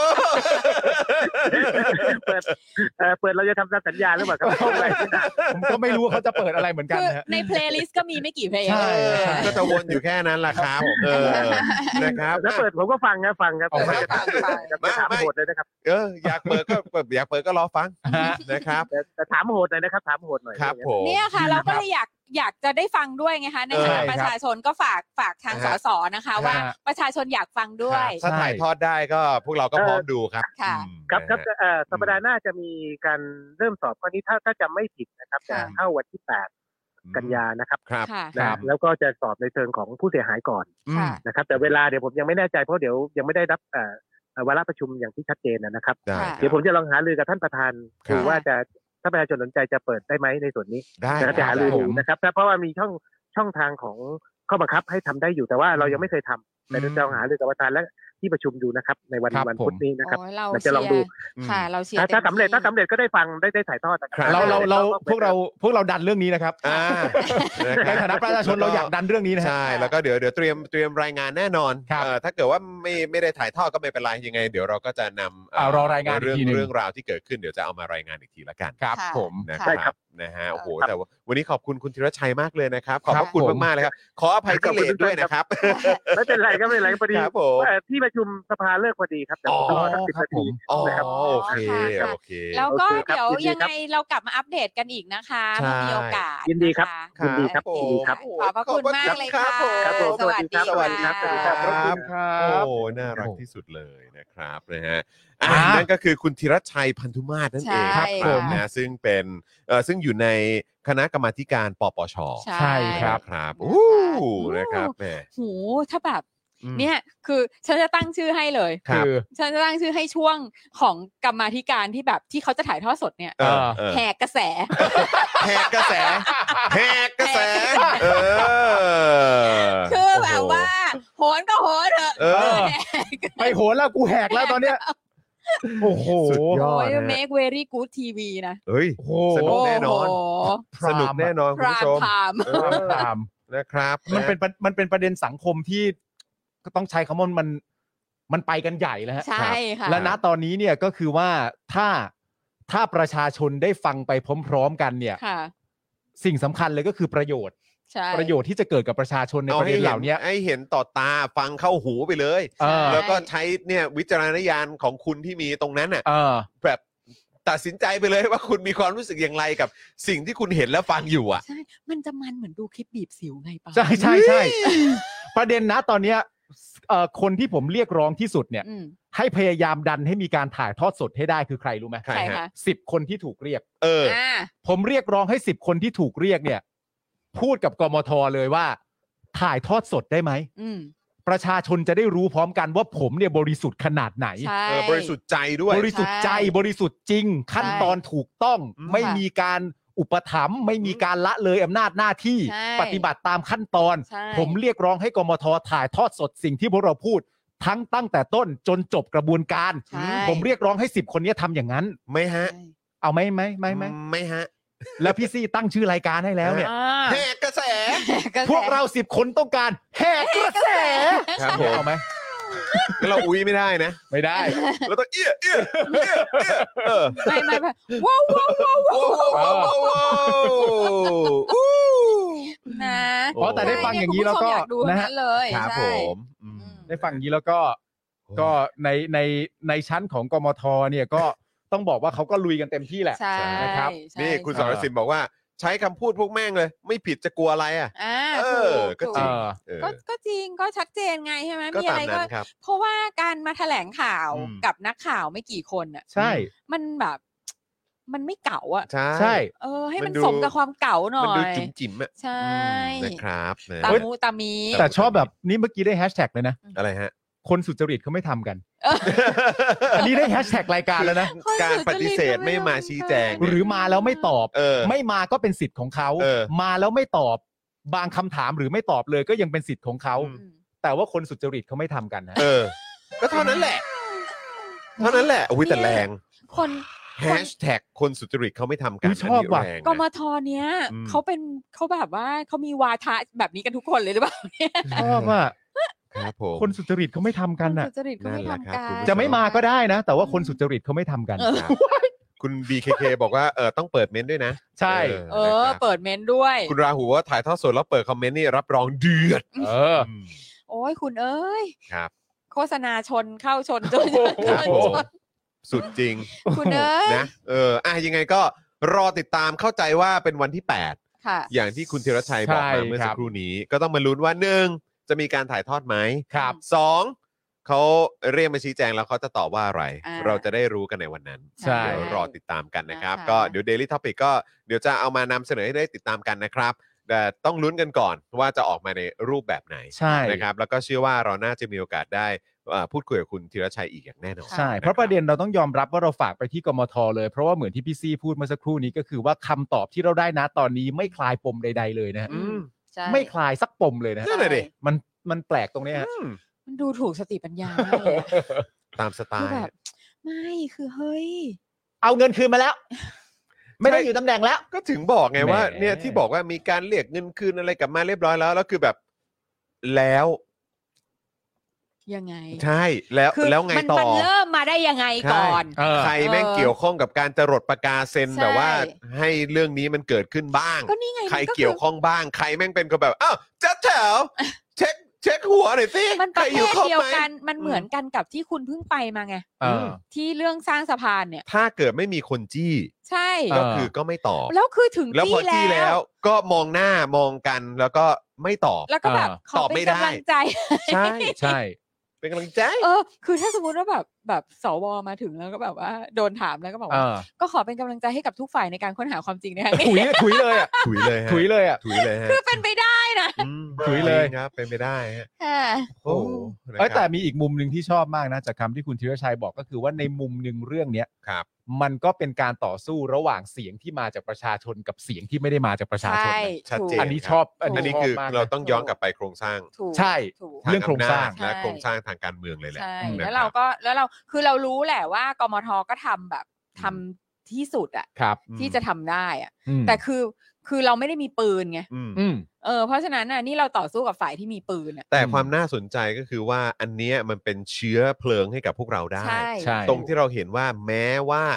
เปิดเปิดเราจะทำตามสัญญาหรือเปล่าครับผมก็ไม่รู้ว่าเขาจะเปิดอะไรเหมือนกันนะในเพลย์ลิสต์ก็มีไม่กี่เพลงก็จะวนอยู่แค่นั้นแหละครับเออนะครับแล้วเปิดผมก็ฟังนะฟังครับจะถามโหดเลยนะครับเอออยากเปิดก็อยากเปิดก็รอฟังนะครับแต่ถามโหดหน่อยนะครับถามโหดหน่อยครับผมเนี่ยค่ะเราก็เลยอยากอยากจะได้ฟังด้วยไงคะในฐานะประชาชนก็ฝากฝากทางสสนะคะว่าประชาชนอยากฟังด้วยถ้าถ่ายทอดได้ก็พวกเราก็พร้อมดูครับค่ะครับครับสัปดาห์หน้าจะมีการเริ่มสอบข้อนี้ถ้าถ้าจำไม่ผิดนะครับจะเข้าวันที่แปดกันยานะครับนะแล้วก็จะสอบในเชิงของผู้เสียหายก่อนนะครับแต่เวลาเดี๋ยวผมยังไม่แน่ใจเพราะเดี๋ยวยังไม่ได้รับวาระประชุมอย่างที่ชัดเจนนะครับเดี๋ยวผมจะลองหารือกับท่านประธานดูว่าจะถ้าประชาชนสนใจจะเปิดได้ไหมในส่วนนี้จะหารือดูนะครับเพราะว่ามีช่องช่องทางของข้อบังคับให้ทำได้อยู่แต่ว่าเรายังไม่เคยทำแต่เราหารือกับประธานและที่ประชุมดูนะครับในวันวันพุธนี้นะครับเราจะลองดูค่ะเราเชียร์ถ้าสำเร็จถ้าสำเร็จก็ได้ฟังได้ได้ถ่ายทอดเราเราเราพวกเราพวกเราดันเรื่องนี้นะครับในฐานะประชาชนเราอยากดันเรื่องนี้นะใช่แล้วก็เดี๋ยวเดี๋ยวเตรียมเตรียมรายงานแน่นอนถ้าเกิดว่าไม่ไม่ได้ถ่ายทอดก็ไม่เป็นไรยังไงเดี๋ยวเราก็จะนำรอรายงานเรื่องเรื่องราวที่เกิดขึ้นเดี๋ยวจะเอามารายงานอีกทีละกันครับผมนะครับนะฮะโอ้โหแต่วันนี้ขอบคุณคุณธีรชัยมากเลยนะครับขอบพระคุณมากๆเลยครับขออภัยที่เลทด้วยนะครับไม่เป็นไรก็ไม่เป็นไรพอดีที่ประชุมสภาเลิกพอดีครับแต่ผมรอสักสิบนาทีนะครับโอเคโอเคแล้วก็เดี๋ยวยังไงเรากลับมาอัปเดตกันอีกนะคะมีโอกาสยินดีครับยินดีครับยินดีครับขอบพระคุณมากเลยค่ะสวัสดีครับสวัสดีครับสวัสดีครับโอ้น่ารักที่สุดเลยนะครับนะฮะนั่นก็คือคุณธีรชัยพันธุมาศนั่นเองครับนะซึ่งเป็นซึ่งอยู่ในคณะกรรมาธิการปปชใช่ครับครับโอ้นะครับแหมโหถ้าแบบเนี่ยคือฉันจะตั้งชื่อให้เลยคือฉันจะตั้งชื่อให้ช่วงของกรรมาธิการที่แบบที่เขาจะถ่ายทอดสดเนี่ยแหกกระแสแหกกระแสแหกกระแสเออคือแบบว่าโหนก็โหนเถอะไปโหนแล้วกูแหกแล้วตอนเนี้ยโอ้โหสุดยอด make very good ที วี นะเฮ้ยสนุกแน่นอนสนุกแน่นอนคุณผู้ชมนะครับมันเป็นมันเป็นประเด็นสังคมที่ก็ต้องใช้คำว่ามันมันไปกันใหญ่แล้วฮะใช่ค่ะและณตอนนี้เนี่ยก็คือว่าถ้าถ้าประชาชนได้ฟังไปพร้อมๆกันเนี่ยสิ่งสำคัญเลยก็คือประโยชน์ประโยชน์ที่จะเกิดกับประชาชนในประเด็นเหล่านี้ให้เห็นต่อตาฟังเข้าหูไปเลยแล้วก็ใช้เนี่ยวิจารณญาณของคุณที่มีตรงนั้นน่ะแบบตัดสินใจไปเลยว่าคุณมีความรู้สึกอย่างไรกับสิ่งที่คุณเห็นและฟังอยู่อ่ะใช่มันจะมันเหมือนดูคลิปบีบสิวไงป่ะใช่ใช่ใช่ประเด็นนะตอนเนี้ยคนที่ผมเรียกร้องที่สุดเนี่ยให้พยายามดันให้มีการถ่ายทอดสดให้ได้คือใครรู้ไหมใครคะสิบคนที่ถูกเรียกเออผมเรียกร้องให้สิบคนที่ถูกเรียกเนี่ยพูดกับกมทเลยว่าถ่ายทอดสดได้ไหมประชาชนจะได้รู้พร้อมกันว่าผมเนี่ยบริสุทธิ์ขนาดไหนบริสุทธิ์ใจด้วยบริสุทธิ์ใจบริสุทธิ์จริงขั้นตอนถูกต้องไม่มีการอุปถัมภ์ไม่มีการละเลยอำนาจหน้าที่ปฏิบัติตามขั้นตอนผมเรียกร้องให้กมทถ่ายทอดสดสิ่งที่พวกเราพูดทั้งตั้งแต่ต้นจนจบกระบวนการผมเรียกร้องให้สิบคนนี้ทำอย่างนั้นไม่ฮะเอาไหมไหมไหมไหมไม่ฮะแล้วพี่ซี่ตั้งชื่อรายการให้แล้วเนี่ยแหกกระแสพวกเราสิบคนต้องการแหกกระแสครับผมเอาไหมก็เราอุ้ยไม่ได้นะไม่ได้เราต้องเอี้ยเอี้ยเอี้ยเออไม่ไม่ไม่ว้าวว้าวว้าวว้าวว้าวนะเพราะแต่ได้ฟังอย่างนี้แล้วก็นะฮะเลยครับผมได้ฟังอย่างนี้แล้วก็ก็ในในในชั้นของกมทเนี่ยก็ต้องบอกว่าเขาก็ลุยกันเต็มที่แหละนะครับนี่คุณสรศิลป์บอกว่าใช้คำพูดพวกแม่งเลยไม่ผิดจะกลัวอะไรอ่ะเออก็จริงก็จริงก็ชัดเจนไงใช่ไหมมีอะไรก็เพราะว่าการมาแถลงข่าวกับนักข่าวไม่กี่คนอ่ะใช่มันแบบมันไม่เก่าอ่ะใช่เออให้มันสมกับความเก่าหน่อยมันดูจิ๋มจิ๋มอ่ะใช่นะครับตามูตามีแต่ชอบแบบนี้เมื่อกี้ได้แฮชแท็กเลยนะอะไรฮะคนสุจริตเขาไม่ทำกันอันนี้ได้แฮชแท็กรายการแล้วนะการปฏิเสธไม่มาชี้แจงหรือมาแล้วไม่ตอบไม่มาก็เป็นสิทธิ์ของเขามาแล้วไม่ตอบบางคำถามหรือไม่ตอบเลยก็ยังเป็นสิทธิ์ของเขาแต่ว่าคนสุจริตเขาไม่ทำกันนะเออก็เท่านั้นแหละเท่านั้นแหละอุ้ยแต่แรงคนแฮชแท็กคนสุจริตเขาไม่ทำกันชอบว่ะกมทเนี้ยเขาเป็นเขาแบบว่าเขามีวาทะแบบนี้กันทุกคนเลยหรือเปล่าเนี่ยชอบว่ะครับผมคนสุจริตเขาไม่ทำกันอ่ะสุจริตเขาไม่ทำกันจะไม่มาก็ได้นะแต่ว่าคนสุจริตเขาไม่ทำกันคุณ บี เค เค บอกว่าเออต้องเปิดเมนต์ด้วยนะใช่เออเปิดเมนต์ด้วยคุณราหูว่าถ่ายทอดสดแล้วเปิดคอมเมนต์นี่รับรองเดือดเออโอ้ยคุณเอ้ยครับโฆษณาชนเข้าชนจนสุดจริงคุณเอ้ยนะเอออ่ะยังไงก็รอติดตามเข้าใจว่าเป็นวันที่แปดอย่างที่คุณธีรชัยบอกมาเมื่อสักครู่นี้ก็ต้องมาลุ้นว่าหนึ่งจะมีการถ่ายทอดไหมครับสองเขาเรียกมาชี้แจงแล้วเขาจะตอบว่าอะไรเราจะได้รู้กันในวันนั้นเดี๋ยวรอติดตามกันนะครับก็เดี๋ยว Daily Topic ก็เดี๋ยวจะเอามานำเสนอให้ได้ติดตามกันนะครับแต่ต้องลุ้นกันก่อนว่าจะออกมาในรูปแบบไหนนะครับแล้วก็เชื่อว่าเราน่าจะมีโอกาสได้พูดคุยกับคุณธีรชัยอีกอย่างแน่นอนใช่เพราะประเด็นเราต้องยอมรับว่าเราฝากไปที่กมทเลยเพราะว่าเหมือนที่พี่ซี่พูดเมื่อสักครู่นี้ก็คือว่าคำตอบที่เราได้นะตอนนี้ไม่คลายปมใดๆเลยนะไม่คลายสักปมเลยนะมันมันแปลกตรงนี้ฮะมันดูถูกสติปัญญาตามสไตล์แบบไม่คือเฮ้ยเอาเงินคืนมาแล้วไม่ได้อยู่ตำแหน่งแล้วก็ถึงบอกไงว่าเนี่ยที่บอกว่ามีการเรียกเงินคืนอะไรกลับมาเรียบร้อยแล้วแล้วคือแบบแล้วยังไงใช่แล้วแล้วไงต่อมันเริ่มมาได้ยังไงก่อนใครแม่งเกี่ยวข้องกับการจรดประกาเซ็นแบบว่าให้เรื่องนี้มันเกิดขึ้นบ้างใครเกี่ยวข้องบ้างใครแม่งเป็นก็แบบอ้าวจัดแถวเช็คเช็คหัวหน่อยสิมันประเภทเดียวกันมันเหมือนกันกับที่คุณเพิ่งไปมาไงที่เรื่องสร้างสะพานเนี่ยถ้าเกิดไม่มีคนจี้ใช่ก็คือก็ไม่ตอบแล้วคือถึงแล้วพอจี้แล้วก็มองหน้ามองกันแล้วก็ไม่ตอบแล้วก็แบบตอบไม่ได้กำลังใจใช่ใช่เป็นกำลังใจเออคือถ้าสมมติว่าแบบแบบสวมาถึงแล้วก็แบบว่าโดนถามแล้วก็บอกว่าก็ขอเป็นกำลังใจให้กับทุกฝ่ายในการค้นหาความจริงนะคะถุยถุยเลยอ่ะถุยเลยถุยเลยอ่ะถุยเลยฮะคือเป็นไปได้นะถุยเลยครับเป็นไปได้ฮะโอ้เออแต่มีอีกมุมนึงที่ชอบมากนะจากคำที่คุณธีรชัยบอกก็คือว่าในมุมนึงเรื่องเนี้ยครับมันก็เป็นการต่อสู้ระหว่างเสียงที่มาจากประชาชนกับเสียงที่ไม่ได้มาจากประชาชนชัดเจนอันนี้ชอบอันนี้คือเราต้องย้อนกลับไปโครงสร้างใช่เรื่องโครงสร้างและโครงสร้างทางการเมืองเลยแหละแล้วเราก็แล้วเราคือเรารู้แหละว่ากมทก็ทำแบบทำที่สุดอ่ะที่จะทำได้อ่ะแต่คือคือเราไม่ได้มีปืนไงเออเพราะฉะนั้นน่ะนี่เราต่อสู้กับฝ่ายที่มีปืนอ่ะแต่ความน่าสนใจก็คือว่าอันเนี้ยมันเป็นเชื้อเพลิงให้กับพวกเราได้ตรงที่เราเห็นว่าแม้ว่า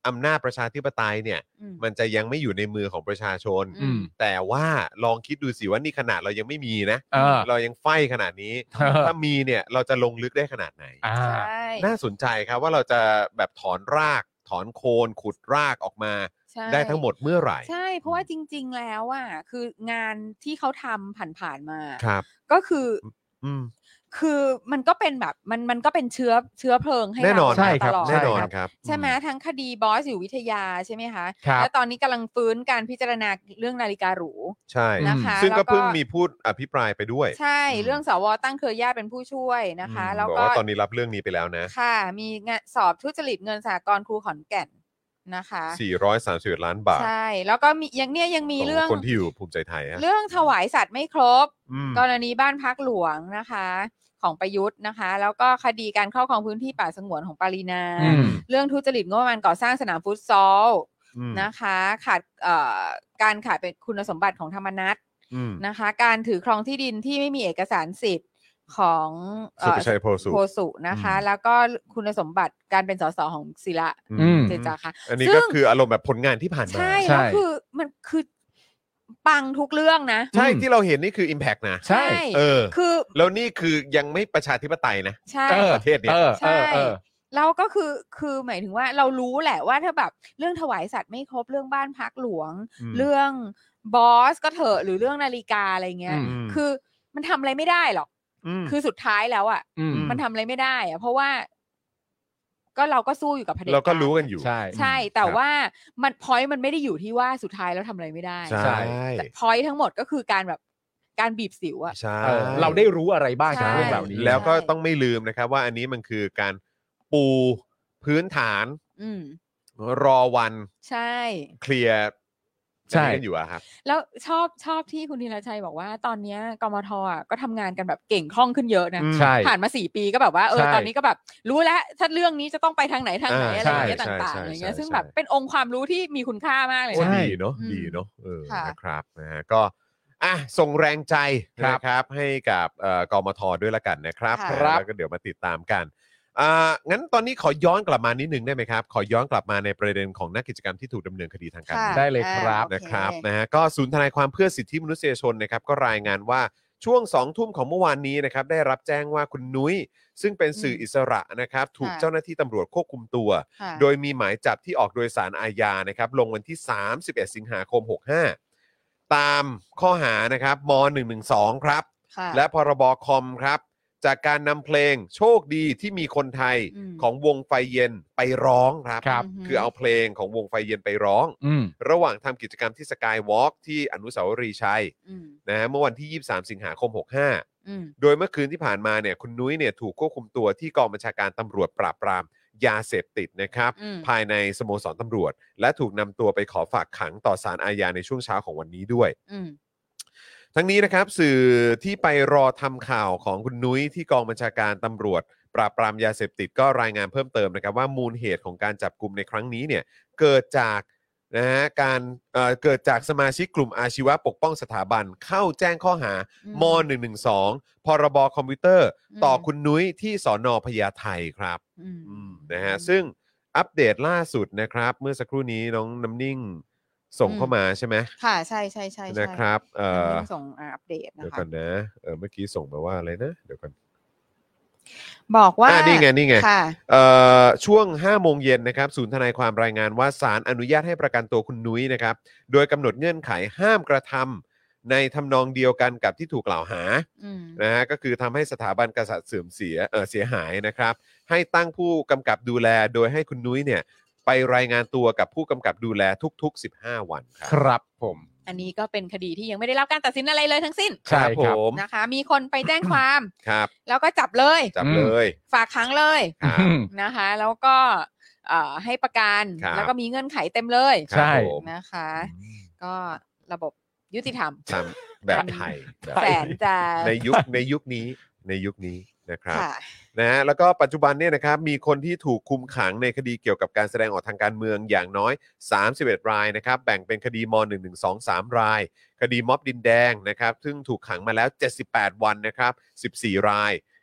อำนาจประชาธิปไตยเนี่ยมันจะยังไม่อยู่ในมือของประชาชนอืมแต่ว่าลองคิดดูสิว่านี่ขนาดเรายังไม่มีนะเออเรายังไฟขนาดนี้ ถ้ามีเนี่ยเราจะลงลึกได้ขนาดไหนอ่าใช่น่าสนใจครับว่าเราจะแบบถอนรากถอนโคนขุดรากออกมาใช่ได้ทั้งหมดเมื่อไหร่ใช่เพราะว่าจริง ๆ แล้วอ่ะคืองานที่เขาทำผ่านๆมาครับก็คืออืมคือมันก็เป็นแบบมันมันก็เป็นเชื้อเชื้อเพลิงให้แน่นอนเราใช่มาคตรับลอดแน่นอนครับครับใช่ไหมทั้งคดีบอสอยู่วิทยาใช่ไหมคะครับแล้วตอนนี้กำลังฟื้นการพิจารณาเรื่องนาฬิกาหรูใช่นะคะซึ่งก็แล้วก็เพิ่งมีพูดอภิปรายไปด้วยใช่อืมเรื่องสวตั้งเครือญาติเป็นผู้ช่วยนะคะอืมแล้วบอกก็ว่าตอนนี้รับเรื่องนี้ไปแล้วนะค่ะ มีงานสอบทุจริตเงินสหกรณ์ครูขอนแก่นนะคะสี่ร้อยสามสิบเอ็ดล้านบาทใช่ แล้วก็มียังเนี่ยยังมีของเรื่องคนที่อยู่ภูมิใจไทยฮะเรื่องถวายสัตว์ไม่ครบอืมกรณีบ้านพักหลวงนะคะของประยุทธ์นะคะ แล้วก็คดีการครอบครองพื้นที่ป่าสงวนของปารีนาอืมเรื่องทุจริตงบประมาณก่อสร้างสนามฟุตซอลอืมนะคะขาดเอ่อการขาดเป็นคุณสมบัติของธรรมนัสอืมนะคะ การถือครองที่ดินที่ไม่มีเอกสารสิทธิ์ของเอ่สุอประชัยโพสุโพสุนะคะอืมแล้วก็คุณสมบัติการเป็นสสของศิระอืมเจนจาคะอันนี้ซึ่ก็งคืออารมณ์แบบผลงานที่ผ่านมาใช่ใช่แล้วคือมันคือปังทุกเรื่องนะใช่ที่เราเห็นนี่คือ Impact นะใช่เออคือแล้วนี่คือยังไม่ประชาธิปไตยนะใช่เออประเทศเนี่ยเออใช่เออเออแล้วก็คือคือหมายถึงว่าเรารู้แหละว่าถ้าแบบเรื่องถวายสัตว์ไม่ครบเรื่องบ้านพักหลวงอืมเรื่องบอสก็เถอะหรือเรื่องนาฬิกาอะไรเงี้ยอืมคือมันทำอะไรไม่ได้หรอกมคือสุดท้ายแล้วอ่ะอืมมันทำอะไรไม่ได้อะเพราะว่า ก็เราก็สู้อยู่กับเผด็จเราก็การรู้กันอยู่ใช่ใช่ แต่ครับว่ามันพอยต์มันไม่ได้อยู่ที่ว่าสุดท้ายแล้วทำอะไรไม่ได้ใช่แต่พอยต์ทั้งหมดก็คือการแบบการบีบสิวอะใช่เออเราได้รู้อะไรบ้างใช่จากเรื่องเหล่านี้แล้วก็ต้องไม่ลืมนะครับว่าอันนี้มันคือการปูพื้นฐานอืมรอวันใช่เคลียร์ใช่อันนี้กันอยู่อะครับแล้วชอบชอบที่คุณธีรชัยบอกว่าตอนเนี้ยกมทอ่ะก็ทำงานกันแบบเก่งคล่องขึ้นเยอะนะอืมใช่ผ่านมาสี่ปีก็แบบว่าเออใช่ตอนนี้ก็แบบรู้แล้วถ้าเรื่องนี้จะต้องไปทางไหนทางไหนอ่าอะไรอย่างเงี้ยใช่ต่างใช่ๆอะไรเงี้ยใช่ซึ่งใช่แบบเป็นองค์ความรู้ที่มีคุณค่ามากเลยโอ้นะดีเนาะอืมดีเนาะเออค่ะนะครับนะฮะก็อ่ะส่งแรงใจครับนะครับให้กับเอ่อกมทด้วยละกันนะครับค่ะนะแล้วก็เดี๋ยวมาติดตามกันอ่างั้นตอนนี้ขอย้อนกลับมานิดนึงได้ไหมครับ ขอย้อนกลับมาในประเด็นของนักกิจกรรมที่ถูกดำเนินคดีทางการค่ะเมืองได้เลยครับอ่าโอเนะครับนะฮะก็ศูนย์ทนายความเพื่อสิทธิมนุษยชนนะครับก็รายงานว่าช่วงสองทุ่มของเมื่อวานนี้นะครับได้รับแจ้งว่าคุณนุ้ยซึ่งเป็นสื่ออิสระนะครับถูกค่ะเจ้าหน้าที่ตำรวจควบคุมตัวค่ะโดยมีหมายจับที่ออกโดยสารอาญานะครับลงวันที่สามสิบเอ็ดสิงหาคมหกสิบห้าตามข้อหานะครับมหนึ่งหนึ่งสองครับค่ะและพรบคอมครับจากการนำเพลงโชคดีที่มีคนไทยอืมของวงไฟเย็นไปร้องครับครับคือเอาเพลงของวงไฟเย็นไปร้องอืมระหว่างทำกิจกรรมที่สกายวอล์กที่อนุสาวรีย์ชัยอืมนะฮะเมื่อวันที่ยี่สิบสามสิงหาคมหกสิบห้าอืมโดยเมื่อคืนที่ผ่านมาเนี่ยคุณนุ้ยเนี่ยถูกควบคุมตัวที่กองบัญชาการตำรวจปราบปรามยาเสพติดนะครับอืมภายในสโมสรตำรวจ และถูกนำตัวไปขอฝากขังต่อศาลอาญาในช่วงเช้าของวันนี้ด้วยอืมทั้งนี้นะครับสื่อที่ไปรอทำข่าวของคุณนุ้ยที่กองบัญชาการตำรวจปราบปรามยาเสพติดก็รายงานเพิ่มเติมนะครับว่ามูลเหตุของการจับกลุ่มในครั้งนี้เนี่ยเกิดจากนะฮะการเอ่อเกิดจากสมาชิกกลุ่มอาชีวะปกป้องสถาบันเข้าแจ้งข้อหาอืมมหนึ่งหนึ่งสองพรบคอมพิวเตอร์อืมต่อคุณนุ้ยที่สอนอพญาไทครับอืมอืมนะฮะซึ่งอัปเดตล่าสุดนะครับเมื่อสักครู่นี้น้องน้ำนิ่งส่งอืมเข้ามาใช่ไหมค่ะใช่ใช่ใช่ใช่นะครับเอ่อส่งอ่าอัปเดตนะเดี๋ยวคะก่อนนะเออเมื่อกี้ส่งมาว่าอะไรนะเดี๋ยวก่อนบอกว่าอ่านี่ไงนี่ไงค่ะเอ่อช่วงห้าโมงเย็นนะครับศูนย์ทนายความรายงานว่าศาลอนุญาตให้ประกันตัวคุณนุ้ยนะครับโดยกำหนดเงื่อนไขห้ามกระทำในทำนองเดียวกันกับที่ถูกกล่าวหาอืมนะฮะก็คือทำให้สถาบันกษัตริย์เสื่อมเสียเออเสียหายนะครับให้ตั้งผู้กำกับดูแลโดยให้คุณนุ้ยเนี่ยไปรายงานตัวกับผู้กำกับดูแลทุกๆสิบห้าวันครัครับผมอันนี้ก็เป็นคดีที่ยังไม่ได้รับการตัดสินอะไรเลยทั้งสิ้นใช่ผครับมนะคะ มีคนไปแจ้งความครับแล้วก็จับเลยจับเลยฝากขังเลยครับอืมนะคะ แล้วก็เอ่อให้ประกันครับแล้วก็มีเงื่อนไขเต็มเลยครับใช่ผมนะคะ ก็ระบบยุติธรรมตามแบบไทยแบบแสนจะในยุคในยุคนี้ในยุคนี้นะครับค่ะนะฮะแล้วก็ปัจจุบันเนี่ยนะครับมีคนที่ถูกคุมขังในคดีเกี่ยวกับการแสดงออกทางการเมืองอย่างน้อยสามสิบเอ็ดรายนะครับแบ่งเป็นคดีม หนึ่งหนึ่งสองสาม ราย คดีม็อบดินแดงนะครับซึ่งถูกขังมาแล้วเจ็ดสิบแปดวันนะครับสิบสี่ราย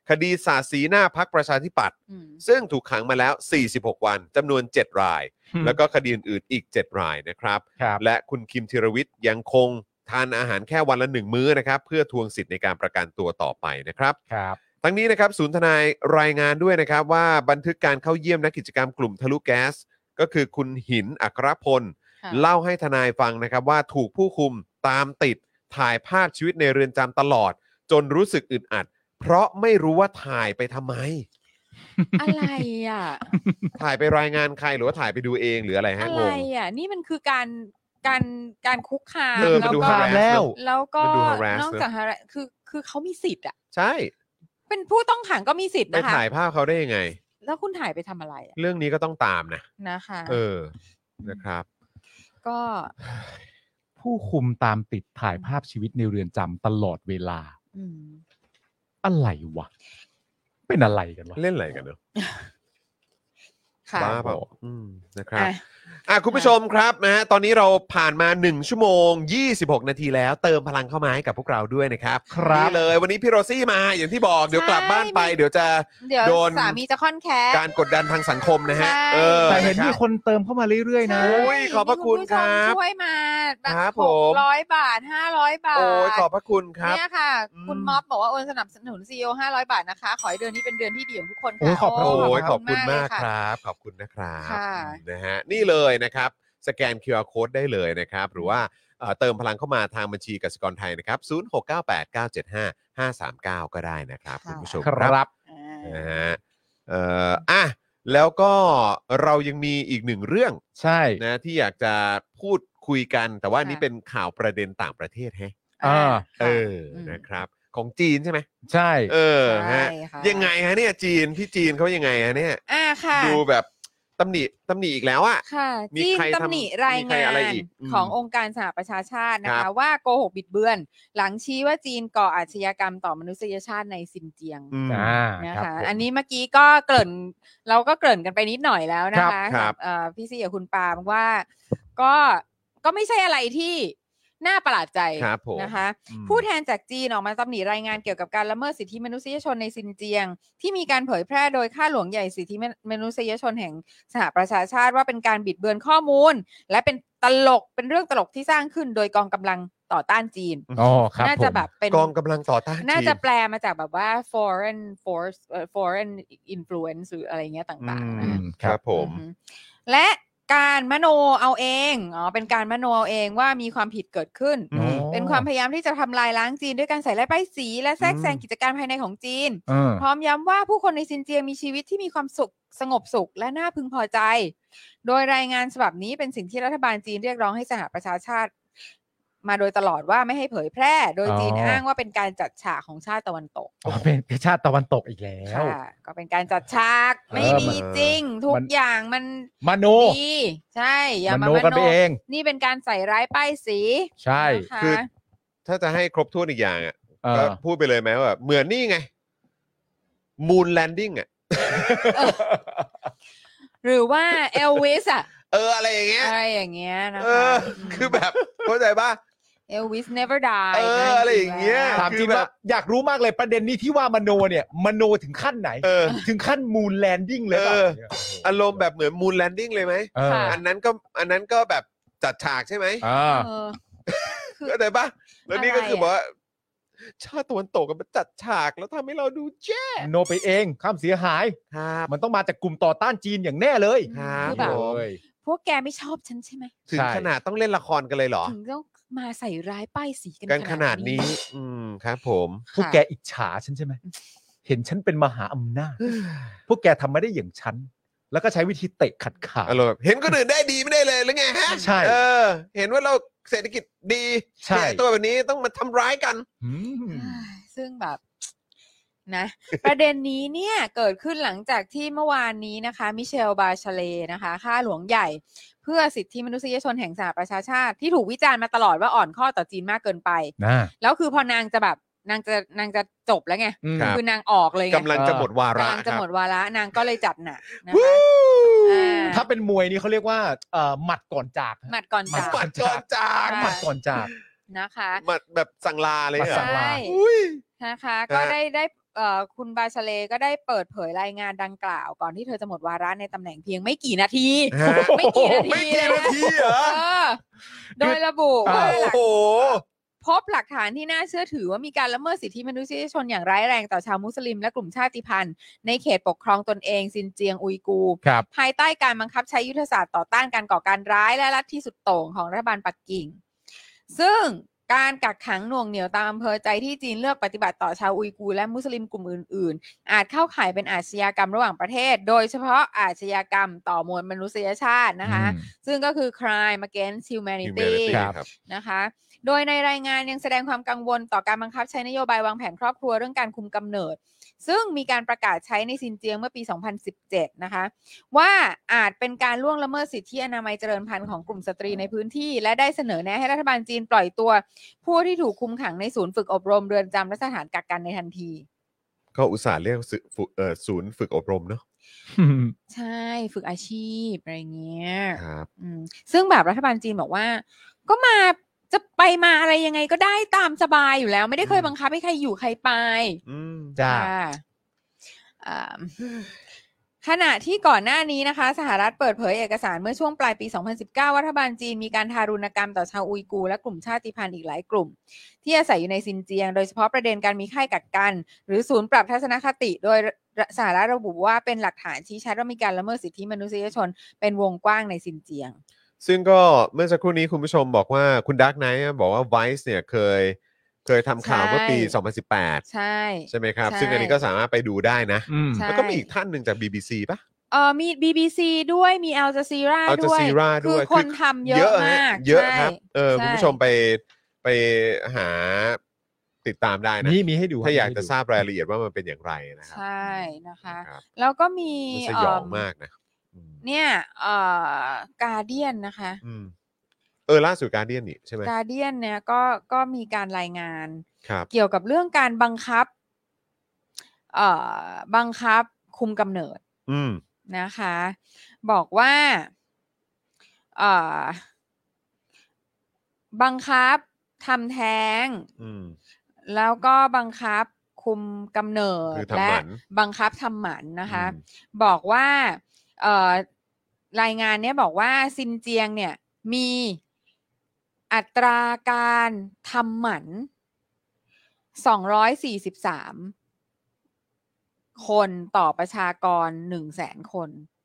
คดีสาดสีหน้าพรรคประชาธิปัตย์ซึ่งถูกขังมาแล้วสี่สิบหกวันจำนวนเจ็ดรายแล้วก็คดีอื่นๆอีกเจ็ดรายนะครับและคุณคิมธีรวิทย์ยังคงทานอาหารแค่วันละหนึ่งมื้อนะครับเพื่อทวงสิทธิ์ในการประกันตัวต่อไปนะครับครับทั้งนี้นะครับศูนย์ทนายรายงานด้วยนะครับว่าบันทึกการเข้าเยี่ยมนักกิจกรรมกลุ่มทะลุแก๊สก็คือคุณหินอัครพลเล่าให้ทนายฟังนะครับว่าถูกผู้คุมตามติดถ่ายภาพชีวิตในเรือนจำตลอดจนรู้สึกอึดอัดเพราะไม่รู้ว่าถ่ายไปทำไมอะไรอ่ะถ่ายไปรายงานใครหรือว่าถ่ายไปดูเองหรืออะไรฮะอะไรอ่ะนี่มันคือการการการคุกคามแล้วก็แล้วแล้วก็นอกจากคือคือเขามีสิทธิ์อ่ะใช่เป็นผู้ต้องขังก็มีสิทธิ์นะคะไปถ่ายภาพเขาได้ยังไงแล้วคุณถ่ายไปทำอะไรเรื่องนี้ก็ต้องตามนะนะคะเออนะครับก็ผู้คุมตามติดถ่ายภาพชีวิตในเรือนจำตลอดเวลาอะไรวะเป็นอะไรกันวะเล่นอะไรกันเนอะบ้าเปล่านะครับอ่ะคุณผู้ชมครับนะฮะตอนนี้เราผ่านมาหนึ่งชั่วโมงยี่สิบหกนาทีแล้วเติมพลังเข้ามาให้กับพวกเราด้วยนะครับนี่เลยวันนี้พี่โรซี่มาอย่างที่บอกเดี๋ยวกลับบ้านไปเดี๋ยวจะโดนสามีจะค่อนแค้การกดดันทางสังคมนะฮะเออแต่เห็นมีคนเติมเข้ามาเรื่อยๆนะโอ้ยขอบพระคุณครับช่วยมาครับผมร้อยบาทห้าร้อยบาทโอ้ยขอบพระคุณครับเนี่ยค่ะคุณม็อบบอกว่าโอนสนับสนุน ซี อี โอ ห้าร้อยบาทนะคะขอให้เดือนนี้เป็นเดือนที่ดีของทุกคนค่ะขอบคุณขอบคุณมากครับขอบคุณนะครับนะฮะนี่เลยนะครับสแกน คิว อาร์ Code ได้เลยนะครับหรือว่าเติมพลังเข้ามาทางบัญชีกสิกรไทยนะครับศูนย์ หก เก้า แปด เก้า เจ็ด ห้า ห้า สาม เก้าก็ได้นะครับคุณผู้ชมครับนะฮะเอ่ออ่ะแล้วก็เรายังมีอีกหนึ่งเรื่องใช่นะที่อยากจะพูดคุยกันแต่ว่านี่เป็นข่าวประเด็นต่างประเทศแฮะเออนะครับของจีนใช่ไหมใช่เออฮะยังไงฮะเนี่ยจีนที่จีนเขายังไงฮะเนี่ยอ่าค่ะดูแบบตำหนิตำหนิอีกแล้วอ่ะค่ะจีนตำหนิรายงานขององค์การสหประชาชาตินะคะว่าโกหกบิดเบือนหลังชี้ว่าจีนก่ออาชญากรรมต่อมนุษยชาติในซินเจียงนะคะอันนี้เมื่อกี้ก็เกริ่นเราก็เกริ่นกันไปนิดหน่อยแล้วนะคะพี่ซีกับคุณปาล์มว่าก็ก็ไม่ใช่อะไรที่น่าประหลาดใจนะคะผู้แทนจากจีนออกมาตำหนิรายงานเกี่ยวกับการละเมิดสิทธิมนุษยชนในซินเจียงที่มีการเผยแพร่โดยข้าหลวงใหญ่สิทธิมนุษยชนแห่งสหประชาชาติว่าเป็นการบิดเบือนข้อมูลและเป็นตลกเป็นเรื่องตลกที่สร้างขึ้นโดยกองกำลังต่อต้านจีนอ๋อครับน่าจะแบบเป็นกองกำลังต่อต้านจีนน่าจะแปลมาจากแบบว่า foreign force foreign influence หรืออะไรเงี้ยต่างๆครับผมและการมโนเอาเองอ๋อเป็นการมโนเอาเองว่ามีความผิดเกิดขึ้นเป็นความพยายามที่จะทำลายล้างจีนด้วยการใส่ร้ายป้ายสีและแทรกแซงกิจการภายในของจีนพร้อมย้ำว่าผู้คนในซินเจียงมีชีวิตที่มีความสุขสงบสุขและน่าพึงพอใจโดยรายงานฉบับนี้เป็นสิ่งที่รัฐบาลจีนเรียกร้องให้สหประชาชาติมาโดยตลอดว่าไม่ให้เผยแพร่โดยจีนอ้างว่าเป็นการจัดฉากของชาติตะวันตกอ๋อเป็นชาติตะวันตกอีกแล้วก็เป็นการจัดฉากไม่มีจริงทุกอย่างมันมโนดีใช่อย่ามามโนเองนี่เป็นการใส่ร้ายป้ายสีใช่คือถ้าจะให้ครบถ้วนอีกอย่างอ่ะก็พูดไปเลยไหมว่าเหมือนนี่ไงมูนแลนดิ้งอ่ะหรือว่าเอลวิสอ่ะเอออะไรอย่างเงี้ยอะไรอย่างเงี้ยนะคะคือแบบเข้าใจป่ะเอลวิส never die เอออะไรอย่างเงี้ยถามจริงว่าอยากรู้มากเลยประเด็นนี้ที่ว่ามโนเนี่ยมโนถึงขั้นไหนถึงขั้นมูนแลนดิ้งเลยป่ะอารมณ์แบบเหมือนมูนแลนดิ้งเลยไหมอันนั้นก็อันนั้นก็แบบจัดฉากใช่ไหมเข้าใจป่ะแล้วนี่ก็คือบอกว่าชาติตะวันตกกันมาจัดฉากแล้วทำให้เราดูแย่โนไปเองข้ามเสียหายมันต้องมาจากกลุ่มต่อต้านจีนอย่างแน่เลยคือแบบพวกแกไม่ชอบฉันใช่ไหมถึงขนาดต้องเล่นละครกันเลยเหรอถึงต้องมาใส่ร้ายป้ายสีกันขนาดนี้อืมครับผมพวกแกอิจฉาฉันใช่ไหมเห็นฉันเป็นมหาอำนาจพวกแกทำไม่ได้อย่างฉันแล้วก็ใช้วิธีเตะขัดขาเห็นคนอื่นได้ดีไม่ได้เลยหรือไงฮะใช่เออเห็นว่าเราเศรษฐกิจดีใช่ตัวแบบนี้ต้องมาทำร้ายกันซึ่งแบบนะประเด็นนี้เนี่ยเกิดขึ้นหลังจากที่เมื่อวานนี้นะคะมิเชลบาชเลนะคะข้าหลวงใหญ่เพื่อสิทธิมนุษยชนแห่งสหประชาชาติที่ถูกวิจารณ์มาตลอดว่าอ่อนข้อต่อจีนมากเกินไปแล้วคือพอนางจะแบบนางจะนางจะจบแล้วไงคือนางออกเลยไงกำลังจะหมดวาระกำลังจะหมดวาระนางก็เลยจัดหนักนะคะถ้าเป็นมวยนี่เขาเรียกว่าเอ่อหมัดก่อนจากหมัดก่อนจากหมัดก่อนจากหมัดก่อนจากนะคะหมัดแบบสั่งลาเลยใช่นะคะก็ได้ได้เอ่อคุณบาชเลก็ได้เปิดเผยรายงานดังกล่าวก่อนที่เธอจะหมดวาระในตำแหน่งเพียงไม่กี่นาทีไม่กี่นาทีไม่กี่นาทีเหรอโดยระบุว่าโอ้โหพบหลักฐานที่น่าเชื่อถือว่ามีการละเมิดสิทธิมนุษยชนอย่างร้ายแรงต่อชาวมุสลิมและกลุ่มชาติพันธุ์ในเขตปกครองตนเองซินเจียงอุยกูร์ภายใต้การบังคับใช้ยุทธศาสตร์ต่อต้านการก่อการร้ายและลัทธิสุดโต่งของรัฐบาลปักกิ่งซึ่งการกักขังหน่วงเหนี่ยวตามอำเภอใจที่จีนเลือกปฏิบัติต่อชาวอุยกูร์และมุสลิมกลุ่มอื่นๆอาจเข้าข่ายเป็นอาชญากรรมระหว่างประเทศโดยเฉพาะอาชญากรรมต่อมวลมนุษยชาตินะคะซึ่งก็คือ crime against humanity นะคะโดยในรายงานยังแสดงความกังวลต่อการบังคับใช้นโยบายวางแผนครอบครัวเรื่องการคุมกำเนิดซึ่งมีการประกาศใช้ในซินเจียงเมื่อปี สองพันสิบเจ็ด นะคะว่าอาจเป็นการล่วงละเมิดสิทธิอนามัยเจริญพันธุ์ของกลุ่มสตรีในพื้นที่และได้เสนอแนะให้รัฐบาลจีนปล่อยตัวผู้ที่ถูกคุมขังในศูนย์ฝึกอบรมเรือนจำและสถานกักกันในทันทีก็อุตส่าห์เรียกศูนย์ฝึกอบรมเนาะใช่ฝึกอาชีพอะไรเงี้ยครับซึ่งแบบรัฐบาลจีนบอกว่าก็มาจะไปมาอะไรยังไงก็ได้ตามสบายอยู่แล้วไม่ได้เคยบังคับให้ใครอยู่ใครไปจ้าขณะที่ก่อนหน้านี้นะคะสหรัฐเปิดเผยเอกสารเมื่อช่วงปลายปีสองพันสิบเก้าว่ารัฐบาลจีนมีการทารุณกรรมต่อชาวอุยกูร์และกลุ่มชาติพันธุ์อีกหลายกลุ่มที่อาศัยอยู่ในซินเจียงโดยเฉพาะประเด็นการมีค่ายกักกันหรือศูนย์ปรับทัศนคติโดยสหรัฐระบุว่าเป็นหลักฐานชี้ชัดว่ามีการละเมิดสิทธิมนุษยชนเป็นวงกว้างในซินเจียงซึ่งก็เมื่อสักครู่นี้คุณผู้ชมบอกว่าคุณดาร์กไนท์บอกว่า Vice เนี่ยเคยเคยทำข่าวเมื่อปีสองพันสิบแปดใช่ใช่ไหมครับซึ่งอันนี้ก็สามารถไปดูได้นะแล้วก็มีอีกท่านหนึ่งจาก บี บี ซี ป่ะเออมี บี บี ซี ด้วยมี Al Jazeera ด้วยคือคนทำเยอะมากเยอะครับเออคุณผู้ชมไปไปหาติดตามได้นะนี่มีให้ดูถ้าอยากจะทราบรายละเอียดว่ามันเป็นอย่างไรนะครับใช่นะคะแล้วก็มีสยองมากนะเนี่ยเอ่อ Guardian นะคะเออล่าสุด Guardian นี่ใช่ไหม Guardian เนี่ยก็ก็มีการรายงานเกี่ยวกับเรื่องการบังคับเอ่อบังคับคุมกำเนิดนะคะบอกว่าเอ่อบังคับทำแท้งแล้วก็บังคับคุมกำเนิดและบังคับทำหมันนะคะบอกว่าเอ่อรายงานเนี้ยบอกว่าซินเจียงเนี่ยมีอัตราการทำหมันสองร้อยสี่สิบสามคนต่อประชากร หนึ่งแสน คน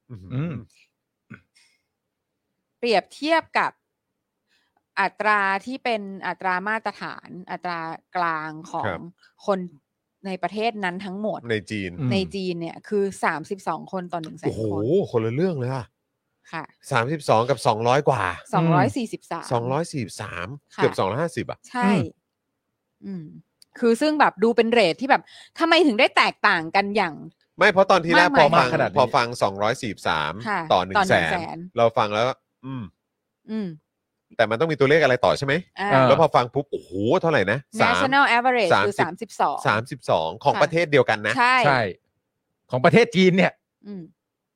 เปรียบเทียบกับอัตราที่เป็นอัตรามาตรฐานอัตรากลางของคนในประเทศนั้นทั้งหมดในจีนในจีนเนี่ยคือสามสิบสองคนต่อ หนึ่งแสน คนโอ้โหคนละเรื่องเลยอะค่ะสามสิบสองกับสองร้อยกว่าสองร้อยสี่สิบสามสองร้อยสี่สิบสามเกือบสองร้อยห้าสิบอ่ะใช่อืมคือซึ่งแบบดูเป็นเรทที่แบบทำไมถึงได้แตกต่างกันอย่างไม่เพราะตอนที่แรกพอฟังพอฟังสองร้อยสี่สิบสามต่อ หนึ่งแสน เราฟังแล้วอืมอืมแต่มันต้องมีตัวเลขอะไรต่อใช่ไหมแล้วพอฟังปุ๊บโอ้โหเท่าไหร่นะ national average คือสามสิบสองสามสิบสองของประเทศเดียวกันนะใช่ใช่ของประเทศจีนเนี่ยอืม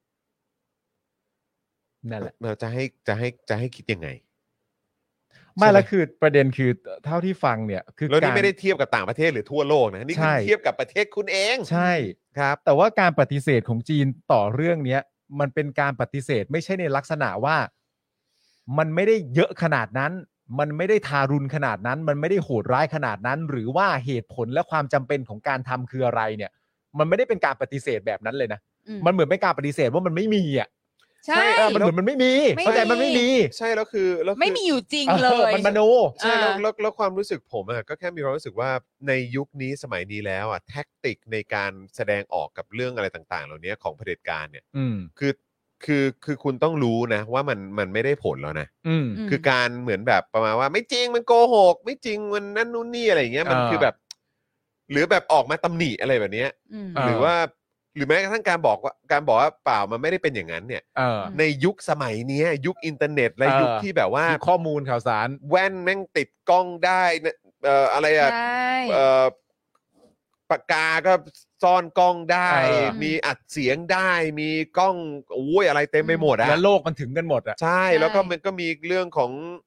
นั่นแหละเราจะให้จะให้จะให้คิดยังไงไม่แล้วคือประเด็นคือเท่าที่ฟังเนี่ยคือแล้วนี่ไม่ได้เทียบกับต่างประเทศหรือทั่วโลกนะนี่คือเทียบกับประเทศคุณเองใช่ครับแต่ว่าการปฏิเสธของจีนต่อเรื่องเนี้ยมันเป็นการปฏิเสธไม่ใช่ในลักษณะว่ามันไม่ได้เยอะขนาดนั้นมันไม่ได้ทารุณขนาดนั้นมันไม่ได้โหดร้ายขนาดนั้นหรือว่าเหตุผลและความจำเป็นของการทำคืออะไรเนี่ยมันไม่ได้เป็นการปฏิเสธแบบนั้นเลยนะมันเหมือนเป็นการปฏิเสธว่ามันไม่มีอ่ะใช่มันเหมือนมันไม่มีเข้าใจมันไม่มีใช่แล้วคือแล้วไม่มีอยู่จริงเลยมันมโนใช่แล้วแล้วแล้วความรู้สึกผมอ่ะก็แค่มีความรู้สึกว่าในยุคนี้สมัยนี้แล้วอ่ะแท็กติกในการแสดงออกกับเรื่องอะไรต่างๆเหล่านี้ของเผด็จการเนี่ยคือคือคือคุณต้องรู้นะว่ามันมันไม่ได้ผลแล้วนะคือการเหมือนแบบประมาณว่าไม่จริงมันโกหกไม่จริงมันนั่นนู่นนี่อะไรอย่างเงี้ยมันคือแบบหรือแบบออกมาตำหนิอะไรแบบนี้หรือว่าหรือแม้กระทั่งการบอกว่าการบอกว่าเปล่ามันไม่ได้เป็นอย่างนั้นเนี่ยในยุคสมัยนี้ยุคอินเทอร์เน็ตและยุคที่แบบว่าข้อมูลข่าวสารแว่นแม่งติดกล้องได้เอ่ออะไรอ่ะเอ่อปากกาก็ซ่อนกล้องได้มีอัดเสียงได้มีกล้องโอ้ยอะไรเต็มไปหมดอะแล้วโลกมันถึงกันหมดอะใช่แล้วก็มันก็มีเรื่องของ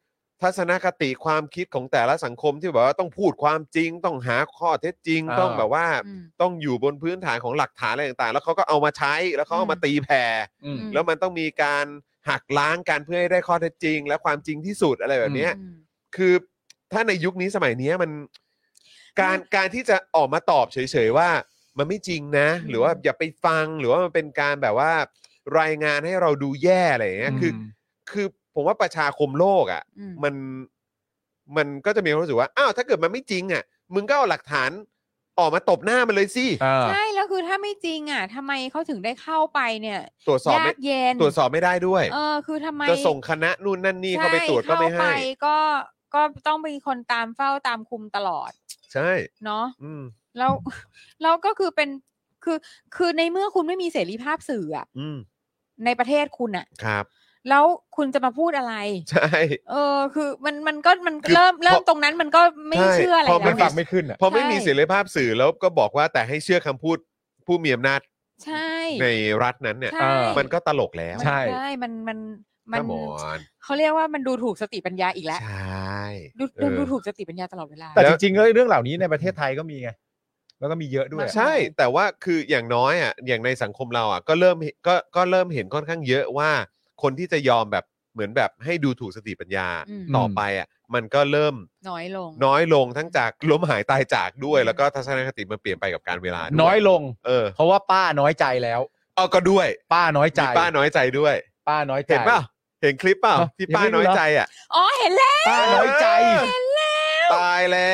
ทัศนคติความคิดของแต่ละสังคมที่แบบว่าต้องพูดความจริงต้องหาข้อเท็จจริงเออต้องแบบว่าอืมต้องอยู่บนพื้นฐานของหลักฐานอะไรต่างๆ แล้วเขาก็เอามาใช้แล้วเขาเอามาอืมตีแผ่อืมแล้วมันต้องมีการหักล้างกันเพื่อให้ได้ข้อเท็จจริง และความจริงที่สุดอะไรแบบเนี้ยอืมคือถ้าในยุคนี้สมัยนี้มันการการที่จะออกมาตอบเฉยๆว่ามันไม่จริงนะอืมหรือว่าอย่าไปฟังหรือว่ามันเป็นการแบบว่ารายงานให้เราดูแย่อะไรอย่างเงี้ยคือ คือผมว่าประชาคมโลกอ่ะอืมมันมันก็จะมีความรู้สึกว่าอ้าวถ้าเกิดมันไม่จริงอ่ะมึงก็เอาหลักฐานออกมาตบหน้ามันเลยสิเออใช่แล้วคือถ้าไม่จริงอ่ะทำไมเขาถึงได้เข้าไปเนี่ยตรวจสอบยาไม่กเย็นตรวจสอบไม่ได้ด้วยเออคือทำไมจะส่งคณะนู่นนั่นนี่เข้าไปตรวจก็ไม่เข้าไปให้ก็ก็ต้องมีคนตามเฝ้าตามคุมตลอดใช่เนาะอืมแล้วแล้วก็คือเป็นคือคือในเมื่อคุณไม่มีเสรีภาพสื่ออะอืมในประเทศคุณอะครับแล้วคุณจะมาพูดอะไรใช่เออ คือมันมันก็มันคือเริ่มเริ่พมอตรงนั้นมันก็ไม่ใช่เชื่ออะไรพอแล้ไม่วฟังไม่ขึ้นอ่ะพอไม่มีใช่เสรีภาพสื่อแล้วก็บอกว่าแต่ให้เชื่อคำพูดผู้มีอำนาจใช่ในรัฐนั้นเนี่ยใช่มันก็ตลกแล้วใช่ใช่มันมันมัน Come on เขาเรียกว่ามันดูถูกสติปัญญาอีกแล้วใช่ดูเออดูถูกสติปัญญาตลอดเวลาแต่แล้จวริงๆแล้วเรื่องเหล่านี้ในประเทศไทยก็มีไง แล้วก็มีเยอะด้วยใช่แต่ว่าคืออย่างน้อยอ่ะอย่างในสังคมเราอ่ะก็เริ่มก็ก็เริ่มเห็นค่อนข้างเยอะว่าคนที่จะยอมแบบเหมือนแบบให้ดูถูกสติปัญญาอืมต่อไปอ่ะมันก็เริ่มน้อยลงน้อยลงทั้งจากล้มหายตายจากด้วยอืมแล้วก็ทัศนคติมันเปลี่ยนไปกับการเวลาด้วยน้อยลงเออเพราะว่าป้าน้อยใจแล้วเอาก็ด้วยป้าน้อยใจมีป้าน้อยใจด้วยป้าน้อยใจเห็นเปล่าเห็นคลิปเปล่าฮะที่ยังป้าไม่รู้น้อยเหรอใจอ่ะอ๋อเห็นแล้วป้าน้อยใจตายแล้ว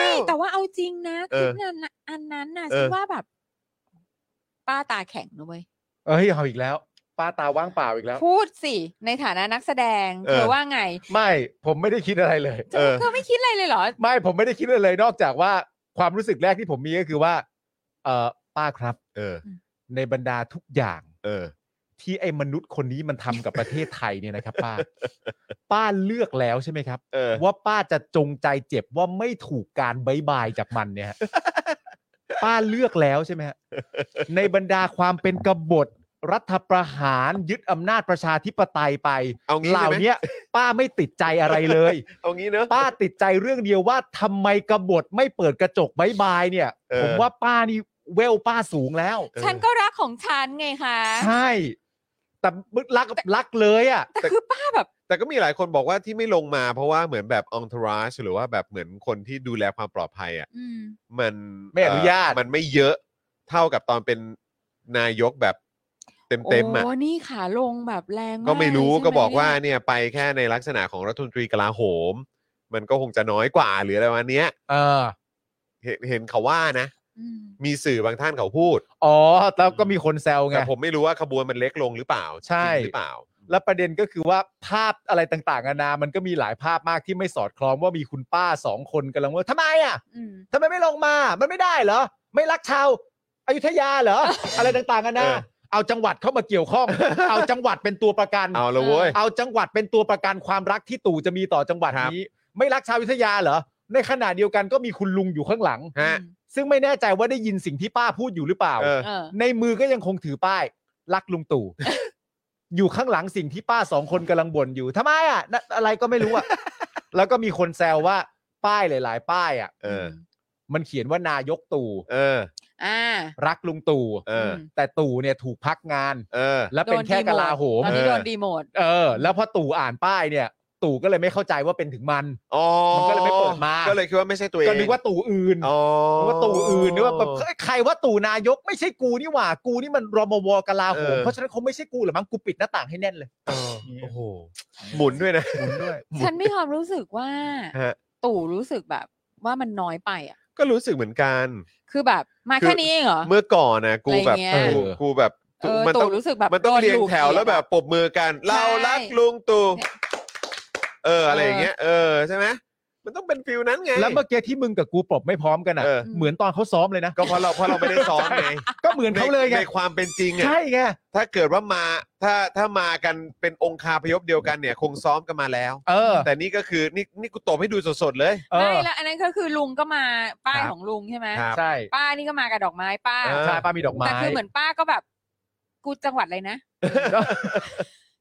แต่ว่าเอาจริงนะเอคลิอปนั้นน่ะอันนั้นน่ะเออฉันว่าแบบ ป้าตาแข็งนะเว้ยเอ้ยเอาอีกแล้ว ป้าตาว่างเปล่าอีกแล้วพูดสิในฐานะนักแสดงเออเธอว่าไงไม่ผมไม่ได้คิดอะไรเลยเธอเธอไม่คิดอะไรเลยเหรอไม่ผมไม่ได้คิดอะไรเลย นอกจากว่าความรู้สึกแรกที่ผมมีก็คือว่า เออป้าครับเออในบรรดาทุกอย่างเออที่ไอ้มนุษย์คนนี้มันทำกับประเทศไทยเนี่ยนะครับ ป้า ป้าเลือกแล้วใช่ไหมครับเออว่าป้าจะจงใจเจ็บว่าไม่ถูกการบายบายจากมันเนี่ยฮะ ป้าเลือกแล้วใช่ไหมฮะ ในบรรดาความเป็นกบฏรัฐประหารยึดอำนาจประชาธิปไตยไปเอางี้เหล่าได้ไหมนี้ป้าไม่ติดใจอะไรเลยเอางี้เนอะป้าติดใจเรื่องเดียวว่าทำไมกบฏไม่เปิดกระจกบายบายเนี่ยเออผมว่าป้านี่เวลป้าสูงแล้วฉันก็รักของฉันไงคะใช่ แต่รักรักเลยอ่ะแต่คือป้าแบบแต่ก็มีหลายคนบอกว่าที่ไม่ลงมาเพราะว่าเหมือนแบบ entourage หรือว่าแบบเหมือนคนที่ดูแลความปลอดภัยอ่ะอืมมันไม่อนุญาตเมันไม่เยอะเท่ากับตอนเป็นนายกแบบเต็มๆอ่ะโอ้นี่ขาลงแบบแรงากก็ไม่รู้ใช่หก็บอกว่าเนี่ยเนี่ยไปแค่ในลักษณะของรัฐมนตรีกลาโหม มันก็คงจะน้อยกว่าหรืออะไรประมาณเนี้ยเออเห็นเห็นเขาว่านะอืมมีสื่อบางท่านเขาพูดอ๋อแล้วก็มีคนแซวไงแต่ผมไม่รู้ว่าขบวนมันเล็กลงหรือเปล่าใช่จริงหรือเปล่าแล้วประเด็นก็คือว่าภาพอะไรต่างๆนานามันก็มีหลายภาพมากที่ไม่สอดคล้องว่ามีคุณป้าสองคนกำลังว่าทำไมอ่ะอืมทำไมไม่ลงมา มันไม่ได้เหรอ ไม่รักชาวอยุธยาเหรอ อะไรต่างๆกันานะเออเอาจังหวัดเข้ามาเกี่ยวข้อง เอาจังหวัดเป็นตัวประกันเอาละเว้ยเอาจังหวัดเป็นตัวประกันความรักที่ตู่จะมีต่อจังหวัดครับนี้ ไม่รักชาวอยุธยาเหรอ ในขณะเดียวกันก็มีคุณลุงอยู่ข้างหลังฮะซึ่งไม่แน่ใจว่าได้ยินสิ่งที่ป้าพูดอยู่หรือเปล่าเออเออในมือก็ยังคงถือป้ายรักลุงตู่ อยู่ข้างหลังสิ่งที่ป้าสองคนกำลังบ่นอยู่ทำไมอ่ะนั่นอะไรก็ไม่รู้อ่ะ แล้วก็มีคนแซวว่าป้ายหลาย ๆ ป้ายอ่ะเออมันเขียนว่านายกตู่เอออ่ารักลุงตู่เออแต่ตู่เนี่ยถูกพักงานเออและเป็นแค่กลาโหมตอนนี้เออโดนดีโมดเออ แล้วพอตู่อ่านป้ายเนี่ย ตู่ก็เลยไม่เข้าใจว่าเป็นถึงมันอ๋อมันก็เลยไม่เปิดมาก็เลยคิดว่าไม่ใช่ตัวเองก็นึกว่าตู่อื่นอ๋อนึกว่าตู่อื่นนึกว่าแบบเฮ้ยใครว่าตู่นายกไม่ใช่กูนี่หว่า กูนี่มันรมวกลาโหมเออเพราะฉะนั้นคงไม่ใช่กูหรอกมั้งกูปิดหน้าต่างให้แน่นเลยเออโอ้โห หมุนด้วยนะหมุนด้วยฉันมีความรู้สึกว่าฮะตู่รู้สึกแบบว่ามันน้อยไปอ่ะก็รู้สึกเหมือนกันคือแบบมาคือแค่นี้เองเหรอเมื่อก่อนนะกูแบบอะไรเงี้ยกูกูแบบเออมันต้องตู่รู้สึกแบบมันต้องโดนเรียงลูกแถวเหยียบแล้วแบบปรบมือกัน เรารักลุงตู่เนี่ยเอออะไรอย่างเงี้ยเออใช่ไหมมันต้องเป็นฟิลนั้นไงแล้วเมื่อกี้ที่มึงกับกูปรบไม่พร้อมกันอ่ะเออเหมือนตอนเขาซ้อมเลยนะก็เพราะเราเพราะเราไม่ได้ซ้อมไงก็เหมือนเขาเลยไงในความเป็นจริงอ่ะใช่ไงถ้าเกิดว่ามาถ้าถ้ามากันเป็นองคาพยพเดียวกันเนี่ย คงซ้อมกันมาแล้วเออแต่นี่ก็คือนี่นี่กูตบให้ดูสดๆเลยเอไม่อแล้วอันนั้นก็คือลุงก็มาป้ายครับของลุงใช่ไหมครับใช่ป้านี่ก็มากับดอกไม้ป้าเออใช่ป้ามีดอกไม้แต่คือเหมือนป้าก็แบบ กูจังหวัดอะไรนะ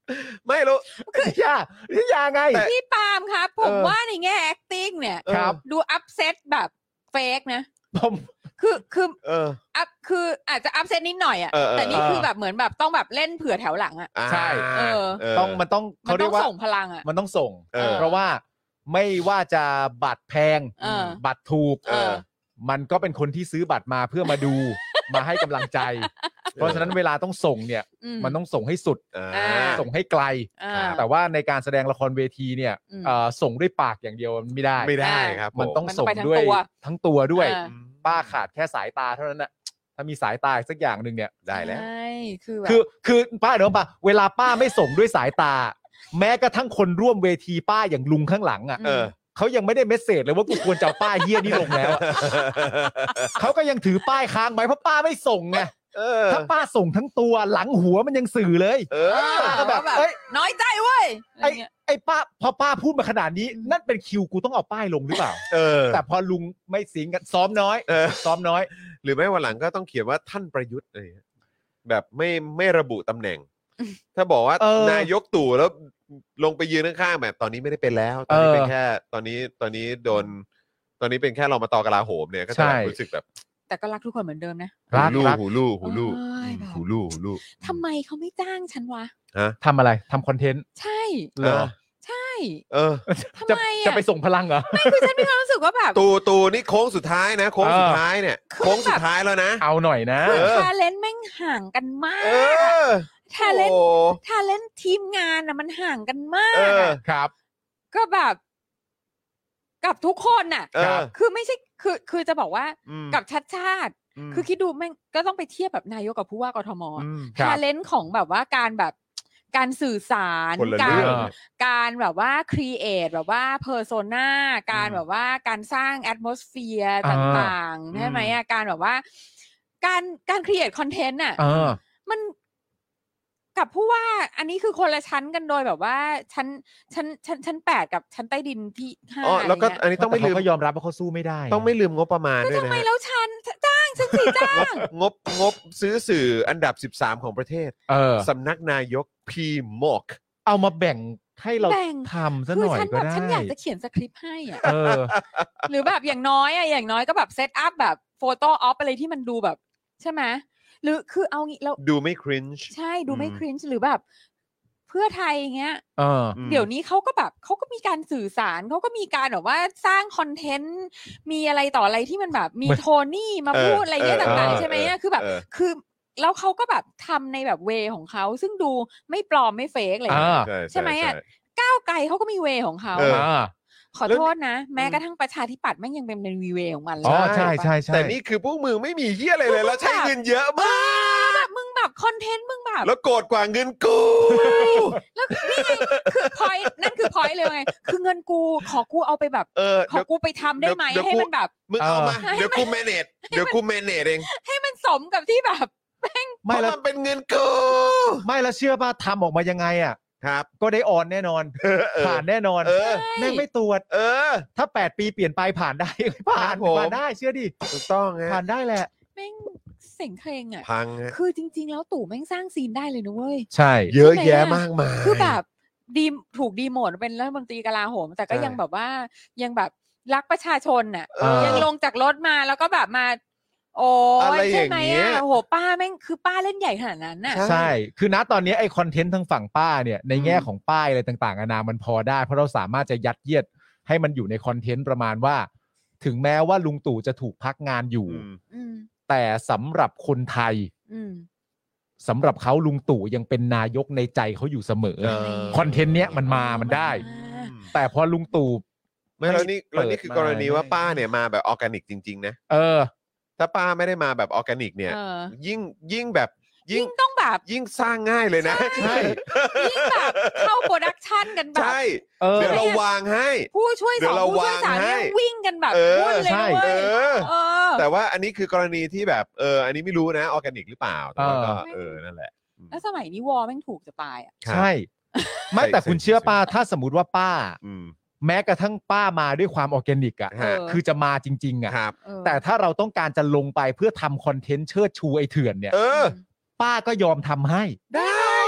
ไม่รู้นิตยานิตยาไงพี่ปาล์มครับผมว่าในแง่ acting เนี่ยดูอัพเซตแบบเฟกนะผมคือคือเอออัพคืออาจจะอัพเซตนิดหน่อยอ่ะแต่นี่คือแบบเหมือนแบบต้องแบบเล่นเผื่อแถวหลังอ่ะใช่เออต้องมันต้องเขาเรียกว่าส่งพลังอ่ะมันต้องส่งเพราะว่าไม่ว่าจะบัตรแพงบัตรถูกมันก็เป็นคนที่ซื้อบัตรมาเพื่อมาดูมาให้กำลังใจเพราะฉะนั้นเวลาต้องส่งเนี่ยมันต้องส่งให้สุดส่งให้ไกลแต่ว่าในการแสดงละครเวทีเนี่ยส่งด้วยปากอย่างเดียวไม่ได้ไม่ได้ครับมันต้องส่งด้วยทั้งตัวด้วยป้าขาดแค่สายตาเท่านั้นน่ะถ้ามีสายตาสักอย่างนึงเนี่ยได้แล้วคือคือคือป้าเดี๋ยวป้าเวลาป้าไม่ส่งด้วยสายตาแม้กระทั่งคนร่วมเวทีป้าอย่างลุงข้างหลังอ่ะเขายังไม่ได้เมสเสจเลยว่ากูควรจะป้ายเฮี้ยนี่ลงแล้วเขาก็ยังถือป้ายค้างไว้เพราะป้าไม่ส่งไงถ้าป้าส่งทั้งตัวหลังหัวมันยังสื่อเลยก็แบบเอ้ยน้อยใจเว้ยไอ้ไอ้ป้าพอป้าพูดมาขนาดนี้นั่นเป็นคิวกูต้องเอาป้ายลงหรือเปล่าแต่พอลุงไม่สิงกันซ้อมน้อยซ้อมน้อยหรือไม่วันหลังก็ต้องเขียนว่าท่านประยุทธ์อะไรแบบไม่ไม่ระบุตำแหน่งถ้าบอกว่านายกตู่แล้วลงไปยืนข้างๆแบบตอนนี้ไม่ได้เป็นแล้วตอนนี้เป็นแค่ตอนนี้ตอนนี้โดนตอนนี้เป็นแค่รมต.กลาโหมเนี่ยก็จะรู้สึกแบบแต่ก็รักทุกคนเหมือนเดิมนะรักหูลู่หูลู่หูลู่หูลู่ทำไมเขาไม่จ้างฉันวะฮะทำอะไรทำคอนเทนต์ใช่เหรอใช่เออทำไมจะไปส่งพลังเหรอไม่คือฉันมีความรู้สึกว่าแบบตูตูนี่โค้งสุดท้ายนะโค้งสุดท้ายเนี่ยโค้งสุดท้ายแล้วนะเอาหน่อยนะทาเลนต์แม่งห่างกันมากทาเลนต์ทาเลนต์ทีมงานน่ะมันห่างกันมากครับก็แบบกับทุกคนน่ะคือไม่ใช่คือคือจะบอกว่ากับชัดชาติคือคิดดูแม่งก็ต้องไปเทียบแบบนายกกับผู้ว่ากทมทาเลนต์ของแบบว่าการแบบการสื่อสารการการแบบว่าครีเอทแบบว่าเพอร์โซนาการแบบว่าการสร้างแอทมอสเฟียร์ต่างๆใช่ไหมอ่ะการแบบว่าการการครีเอทคอนเทนต์อ่ะมันกับผู้ว่าอันนี้คือคนละชั้นกันโดยแบบว่าชั้นชั้นชั้นชั้นแปดกับชั้นใต้ดินที่ห้าอ๋อแล้วก็อันนี้ต้องไม่ลืมก็ยอมรับว่าเขาสู้ไม่ได้ต้องไม่ลืมงบประมาณด้วยนะก็ทำไมแล้วชั้นจ้างฉันสิจ้างงบงบซื้อสื่ออันดับสิบสามของประเทศสำนักนายกพีมอกเอามาแบ่งให้เราทำซะหน่อยก็ได้ฉันอยากจะเขียนสคริปต์ให้อ่ะหรือแบบอย่างน้อยอ่ะอย่างน้อยก็แบบเซตอัพแบบโฟโต้ออฟอะไรที่มันดูแบบใช่ไหมหรือคือเอางี้เราดูไม่ครินช์ใช่ดูไม่ครินช์หรือแบบเพื่อไทยอย่างเงี้ยเดี๋ยวนี้เขาก็แบบเขาก็มีการสื่อสารเขาก็มีการแบบว่าสร้างคอนเทนต์มีอะไรต่ออะไรที่มันแบบมีโทนี่มาพูดอะไรเงี้ยต่างๆใช่ไหมคือแบบคือแล้วเขาก็แบบทำในแบบเวของเขาซึ่งดูไม่ปลอมไม่เฟกเลยใช่ไหมอ่ะก้าวไกลเขาก็มีเวของเขาขอโทษนะแม้กระทั่งประชาธิปัตย์แม่งยังเป็นในวีเวของมันเลยอ๋อใช่ใช่ใช่แต่นี่คือพวกมึงไม่มีเหี้ยอะไรเลยแล้วใช้เงินเยอะมากแบบมึงแบบคอนเทนต์มึงแบบแล้วโกรธกว่าเงินกูแล้วนี่ไงคือพอยนั่นคือพอยเลยไงคือเงินกูขอกูเอาไปแบบขอกูไปทำได้ไหมให้มันแบบมึงเอามาเดี๋ยวกูแมเนจเดี๋ยวกูแมเนจเองให้มันสมกับที่แบบแม่งไม่แล้วมันเป็นเงินกูไม่แล้วเชื่อป่ะทำออกมายังไงอ่ะครับก็ได้ออนแน่นอนผ่านแน่นอนแม่งไม่ตรวจเออถ้าแปดปีเปลี่ยนไปผ่านได้ผ่านผ่านได้เชื่อดิถูกต้องไงผ่านได้แหละแม่งเส็งเคร่งอ่ะพังคือจริงๆแล้วตู่แม่งสร้างซีนได้เลยนะเว้ยใช่เยอะแยะมากมายคือแบบดีถูกดีโหมดเป็นรัฐมนตรีกลาโหมแต่ก็ยังแบบว่ายังแบบรักประชาชนน่ะยังลงจากรถมาแล้วก็แบบมาโอ้ใช่ไหมอ่ะโอ้โหป้าแม่งคือป้าเล่นใหญ่ขนาดนั้นน่ะใช่คือณตอนนี้ไอคอนเทนต์ทางฝั่งป้าเนี่ยในแง่ของป้ายอะไรต่างๆนานามันพอได้เพราะเราสามารถจะยัดเยียดให้มันอยู่ในคอนเทนต์ประมาณว่าถึงแม้ว่าลุงตู่จะถูกพักงานอยู่แต่สำหรับคนไทยสำหรับเขาลุงตู่ยังเป็นนายกในใจเขาอยู่เสมอคอนเทนต์เนี้ยมันมามันได้แต่พอลุงตู่ไม่แล้วนี่แล้วนี่คือกรณีว่าป้าเนี่ยมาแบบออร์แกนิกจริงๆนะเออถ้าป้าไม่ได้มาแบบออร์แกนิกเนี่ยยิ่งยิ่งแบบยิ่งต้องแบบยิ่งสร้างง่ายเลยนะใช่ยิ่งแบบเข้าโปรดักชันกันแบบใช่เดี๋ยวเราวางให้ผู้ช่วยสองผู้ช่วยสามเนี่ยวิ่งกันแบบวุ่นเลยเว้ยแต่ว่าอันนี้คือกรณีที่แบบเอออันนี้ไม่รู้นะออร์แกนิกหรือเปล่าแต่ก็เออนั่นแหละแล้วสมัยนี้วอลแม่งถูกจะตายอ่ะใช่ไม่แต่คุณเชื่อป้าถ้าสมมติว่าป้าแม้กระทั่งป้ามาด้วยความออร์แกนิกอ่ะคือจะมาจริงๆอ่ะแต่ถ้าเราต้องการจะลงไปเพื่อทำคอนเทนต์เชิดชูไอ้เถื่อนเนี่ยป้าก็ยอมทำให้ได้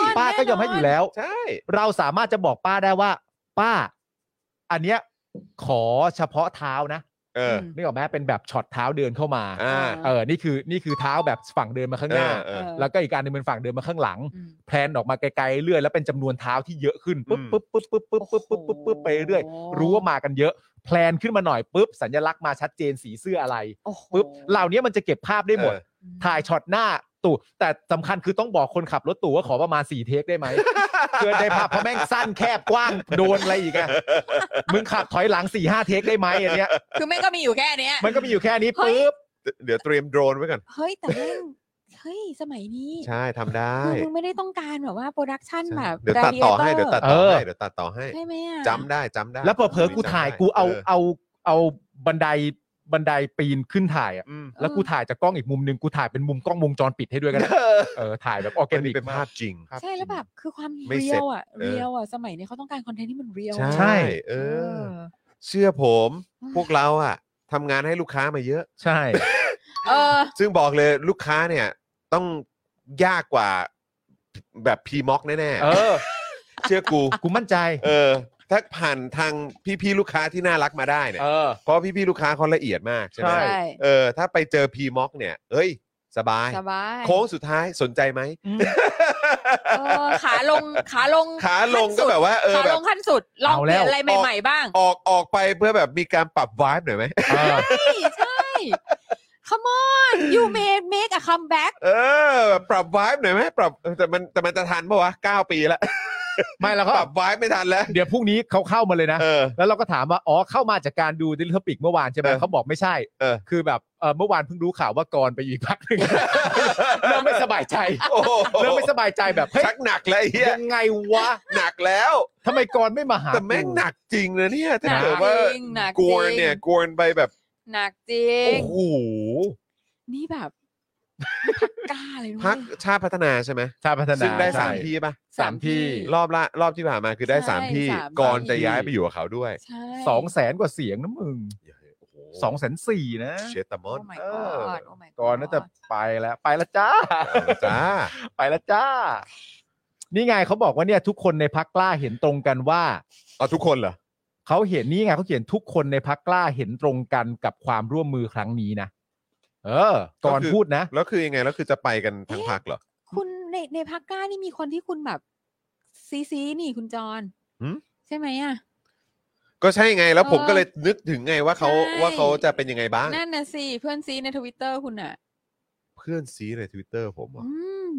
ป้าก็ยอมให้อยู่แล้วใช่เราสามารถจะบอกป้าได้ว่าป้าอันเนี้ยขอเฉพาะเท้านะเออนึกออกไหมเป็นแบบช็อตเท้าเดินเข้ามาอ่าเออนี่คือนี่คือเท้าแบบฝั่งเดินมาข้างหน้าเออแล้วก็อีกการนึงเป็นฝั่งเดินมาข้างหลังอืมแพลนออกมาไกลๆเรื่อยแล้วเป็นจำนวนเท้าที่เยอะขึ้นปุ๊บปุ๊บปุ๊บปุ๊บปุ๊บปุ๊บปุ๊บปุ๊บปุ๊บไปเรื่อยรู้ว่ามากันเยอะแพลนขึ้นมาหน่อยปุ๊บสัญลักษณ์มาชัดเจนสีเสื้ออะไรโอ้โหปุ๊บเหล่านี้มันจะเก็บภาพได้หมดเออถ่ายช็อตหน้าตู่แต่สำคัญคือต้องบอกคนขับรถตู่ว่าขอประมาณสี่เทคได้ไหม เพื่อได้ภาพเพราะแม่งสั้นแคบกว้างโดนอะไรอีกอะมึงขับถอยหลังสี่ห้าเทคได้ไหมอันเนี้ยคือแม่งก็มีอยู่แค่เนี้ยมันก็มีอยู่แค่นี้ปุ๊บเดี๋ยวเตรียมโดรนไว้ก่อนเฮ้ยแต่แม่งเฮ้ยสมัยนี้ใช่ทำได้คือมึงไม่ได้ต้องการแบบว่าโปรดักชันแบบเดี๋ยวตัดต่อให้เดี๋ยวตัดต่อให้เดี๋ยวตัดต่อให้ใช่ไหมอะจำได้จำได้แล้วเผลอๆกูถ่ายกูเอาเอาเอาบันไดบันไดปีนขึ้นถ่ายอ่ะอืมแล้วกูถ่ายจากกล้องอีกมุมนึงกูถ่ายเป็นมุมกล้องวงจรปิดให้ด้วยกันเออถ่ายแบบออร์แกอันนินี้กเป็นภาพจริงใช่แล้วแบบคือความไม่เรีเซ็ยตลอ่ะเออเรียลอ่ะสมัยนี้เขาต้องการคอนเทนต์ที่มันเรียลใช่ เออ เชื่อผมอืมพวกเราอะทำงานให้ลูกค้ามาเยอะใช่เออซึ่งบอกเลยลูกค้าเนี่ยต้องยากกว่าแบบพีม็อกแน่เออๆ เชื่อกูกูมั่นใจเออ ถ้าผ่านทางพี่ๆลูกค้าที่น่ารักมาได้เนี่ยเออเพราะพี่ๆลูกค้าเขาละเอียดมากใช่ไหมใช่ใช่เออ ถ้าไปเจอพีม็อกเนี่ย เอ้ย สบายสบายโค้งสุดท้ายสนใจไหมเออขาลงขาลงขาลงก็แบบว่าเออขาแบลบงขั้นสุดลองเอาเปแล้ลี่ยนวอะไรใหม่ ๆ บ้างออกออกไปเพื่อแบบมีการปรับวายหน่อยไหมเออใช่ใช่ come on you made make a comeback เออแบบปรับวายหน่อยไหมปรับแต่มันแต่มันจะทันปะวะเก้าปีแล้วไม่แล้วก็ปรับวายไม่ทันแล้วเดี๋ยวพรุ่งนี้เขาเข้ามาเลยนะเออแล้วเราก็ถามว่าอ๋อเข้ามาจากการดูดิลิทปิกเมื่อวานใช่ไหมเออเขาบอกไม่ใช่เออคือแบบเออเมื่อวานเพิ่งรู้ข่าวว่ากรไปอยู่อีกพักหนึ่ง เริ่มไม่สบายใจโอ้โหเริ่มไม่สบายใจแบบเฮ้ยชักหนักแล้วไอ้เฮียยังไงวะหนักแล้วทำไมกรไม่มาหาแต่แม่งหนักจริงนะเนี่ยถ้าหนักเกิดว่าจริงหนักกวนจริงเนี่ยกวนไปแบบหนักจริงโอ้โหนี่แบบพักกล้าเลยนะพักชาติพัฒนาใช่ไหมชาติพัฒนาซึ่งได้สามใช่ที่ป่ะสามที่รอบละรอบที่ผ่านมาคือได้สามใช่ที่สามก่อนที่จะย้ายไปอยู่กับเขาด้วยใช่สองแสนกว่าเสียงนะมึงโอ้โหสองแสนสี่นะเชตตามอโอ้น my เออ god โอ้ my god ก่อนน่าจะไปแล้วไปแล้วจ้าจ้าไปแล้วจ้า นี่ไงเขาบอกว่าเนี่ยทุกคนในพักกล้าเห็นตรงกันว่าเอาทุกคนเหรอเขาเห็นนี่ไงเขาเขียนทุกคนในพักกล้าเห็นตรงกันกับความร่วมมือครั้งนี้นะเออ ก่อนก็คือพูดนะแล้วคือยังไงแล้วคือจะไปกันทั้งพักเหรอคุณในในพักกล้านี่มีคนที่คุณแบบซีซีนี่คุณจรหืมใช่ไหมอ่ะก็ใช่ไงแล้วผมเออก็เลยนึกถึงไงว่าเขาใช่ว่าเขาจะเป็นยังไงบ้างนั่นน่ะสิเพื่อนซีในทวิตเตอร์คุณอ่ะเพื่อนซีใน Twitter ผมเหรออืม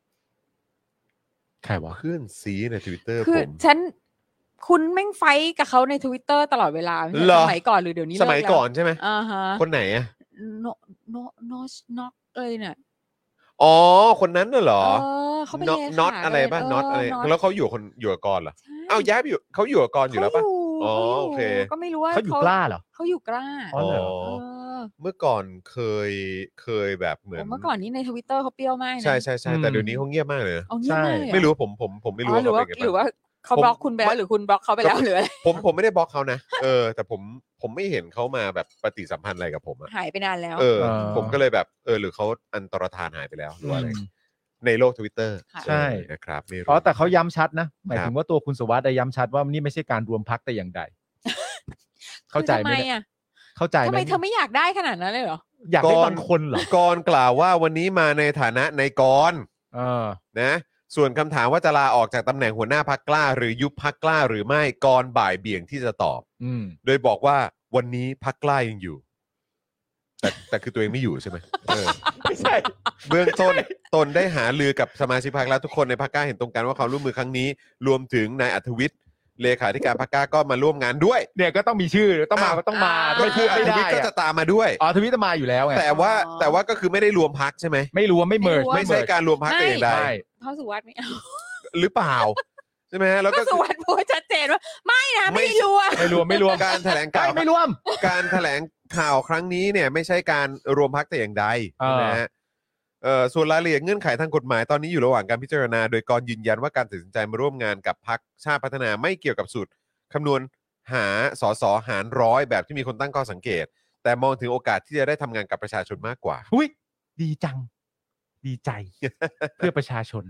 ใครวะเพื่อนซีใน Twitter คืผอมฉันคุณแม่งไฟท์กับเขาในทวิตเตอร์ตลอดเวลาไม่ใช่เหรอสมัยก่อนหรือเดี๋ยวนี้สมัยเลิแล้วก่อนใช่ไหมอ่าฮะคนไหนอ่ะโนโนโนน็อกเลยเนี่ยอ๋อคนนั้นน่ะเหรอเออเขาเป็นน็อตเลขาน็อตอะไรป่ะเน็อตอะไรน็ตแล้วเขาอยู่คนอยู่กับกรเหรอใช่เอ้าย้ายไปอยู่เขาอยู่กับกรอยู่แล้วป่ะเขาอ๋อขายู่โอเคก็ไม่รู้ว่าเขาอยู่กล้าเหรอเขาอยู่กล้าอ๋อเหรอเออเมื่อก่อนเคยเคยแบบเหมือนโอ้เมื่อก่อนนี้ในทวิตเตอร์เขาเปรี้ยวมากนะใช่ใช่ใช่อืมแต่เดี๋ยวนี้เขาเงียบมากเลยนะเอาเงียบมากเลยเหรอไม่รู้ผมผมผมไม่รู้อ๋อว่าหรือเขาว่าเป็นไงหรือบ้างว่าเขาบล็อกคุณไปแล้วหรือคุณบล็อกเขาไปแล้วหรืออะไรผมผมไม่ได้บล็อกเขานะเออแต่ผมผมไม่เห็นเขามาแบบปฏิสัมพันธ์อะไรกับผมอะหายไปนานแล้วเออเออผมก็เลยแบบเออหรือเขาอันตรธานหายไปแล้วหรือว่าอะไรอืมในโลก Twitter ค่ะใช่เออนะครับไม่รู้อ๋อแต่เขาย้ำชัดนะหมายครับถึงว่าตัวคุณสุวัสดิ์ได้ย้ำชัดว่านี่ไม่ใช่การรวมพักแต่อย่างใด เข้าใจไหมคือทำไมเนี่ยอ่ะเข้าใจไหทำมไมเธอไม่อยากได้ขนาดนั้นเลยเหรออยากได้บางคนเหรอกรกล่าวว่าวันนี้มาในฐานะในายกรเออนะส่วนคำถามว่าจะลาออกจากตำแหน่งหัวหน้าพักกล้า หรือยุบพักกล้าหรือไม่กรบ่ายเบี่ยงที่จะตอบอืมโดยบอกว่าวันนี้พักกล้ายังอยู่ แต่แต่คือตัวเองไม่อยู่ใช่ไหมเออไม่ใช่เบื้องต้นตนได้หาลือกับสมาชิกพรรคและทุกคนในพรรคกล้าเห็นตรงกันว่าความร่วมมือครั้งนี้ รวมถึงนายอัธวิทย์เลขาธิการพรรคกล้าก็มาร่วมงานด้วยเนี่ยก็ต้องมีชื่อต้องมาอ้าวก็ต้องมาอ่าก็ไม่คืพูอดอัไม่ธได้วิทย์ก็จะอะตามมาด้วยอ๋อทวิตมาอยู่แล้วไงแต่ว่าอ๋อแต่ว่าก็คือไม่ได้รวมพักใช่ไหมไม่รู้ว่าไม่เมิร์ไม่รู้ไม่ใช่การรวมพักแต่อย่างใดใช่เขาสุวัสดิ์ไม่เอาหรือเปล่าใช่ไหมฮะแล้วก็ก็สุวัสดิ์พูดชัดเจนว่า ไม่นะไม่ไม่รู้อะไม่รวมไม่รวมการแถลงข่าวไม่รวมการแถลงข่าวครั้งนี้เนี่ยไม่ใช่การรวมพักแต่อย่างใดเออนะฮะเอ่อส่วนรายละเอียดเงื่อนไขทางกฎหมายตอนนี้อยู่ระหว่างการพิจารณา โดยกรยืนยันว่าการตัดสินใจมาร่วมงานกับพรรคชาติพัฒนาไม่เกี่ยวกับสูตรคำนวณหาสสหารร้อยแบบที่มีคนตั้งข้อสังเกต แต่มองถึงโอกาสที่จะได้ทำงานกับประชาชนมากกว่าอุ้ยดีจัง ดีใจ เพื่อประชาชน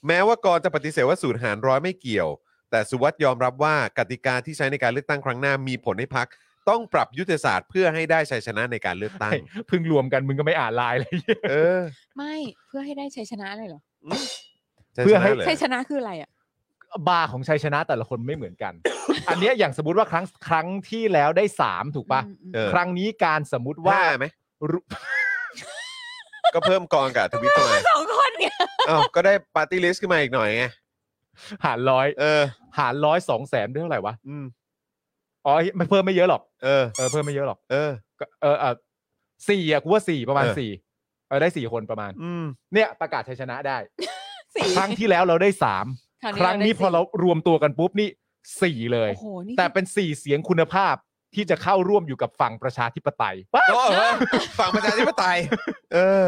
แม้ว่ากรจะปฏิเสธว่าสูตรหารร้อยไม่เกี่ยวแต่สุวัสด์ยอมรับว่ากติกาที่ใช้ในการเลือกตั้งครั้งหน้ามีผลให้พรรคต้องปรับยุทธศาสตร์เพื่อให้ได้ชัยชนะในการเลือกตั้งเพิ่งรวมกันมึงก็ไม่อ่านไลน์เลยเออไม่เพื่อให้ได้ชัยชนะเลยเหรอเพื่อให้ชัยชนะคืออะไรอ่ะบาร์ของชัยชนะแต่ละคนไม่เหมือนกัน อันเนี้ยอย่างสมมติว่าครั้งครั้งที่แล้วได้สามถูกปะเออครั้งนี้การสมมติว่าว่าไหมรุก็เพิ่มกองกับทวิตเข้ามาสองคนเนี่ยอ้าวก็ได้ปาร์ตี้ลิสต์ขึ้นมาอีกหน่อยไงหารร้อยเออหารร้อยสองแสนได้เท่าไหร่วะอืมอ๋อไม่เพิ่มไม่เยอะหรอกเออเออเพิ่มไม่เยอะหรอกเออก็เออเออสี่อ่ะกูว่าสี่ประมาณเออสี่เออได้สี่คนประมาณอืมเนี่ยประกาศชัยชนะได้สี่ครั้งที่แล้วเราได้สามครั้งครั้งนี้เราได้พอเรารวมตัวกันปุ๊บนี่สี่เลยโอ้โหนี่แต่เป็นสี่เสียงคุณภาพที่จะเข้าร่วมอยู่กับฝั่งประชาธิปไตยว้าโอ้โหฝั่งประชาธิปไตย เออ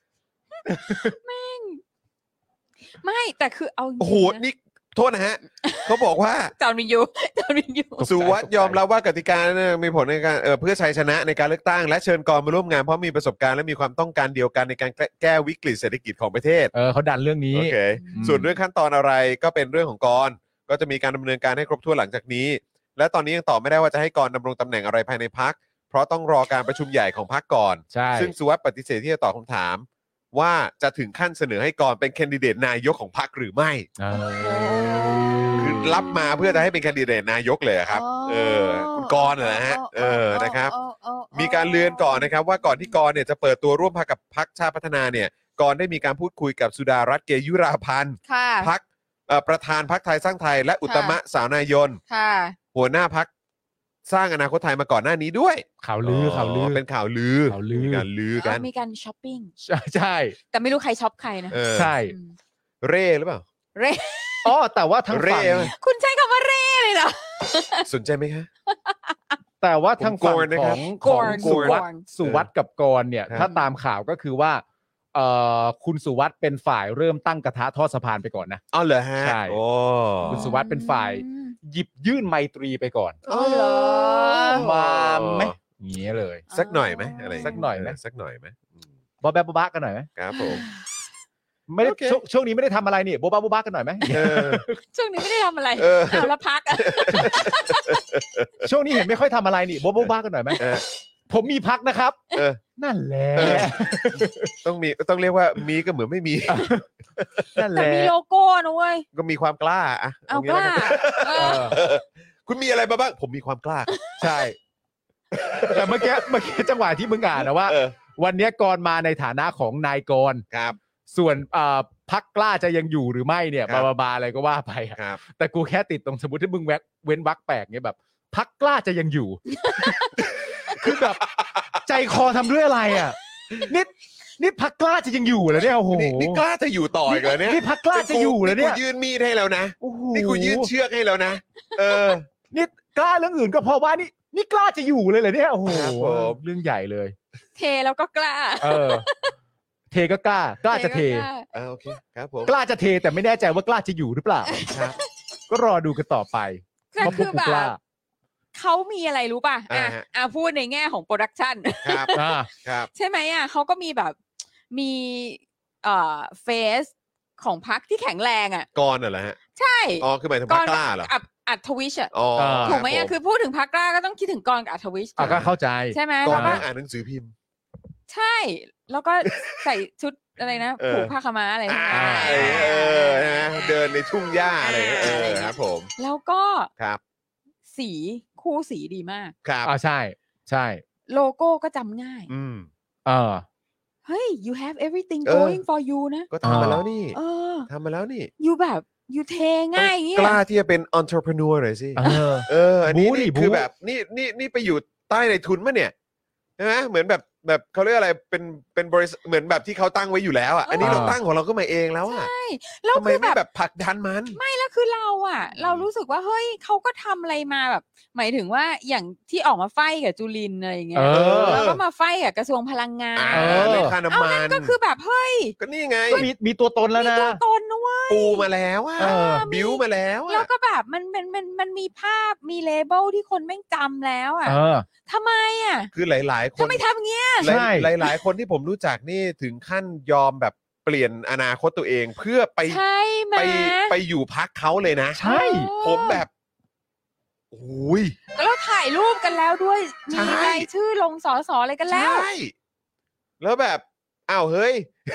ไม่แต่คือเอาจริงๆโอ้โหนะนี่โทษนะฮะ เขาบอกว่าจอนวินยูจอนวินยูสุวัสด์ยอมรับว่ากติกาเนี่ยมีผลในการเออเพื่อชัยชนะในการเลือกตั้งและเชิญกรมาร่วมงานเพราะมีประสบการณ์และมีความต้องการเดียวกันในการแก้วิกฤตเศรษฐกิจของประเทศเออเขาดันเรื่องนี้โอเคอืมส่วนเรื่องขั้นตอนอะไรก็เป็นเรื่องของกรก็จะมีการดำเนินการให้ครบถ้วนหลังจากนี้ และตอนนี้ยังตอบไม่ได้ว่าจะให้กรดำรงตำแหน่งอะไรภายในพรรคเพราะต้องรอการประชุมใหญ่ของพรรคก่อนใช่ซึ่งสุวัสด์ปฏิเสธที่จะตอบคำถาม ว่าจะถึงขั้นเสนอให้กรเป็นแคนดิเดตนายกของพรรคหรือไม่เออคือรับมาเพื่อจะให้เป็นแคนดิเดตนายกเลยครับ เออคุณกรณ์เหรอฮะเออนะครับ มีการเลือนก่อนนะครับว่าก่อนที่กรณ์เนี่ยจะเปิดตัวร่วมพรรคกับพรรคชาติพัฒนาเนี่ยกรณ์ได้มีการพูดคุยกับสุดารัตน์เกยุราพันธ์ค่ะพรรคเอ่อประธานพรรคไทยสร้างไทยและอุตตมะสาวนายนค่ะหัวหน้าพรรคสร้างอนาคตไทยมาก่อนหน้านี้ด้วยข่าวลือข่าวลือเป็นข่าวลือข่าวลือมีการลือกันมีการช้อปปิ้งใช่ใช่แต่ไม่รู้ใครช็อปใครนะเออใช่อืมเร่หรือเปล่าเร่อ๋อแต่ว่าทั้งเร่ฝั่งไหมคุณใช้คำว่าเร่เลยเหรอสนใจไหมคะแต่ว่าทางฝั่งผมโกนนะขครัอบ งโกของนสุวัสโกด์นสุวัสด์กับกรณ์เนี่ยครับถ้าตามข่าวก็คือว่าเอ่อคุณสุวัสด์เป็นฝ่ายเริ่มตั้งกระทะทอดสะพานไปก่อนนะอ๋อเหรอฮะใช่โอ้คุณสุวัสด์เป็นฝ่ายอืมหยิบยื่นไมตรีไปก่อนอ๋อเหรอมาไหมอย่างเงี้ยเลยสักหน่อยไหมอะไรสักหน่อยไหมเสักหน่อยไหมอืมบอแบบบะกันหน่อยไหมครับผมไม่ได้โอเคช่วงช่วงนี้ไม่ได้ทำอะไรนี่โบบะบบะกันหน่อยไหมเออช่วงนี้ไม่ได้ทำอะไรเออเอาละพักอะช่วงนี้เห็นไม่ค่อยทำอะไรนี่โบบะบบะกันหน่อยไหมเออผมมีพักนะครับเออนั่นแหละเออ ต้องมีต้องเรียกว่ามีก็เหมือนไม่มีนั่นแหแต่ละมีโลโก้นะเว้ยก็มีความกล้าอะเอางี้กล้าแวนเอเอออเออคุณมีอะไรมาบ้างผมมีความกล้าใช่ แต่เมื่อกี้เมื่อกี้จังหวะที่มึงอ่านนะว่าเออวันนี้กรมาในฐานะของนายกรครับส่วนเอ่อพักกล้าจะยังอยู่หรือไม่เนี่ยครับบาบาอะไรก็ว่าไปอะครับแต่กูแค่ติดตรงสมมติที่มึงแวกเว้นวักแปลกเนี่ยแบบพักกล้าจะยังอยู่ คือแบบใจคอทำด้วยอะไรอ่ะนี่นี่พักกล้าจะยังอยู่เหรอเนี่ยโอ้โหนี่นี่กล้าจะอยู่ต่ออีกเหรอเนี่ยนี่พักกล้าจะอยู่เหรอเนี่ยกูยื่นมีดให้แล้วนะโอ้โหนี่กูยื่นเชือกให้แล้วนะ เออนี่กล้าเรื่องอื่นก็เพราะว่านี่นี่กล้าจะอยู่เลยเหรอเนี่ยโอ้โหครับผมเรื่องใหญ่เลยเทแล้วก็กล้าเออ เทก็กล้ากล้าจะเทก็กล้าอ่าโอเคครับผมกล้าจะเทแต่ไม่แน่ใจว่ากล้าจะอยู่หรือเปล่าครับก็รอดูกันต่อไปแต่ว่าพวคืกอกูแบกล้าบเขามีอะไรรู้ป่ะอ่ะอ่าฮะอ่ะพูดในแง่ของโปรดักชันครับอ่าครับใช่ไหมอ่ะเขาก็มีแบบมีเอ่อเฟสของพักที่แข็งแรงอ่ะก่อนเหรอฮะใช่อ๋อคือหมายถึงพรรคกล้าเหรออัดอัธวิชอ่ะอ๋อถูกไหมรัอ่ะบผคือพูดถึงพักกล้าก็ต้องคิดถึงกรกับอัธวิชอ่ะก็เข้าใจใช่ไหมก่อแล้นวก็นั่งอ่านหนังสือพิมพ์ใช่แล้วก็ใส่ชุดอะไรนะเออผูกผ้าขาวม้าอะไรอ่าใช่ไหมอะไรเงี้ยเออนะเดินในทุ่งหญ้าอะไรเงี้ยเออครับผมแล้วก็ครับสีคู่สีดีมากครับอ่าใช่ ใช่โลโก้ก็จำง่ายอืมเออเฮ้ย you have everything เออ going for you นะก็ทำมาแล้วนี่เออทำมาแล้วนี่ you แบบ you เทง่ายอย่างเงี้ยกล้าที่จะเป็น entrepreneur หน่อยสิเออเออ อันนี้บู๊ดินี่บู๊คือแบบนี่นี่นี่ไปอยู่ใต้ในทุนมะเนี่ยใช่ไหมเหมือนแบบแบบเขาเรียกอะไรเป็นเป็นบริษัทเหมือนแบบที่เขาตั้งไว้อยู่แล้วอ่ะอันนี้เราตั้งของเราก็มาเองแล้วอ่ะใช่แล้วทำไมคือไม่แบบแบบผลักดันมันไม่แล้วคือเราอ่ะ เรารู้สึกว่าเฮ้ยเขาก็ทำอะไรมาแบบ หมายถึงว่าอย่างที่ออกมาไฟกับจุลินอะไรอย่างเงี้เอย อแล้วก็มาไฟกับกระทรวงพลังงานอ่าเออเรื่องค่าน้ำเอามันนั่นก็คือแบบเฮ้ยก็นี่ไงก็มีมีตัวตนแล้วมีนะตัวตนนะเว้ยปูมาแล้วอ่ะเออบิวมาแล้วแล้วอ่ะก็แบบมันมันมันมันมีภาพมีเลเบลที่คนไม่งจำแล้วอ่ะเออทำไมอ่ะคือหลาย ๆ คนทำไมทำอย่างเงี้ยหลายใช่หลายหลายคนที่ผมรู้จักนี่ถึงขั้นยอมแบบเปลี่ยนอนาคตตัวเองเพื่อไปใช่ไหมไปไปอยู่พักเขาเลยนะใช่ผมแบบโอ้ยก็เราถ่ายรูปกันแล้วด้วยมีรายชื่อลงสสอะไรกันแล้วใช่แล้วแบบอ้าวเฮ้ย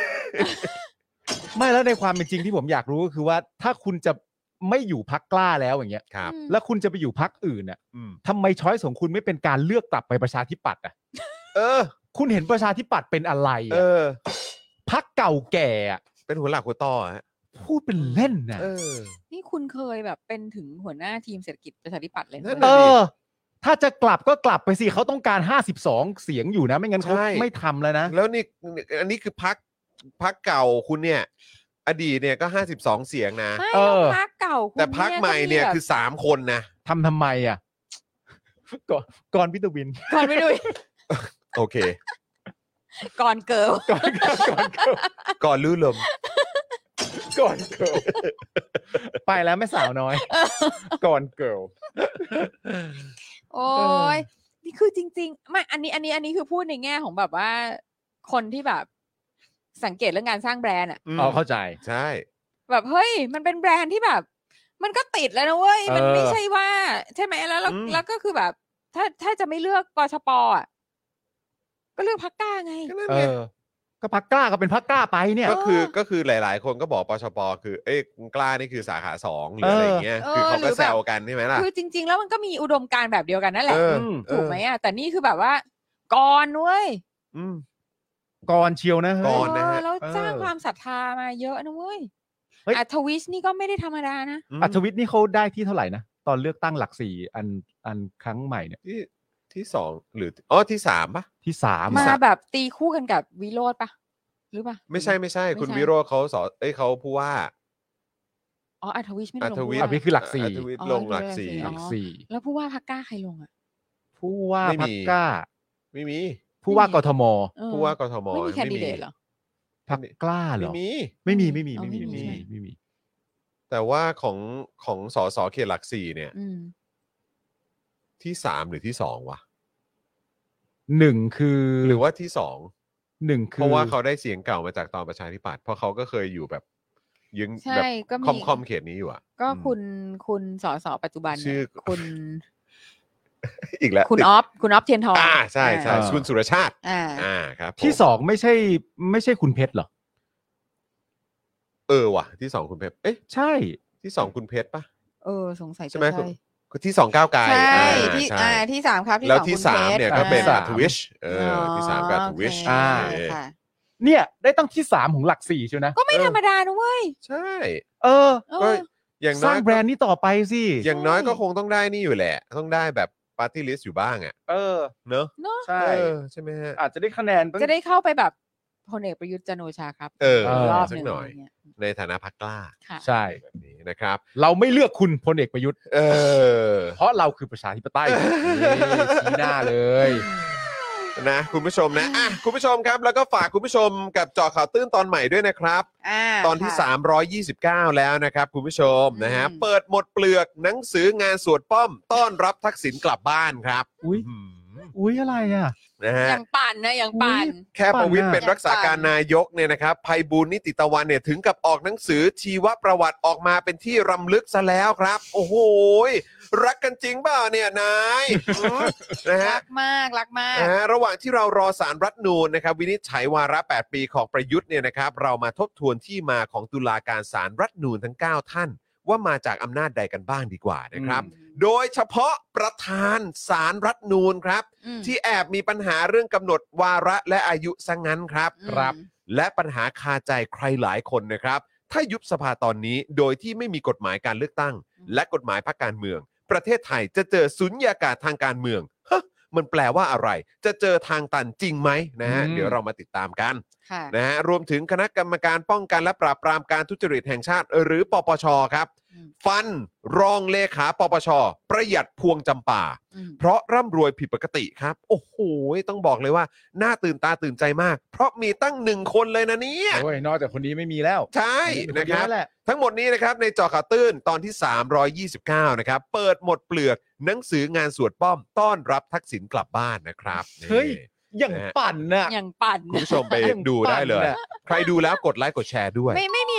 ไม่แล้วในความเป็นจริงที่ผมอยากรู้ก็คือว่าถ้าคุณจะไม่อยู่พักกล้าแล้วอย่างเงี้ยครับแล้วคุณจะไปอยู่พักอื่นน่ะทำไมช้อยส์ของคุณไม่เป็นการเลือกกลับไปประชาธิปัตย์อ่ะเออคุณเห็นประชาธิปัตย์เป็นอะไรเออพักเก่าแก่เป็นหัวหลักหัวต่อฮะพูดเป็นเล่นนะนี่คุณเคยแบบเป็นถึงหัวหน้าทีมเศรษฐกิจประชาธิปัตย์เลยนะเออถ้าจะกลับก็กลับไปสิเขาต้องการห้าสิบสองเสียงอยู่นะไม่งั้นเขาไม่ทำแล้วนะแล้วนี่อันนี้คือพักพักเก่าคุณเนี่ยอดีตเนี่ยก็ห้าสิบสองเสียงนะเออพักเก่าแต่พักใหม่เนี่ยคือสามคนนะทำทำไมอ่ะก่อนก่อนพิทวินก่อนพิทวินโอเคก่อนเกิร์ลก่อนก่อนเกิร์ลก่อนลื่นลมก่อนเกิร์ลไปแล้วไม่สาวน้อยก่อนเกิร์ลโอ้ยนี่คือจริงๆไม่อันนี้อันนี้อันนี้คือพูดในแง่ของแบบว่าคนที่แบบสังเกตเรื่องการสร้างแบรนด์อ่ะอ๋อเข้าใจใช่แบบเฮ้ยมันเป็นแบรนด์ที่แบบมันก็ติดแล้วนะเว้ยมันไม่ใช่ว่าใช่ไหมแล้วแล้วก็คือแบบถ้าถ้าจะไม่เลือกปชปอ่ะก็เลือกพรรคกล้าไงเออก็พรรคกล้าก็เป็นพรรคกล้าไปเนี่ยก็คือก็คือหลายๆคนก็บอกปชปคือเอ้ยกล้านี่คือสาขาสองหรืออะไรเงี้ยคือเขาก็แซวกันใช่ไหมล่ะคือจริงๆแล้วมันก็มีอุดมการณ์แบบเดียวกันนั่นแหละถูกไหมอ่ะแต่นี่คือแบบว่าก่อนเว้ยก่อนเชียวนะก่อนนะฮะแล้วสร้างความศรัทธามาเยอะนะเว้ยอัธวิชนี่ก็ไม่ได้ธรรมดานะอัธวิชนี่เขาได้ที่เท่าไหร่นะตอนเลือกตั้งหลักสี่อันอันครั้งใหม่เนี่ยที่ที่สองหรืออ๋อที่สามปะที่สามมาแบบตีคู่กันกับวิโรจน์ปะหรือปะไม่ใช่ไม่ใช่คุณวิโรจน์เขาสอนเอ้ยเขาพูดว่าอ๋ออัธวิชไม่ลงอัธวิชอัธวิชคือหลักสี่อัธวิชลงหลักสี่หลักสี่แล้วผู้ว่าพรรคกล้าใครลงอ่ะผู้ว่าพรรคกล้าไม่มีผู้ว่ากทมผู้ว่ากทมไม่มีแคนดิเดตเหรอพรรคกล้าเหรอไม่มีไม่มีไม่มีไม่มีไม่มีไม่มีแต่ว่าของของสสเขตหลักสี่เนี่ยที่สามหรือที่สองวะหนึ่งคือหรือว่าที่สองหนึ่งคือเพราะว่าเขาได้เสียงเก่ามาจากตอนประชาธิปัตย์เพราะเขาก็เคยอยู่แบบยึงแบบคอมคอมเขตนี้อยู่อ่ะก็คุณคุณสสปัจจุบันชื่อคุณอีกแล้วคุณออฟคุณออฟเทียนทองอ่าใช่ใช่คุณสุรชาติอ่าอ่าครับที่สองไม่ใช่ไม่ใช่คุณเพชรหรอเออว่ะที่สองคุณเพชรเอ๊ะใช่ที่สองคุณเพชรป่ะเออสงสัยใช่ไหมที่สองก้าวไกลใช่ที่อ่าที่สามครับแล้วที่สามเนี่ยก็เป็นอัธวิชเออที่สามกับอัธวิชอ่าเนี่ยได้ตั้งที่สามของหลักสี่ใช่ไหมก็ไม่ธรรมดานะเว้ยใช่เออก็อย่างน้อยสร้างแบรนด์นี้ต่อไปสิอย่างน้อยก็คงต้องได้นี่อยู่แหละต้องได้แบบปาร์ตี้ลิสต์อยู่บ้างอ่ะเออเนอะใช่ใช่ไหมฮะอาจจะได้คะแนนจะได้เข้าไปแบบพลเอกประยุทธ์จันทร์โอชาครับเออรอบนึงหน่อยในฐานะพรรคกล้าใช่แบบนี้นะครับเราไม่เลือกคุณพลเอกประยุทธ์เออเพราะเราคือประชาธิปไตยชี้หน้าเลยนะคุณผู้ชมนะอ่ะคุณผู้ชมครับแล้วก็ฝากคุณผู้ชมกับเจาะข่าวตื้นตอนใหม่ด้วยนะครับตอนที่สามร้อยยี่สิบเก้าแล้วนะครับคุณผู้ชมนะฮะเปิดหมดเปลือกหนังสืองานสวดป้อมต้อนรับทักษิณกลับบ้านครับอุ้ยอุ้ยอะไรอ่ะนะฮะอย่างปั่นนะอย่างปั่นแค่ประวิตรเป็นรักษาการนายกเนี่ยนะครับไพบูลย์นิติตะวันเนี่ยถึงกับออกหนังสือชีวประวัติออกมาเป็นที่รำลึกซะแล้วครับโอ้โหรักกันจริงเปล่าเนี่ยนายนะฮะรักมากรักมากนะฮะระหว่างที่เรารอศาลรัฐธรรมนูญนะครับวินิจฉัยวาระแปดปีของประยุทธ์เนี่ยนะครับเรามาทบทวนที่มาของตุลาการศาลรัฐธรรมนูญทั้งเก้าท่านว่ามาจากอำนาจใดกันบ้างดีกว่านะครับโดยเฉพาะประธานศาลรัฐธรรมนูญครับที่แอบมีปัญหาเรื่องกำหนดวาระและอายุซะงั้นครับครับและปัญหาคาใจใครหลายคนนะครับถ้ายุบสภาตอนนี้โดยที่ไม่มีกฎหมายการเลือกตั้งและกฎหมายพรรคการเมืองประเทศไทยจะเจอสุญญากาศทางการเมืองฮะมันแปลว่าอะไรจะเจอทางตันจริงไหมนะฮะเดี๋ยวเรามาติดตามกันนะฮะรวมถึงคณะกรรมการป้องกันและปราบปรามการทุจริตแห่งชาติหรือปปชครับฟันรองเลขาปปชประหยัดพวงจำป่าเพราะร่ำรวยผิดปกติครับโอ้โหต้องบอกเลยว่าน่าตื่นตาตื่นใจมากเพราะมีตั้งหนึ่งคนเลยนะเนี่ยโอ้ยนอกจากคนนี้ไม่มีแล้วใช่นะครับทั้งหมดนี้นะครับในเจาะข่าวตื้นตอนที่สามร้อยยี่สิบเก้านะครับเปิดหมดเปลือกหนังสืองานสวดป้อมต้อนรับทักษิณกลับบ้านนะครับเฮ้ยอย่างปั่นน่ะอย่างปั่นคุณผู้ชมไปดูได้เลยใครดูแล้วกดไลค์กดแชร์ด้วยไม่ไม่มี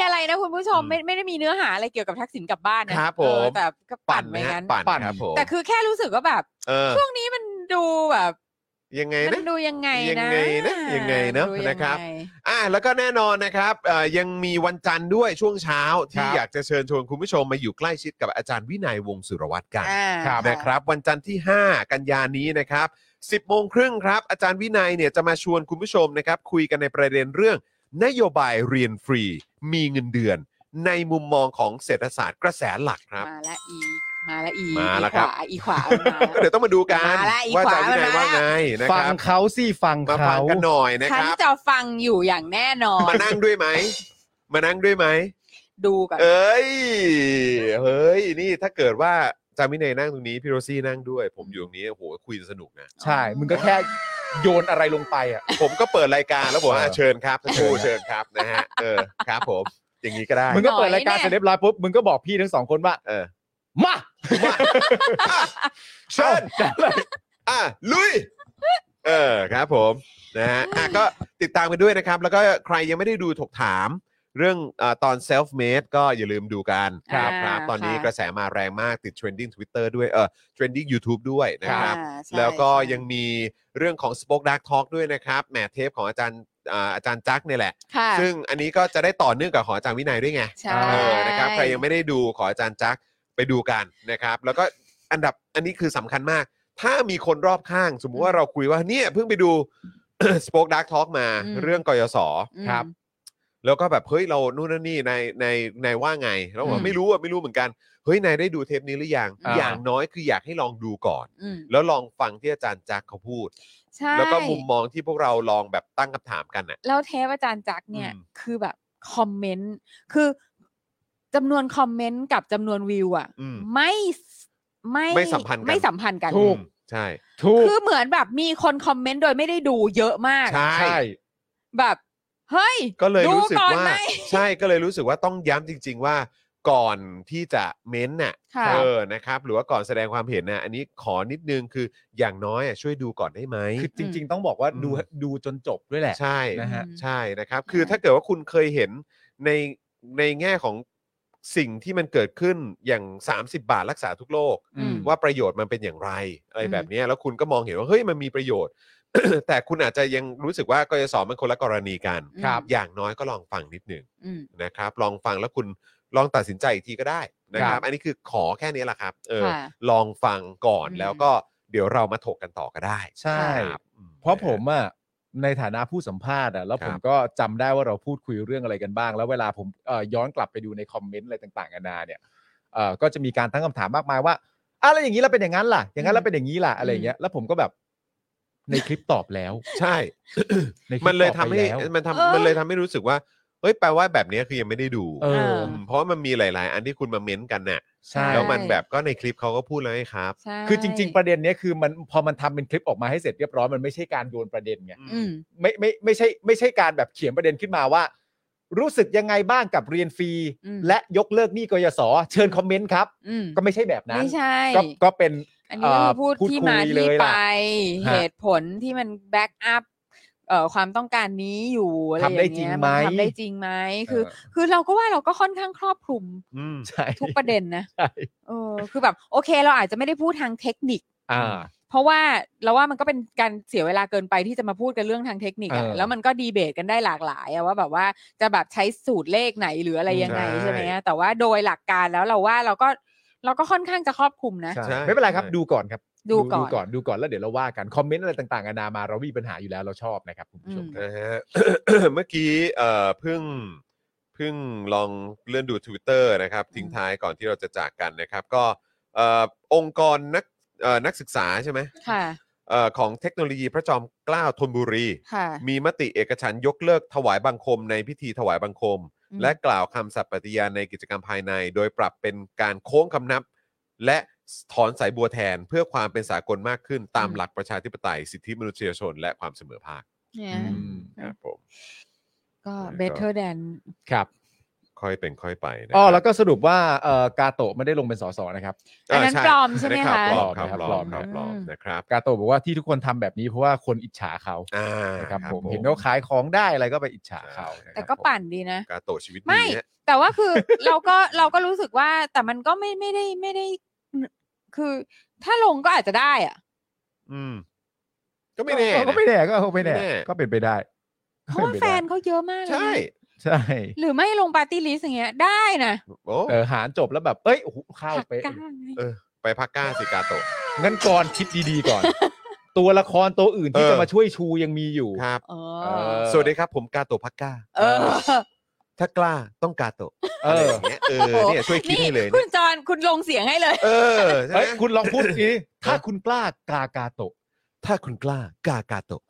อะไรนะคุณผู้ชมไม่ไม่ได้มีเนื้อหาอะไรเกี่ยวกับทักษิณกลับบ้านนะครับผมแต่ก็ปั่นไปงั้นปั่นครับผมแต่คือแค่รู้สึกว่าแบบช่วงนี้มันดูแบบยังไงนะมันดูยังไงนะยังไงนะยังไงเนาะนะครับอ่าแล้วก็แน่นอนนะครับเอ่อยังมีวันจันทร์ด้วยช่วงเช้าที่อยากจะเชิญชวนคุณผู้ชมมาอยู่ใกล้ชิดกับอาจารย์วินัยวงศ์สุรวัตรกันนะครับวันจันทร์ที่ห้ากันยานี้นะครับสิบโมงครึ่งครับอาจารย์วินัยเนี่ยจะมาชวนคุณผู้ชมนะครับคุยกันในประเด็นเรื่องนโยบายเรียนฟรีมีเงินเดือนในมุมมองของเศรษฐศาสตร์กระแสหลักครับมาละอีมาละอีมาแล้วครับอีขวาก็เดี๋ยวต้องมาดูกันว่าอาจารย์วินัยว่าไงนะคฟัรังบเขาสิฟังมาเขาฟังกันหน่อยนะฉัคน รับจะฟังอยู่อย่างแน่นอนมานั่งด้วยไหมมานั่งด้วยไหมดูกันเอ้ยเฮ้ยนี่ถ้าเกิดว่าอาจารย์วินัยนั่งตรงนี้พี่โรซี่นั่งด้วยผมอยู่ตรงนี้โอ้โหคุยสนุกนะใช่มึงก็แค่โยนอะไรลงไปอ่ะผมก็เปิดรายการแล้วบอกว่าเออเชิญครับท่านผู้เชิญครับนะฮะเออครับผมอย่างนี้ก็ได้มึงก็เปิดรายการเสร็จเรียบร้อยปุ๊บมึงก็บอกพี่ทั้งสองคนว่าเออมามาเชิญจัดเลยอ่ะลุยเออครับผมนะฮะอ่ะก็ติดตามกันด้วยนะครับแล้วก็ใครยังไม่ได้ดูถกถามเรื่องเอ่อตอน self made ก็อย่าลืมดูกันอ่าครับตอนนี้ค่ะกระแสมาแรงมากติด trending Twitter ด้วยเออ trending YouTube ด้วยนะครับอ่าใช่แล้วก็ใช่ยังมีเรื่องของ Spoke Dark Talk ด้วยนะครับแหมเทปของอาจารย์อ่าอาจารย์จักรเนี่ยแหละค่ะซึ่งอันนี้ก็จะได้ต่อเนื่องกับของอาจารย์วินัยด้วยไงใช่เออนะครับใครยังไม่ได้ดูขออาจารย์จักรไปดูกันนะครับแล้วก็อันดับอันนี้คือสำคัญมาก ถ้ามีคนรอบข้างสมมุติว่าเราคุยว่าเนี่ยเพิ่งไปดู Spoke Dark Talk มาอืมเรื่องกยศอืมครับแล้วก็แบบเฮ้ยเรานู่นนั่นนี่ในในในว่าไงแล้วบอกอืมไม่รู้อ่ะไม่รู้เหมือนกันเฮ้ยนายได้ดูเทปนี้หรือยังอ่าอย่างน้อยคืออยากให้ลองดูก่อนอืมแล้วลองฟังที่อาจารย์จักรเขาพูดใช่แล้วก็มุมมองที่พวกเราลองแบบตั้งคำถามกันน่ะแล้วเทปอาจารย์จักรเนี่ยอืมคือแบบคอมเมนต์คือจำนวนคอมเมนต์กับจำนวนวิวอ่ะอืมไม่ไม่ไม่สัมพันธ์กันไม่สัมพันธ์กันถูกอืมใช่ถูกคือเหมือนแบบมีคนคอมเมนต์โดยไม่ได้ดูเยอะมากใช่ใช่แบบเฮ้ยก็เลยรู้สึกดูอนว่าไหมใช่ก็เลยรู้สึกว่าต้องย้ำจริง ๆ ว่าก่อนที่จะเม้นต์น่ะค่ะเออนะครับหรือว่าก่อนแสดงความเห็นน่ะอันนี้ขอนิดนึงคืออย่างน้อยอ่ะช่วยดูก่อนได้ไหมคือจริง ๆ ต้องบอกว่าดูอืมดูจนจบด้วยแหละใช่นะฮะใช่นะครับ คือถ้าเกิดว่าคุณเคยเห็นในในแง่ของสิ่งที่มันเกิดขึ้นอย่างสามสิบบาทรักษาทุกโรคอืมว่าประโยชน์มันเป็นอย่างไรอะไรอืมแบบเนี้ยแล้วคุณก็มองเห็นว่าเฮ้ยมันมีประโยชน์ แต่คุณอาจจะยังรู้สึกว่ากยศมันคนละกรณีกันครับอย่างน้อยก็ลองฟังนิดหนึ่งอืมนะครับลองฟังแล้วคุณลองตัดสินใจอีกทีก็ได้นะคครัรับบอันนี้คือขอแค่นี้แหละครับเออค่ะลองฟังก่อนอืมแล้วก็เดี๋ยวเรามาถกกันต่อก็ได้ใช่ครับอืมเพราะผมอะในฐานะผู้สัมภาษณ์อะแล้วครับผมก็จำได้ว่าเราพูดคุยเรื่องอะไรกันบ้าง แล้วเวลาผมเอ่อย้อนกลับไปดูในคอมเมนต์อะไรต่างๆนานาเนี่ยเอ่อก็จะมีการตั้งคำถามมากมายว่าอะไรอย่างนี้เราเป็นอย่างนั้นล่ะ อย่างนั้นเราเป็นอย่างนี้ล่ะอะไรอย่างเงี้ยแล้วผมก็แบบในคลิปตอบแล้วใช่ในคลิปมันเลยตอบทำไปให้แล้วมันเออทำมันเลยทำให้รู้สึกว่าเฮ้ยแปลว่าแบบนี้คือยังไม่ได้ดูเออมเพราะว่ามันมีหลาย ๆ อันที่คุณมาเม้นต์กันน่ะใช่แล้วมันแบบก็ในคลิปเขาก็พูดแล้วไงครับใช่คือจริง ๆ ประเด็นเนี้ยคือมันพอมันทำเป็นคลิปออกมาให้เสร็จเรียบร้อยมันไม่ใช่การโยนประเด็นไงอืมไม่ไม่ไม่ใช่ไม่ใช่การแบบเขียนประเด็นขึ้นมาว่า รู้สึกยังไงบ้างกับเรียนฟรีอืมและยกเลิกหนี้กยศเชิญคอมเมนต์ครับอืมก็ไม่ใช่แบบนั้นไม่ใช่ก็ก็เป็นอันนี้ก็คือพูดเอ่อที่มาพูดคุยเลที่ยไปล่ะ ฮะเหตุผลที่มันแบ็กอัพเอ่อความต้องการนี้อยู่อะไรอย่างทำได้เงี้ยจริงไหมนทำได้จริงไหมคือเออคือเราก็ว่าเราก็ค่อนข้างครอบคลุมอืมใช่ทุกประเด็นนะใช่เออคือแบบโอเคเราอาจจะไม่ได้พูดทางเทคนิคอ่าเพราะว่าเราว่ามันก็เป็นการเสียเวลาเกินไปที่จะมาพูดกันเรื่องทางเทคนิคอะเออแล้วมันก็ดีเบตกันได้หลากหลายอะว่าแบบว่าจะแบบใช้สูตรเลขไหนหรืออะไรยังไงใช่ใช่ไหมอะแต่ว่าโดยหลักการแล้วเราว่าเราก็เราก็ค่อนข้างจะครอบคลุมนะใช่ใช่ไม่เป็นไรครับใช่ดูก่อนครับดูก่อนดูก่อนดูก่อนแล้วเดี๋ยวเราว่ากันคอมเมนต์อะไรต่างๆนานามาเรามีปัญหาอยู่แล้วเราชอบนะครับคุณผู้ชมอืมครับนะฮะ เมื่อกี้เอ่อเพิ่งเพิ่งลองเลื่อนดู Twitter นะครับ ทิ้งท้ายก่อนที่เราจะจากกันนะครับ ก็เอ่อองค์กรนักเอ่อนักศึกษาใช่ไหมค่ะเอ่อของเทคโนโลยีพระจอมเกล้าธนบุรีค่ะมีมติเอกฉันท์ยกเลิกถวายบังคมในพิธีถวายบังคมอืมและกล่าวคำสัตย์ปฏิญาณในกิจกรรมภายใน โดยปรับเป็นการโค้งคำนับ และถอนสายบัวแทนเพื่อความเป็นสากลมากขึ้นตามหลักประชาธิปไตยสิทธิมนุษยชน และความเสมอภาคเนี่ยอืมครับผมก็ better than ครับค่อยเป็นค่อยไปนะอ๋อครับแล้วก็สรุปว่าเอ่อกาโตะไม่ได้ลงเป็นสสนะครับอันนั้นาปลอมใช่ไหมอันนั้นคะข่าวปลอมครับครับปลอมปคลอรับมปลอมนะครับกาโตะบอกว่าที่ทุกคนทำแบบนี้เพราะว่าคนอิจฉาเขาอ่านะครับผมครับเห็นเขาขายของได้อะไรก็ไปอิจฉาเขาแต่ก็ปั่นดีนะกาโตะชีวิตไม่ดีฮะแต่ว่าคือ เราก็เราก็รู้สึกว่าแต่มันก็ไม่ไม่ได้ไม่ได้คือถ้าลงก็อาจจะได้อ่ะอืมก็ไม่แน่ก็ไม่แน่ก็ไม่แน่ก็เป็นไปได้เพราะว่าแฟนเขาเยอะมากเลยใช่ใช่หรือไม่ลงปาร์ตี้ลิสต์อย่างเงี้ยได้นะเออหารจบแล้วแบบเอ้ยโอ้โหเข้าไปเออไปพักก้าสิกาโตะงั้นก่อนคิดดีๆก่อนตัวละครตัวอื่นที่จะมาช่วยชูยังมีอยู่ครับสวัสดีครับผมกาโตะพักก้าถ้ากล้าต้องกาโตะเออเนี่ยเออเนี่ยช่วยคิดให้เลยคุณจอนคุณลงเสียงให้เลยเออคุณลองพูดอีถ้าคุณกล้ากากาโตะถ้าคุณกล้ากากาโตะ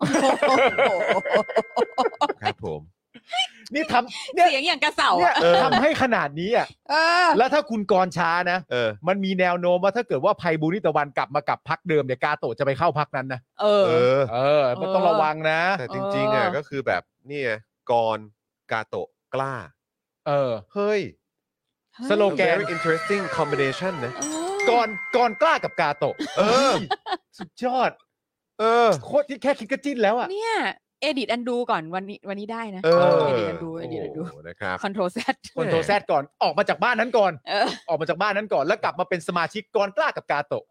ครับผมนี่ทำเสียงอย่างกระเสาอ่ะทำให้ขนาดนี้อ่ะแล้วถ้าคุณกรช้านะมันมีแนวโน้มว่าถ้าเกิดว่าไพบูลย์นิตวันกลับมากับพักเดิมเนี่ยกาโตะจะไปเข้าพักนั้นนะเออเออมันต้องระวังนะแต่จริงๆอ่ะก็คือแบบนี่กรกาโตะกล้าเออเฮ้ยสโลแกน very interesting combination นะกรกรกล้ากับกาโตะเออสุดยอดเออโคตรที่แค่คิดก็จิ้นแล้วอ่ะเนี่ยเอดิตอันดูก่อนวันนี้วันนี้ได้นะเออดิตอันดูเอดิตอันดูนะครับคอนโทรลแซดคอนโทรลแซดก่อนออกมาจากบ้านนั้นก่อนออกมาจากบ้านนั้นก่อนแล้วกลับมาเป็นสมาชิกกรกล้ากับกาโตะ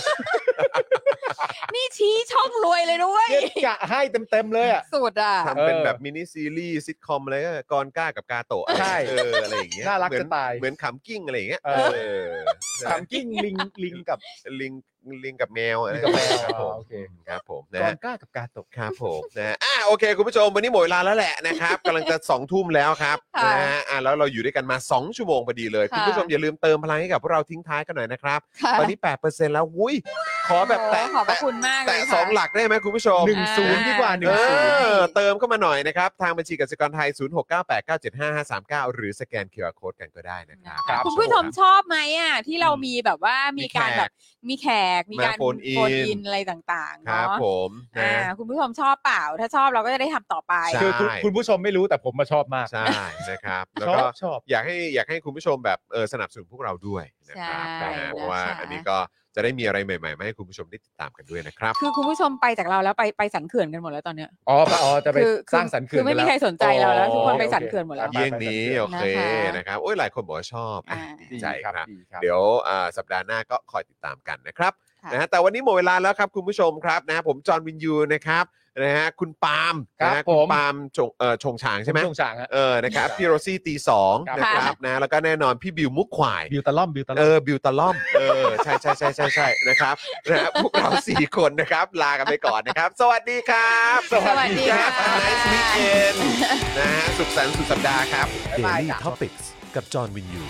นี่ชี้ช่องรวยเลยด้วยกะให้เต็มๆเลยอ่ะสุดอ่ะทำเป็นแบบมินิซีรีส์ซิทคอมอะไรก็กรกล้ากับกาโตะใช่เอออะไรอย่างเงี้ยน่ารักจะตายเหมือนขำกิ้งอะไรอย่างเงี้ยเออขำกิ้งลิงลิงกับลิงลิงกับแมวอะไรกับแมวโอเคครับผมนะกรกล้ากับกาโตะครับผมนะอ่ะโอเคคุณผู้ชมวันนี้หมดเวลาแล้วแหละนะครับกำลังจะสองทุ่มแล้วครับนะฮะอ่ะแล้วเราอยู่ด้วยกันมาสองชั่วโมงพอดีเลยคุณผู้ชมอย่าลืมเติมพลังให้กับพวกเราทิ้งท้ายกันหน่อยนะครับตอนนี้ แปดเปอร์เซ็นต์ แล้วหุ้ยขอแบบแตะขอบคุณมากเลยแต่สองหลักได้ไหมคุณผู้ชมหนึ่งศูนย์ดีกว่าหนึ่งศูนย์เติมเข้ามาหน่อยนะครับทางบัญชีกสิกรไทยศูนย์ หก เก้า แปด เก้า เจ็ด ห้า ห้า สาม เก้าหรือสแกน คิว อาร์ Code กันก็ได้นะครับคุณผู้ชมชอบไหมอ่ะที่เรามีแบบว่ามีการแบบมีแขกมีการโฟนอินอะไรต่างๆครับผมอ่าคุณผู้ชมชอบเปล่าถ้าชอบเราก็จะได้ทำต่อไปคือคุณผู้ชมไม่รู้แต่ผมมาชอบมากใช่นะครับแล้วก็อยากให้อยากให้คุณผู้ชมแบบเออสนับสนุนพวกเราด้วยนะครับเพราะว่าอันนี้ก็จะได้มีอะไรใหม่ๆมาให้คุณผู้ชมได้ติดตามกันด้วยนะครับคือคุณผู้ชมไปจากเราแล้วไปไปสันเขื่อนกันหมดแล้วตอนเนี้ยอ๋ออ๋อจะไปสร้างสันเขื่อนคือไม่มีใครสนใจเราแล้วทุกคนไปสันเขื่อนหมดแล้วเยี่ยงนี้โอเคนะครับโอ้ยหลายคนบอกว่าชอบดีใจครับเดี๋ยวสัปดาห์หน้าก็คอยติดตามกันนะครับนะแต่วันนี้หมดเวลาแล้วครับคุณผู้ชมครับนะผมจอห์นวินยูนะครับนะฮะคุณปาล์มนะคุณปาล์มชงเอ่อชงฉางใช่ไหมชงฉางเออนะครับพี่โรซี่ตีสองนะครับนะแล้วก็แน่นอนพี่บิวมุกควายบิวตะล่อมบิวตะล่อมเออบิวตะล่อมเออใช่ใช่ใช่ใช่ใช่นะครับนะฮะพวกเราสี่คนนะครับลากันไปก่อนนะครับสวัสดีครับสวัสดีครับ Nice weekend นะฮะสุขสันต์สุดสัปดาห์ครับ Daily Topics กับจอห์นวินยู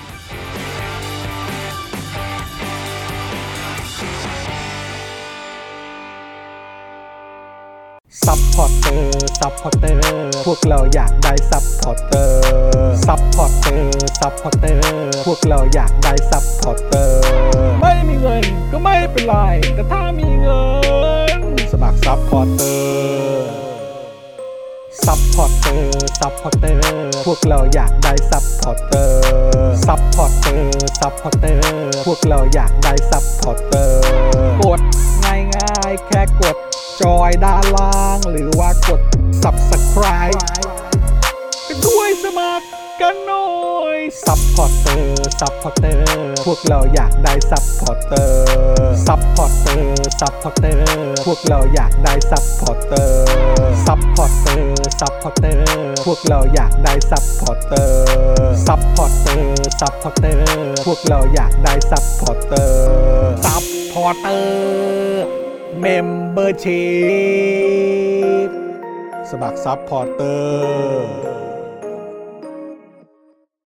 ซัพพอร์เตอร์ซัพพอร์เตอร์พวกเราอยากได้ซัพพอร์เตอร์ซัพพอร์เตอร์ซัพพอร์เตอร์พวกเราอยากได้ซัพพอร์เตอร์ไม่มีเงินก็ไม่เป็นไรแต่ถ้ามีเงินสมัครซัพพอร์เตอร์ซัพพอร์เตอร์ซัพพอร์เตอร์พวกเราอยากได้ซัพพอร์เตอร์ซัพพอร์เตอร์ซัพพอร์เตอร์พวกเราอยากได้ซัพพอร์เตอร์กดง่ายๆแค่กดจอยด้านล่างหรือว่ากด ซับสไครบ์ กันด้วยสมัครกันหน่อยซัพพอร์เตอร์ซัพพอร์เตอร์พวกเราอยากได้ซัพพอร์เตอร์ซัพพอร์เตอร์ซัพพอร์เตอร์พวกเราอยากได้ซัพพอร์เตอร์ซัพพอร์เตอร์ซัพพอร์เตอร์พวกเราอยากได้ซัพพอร์เตอร์ซัพพอร์เตอร์ซัพพอร์เตอร์พวกเราอยากได้ซัพพอร์เตอร์ซัพพอร์เตอร์เมมเบอร์ชีพสมัครซัพพอร์เตอร์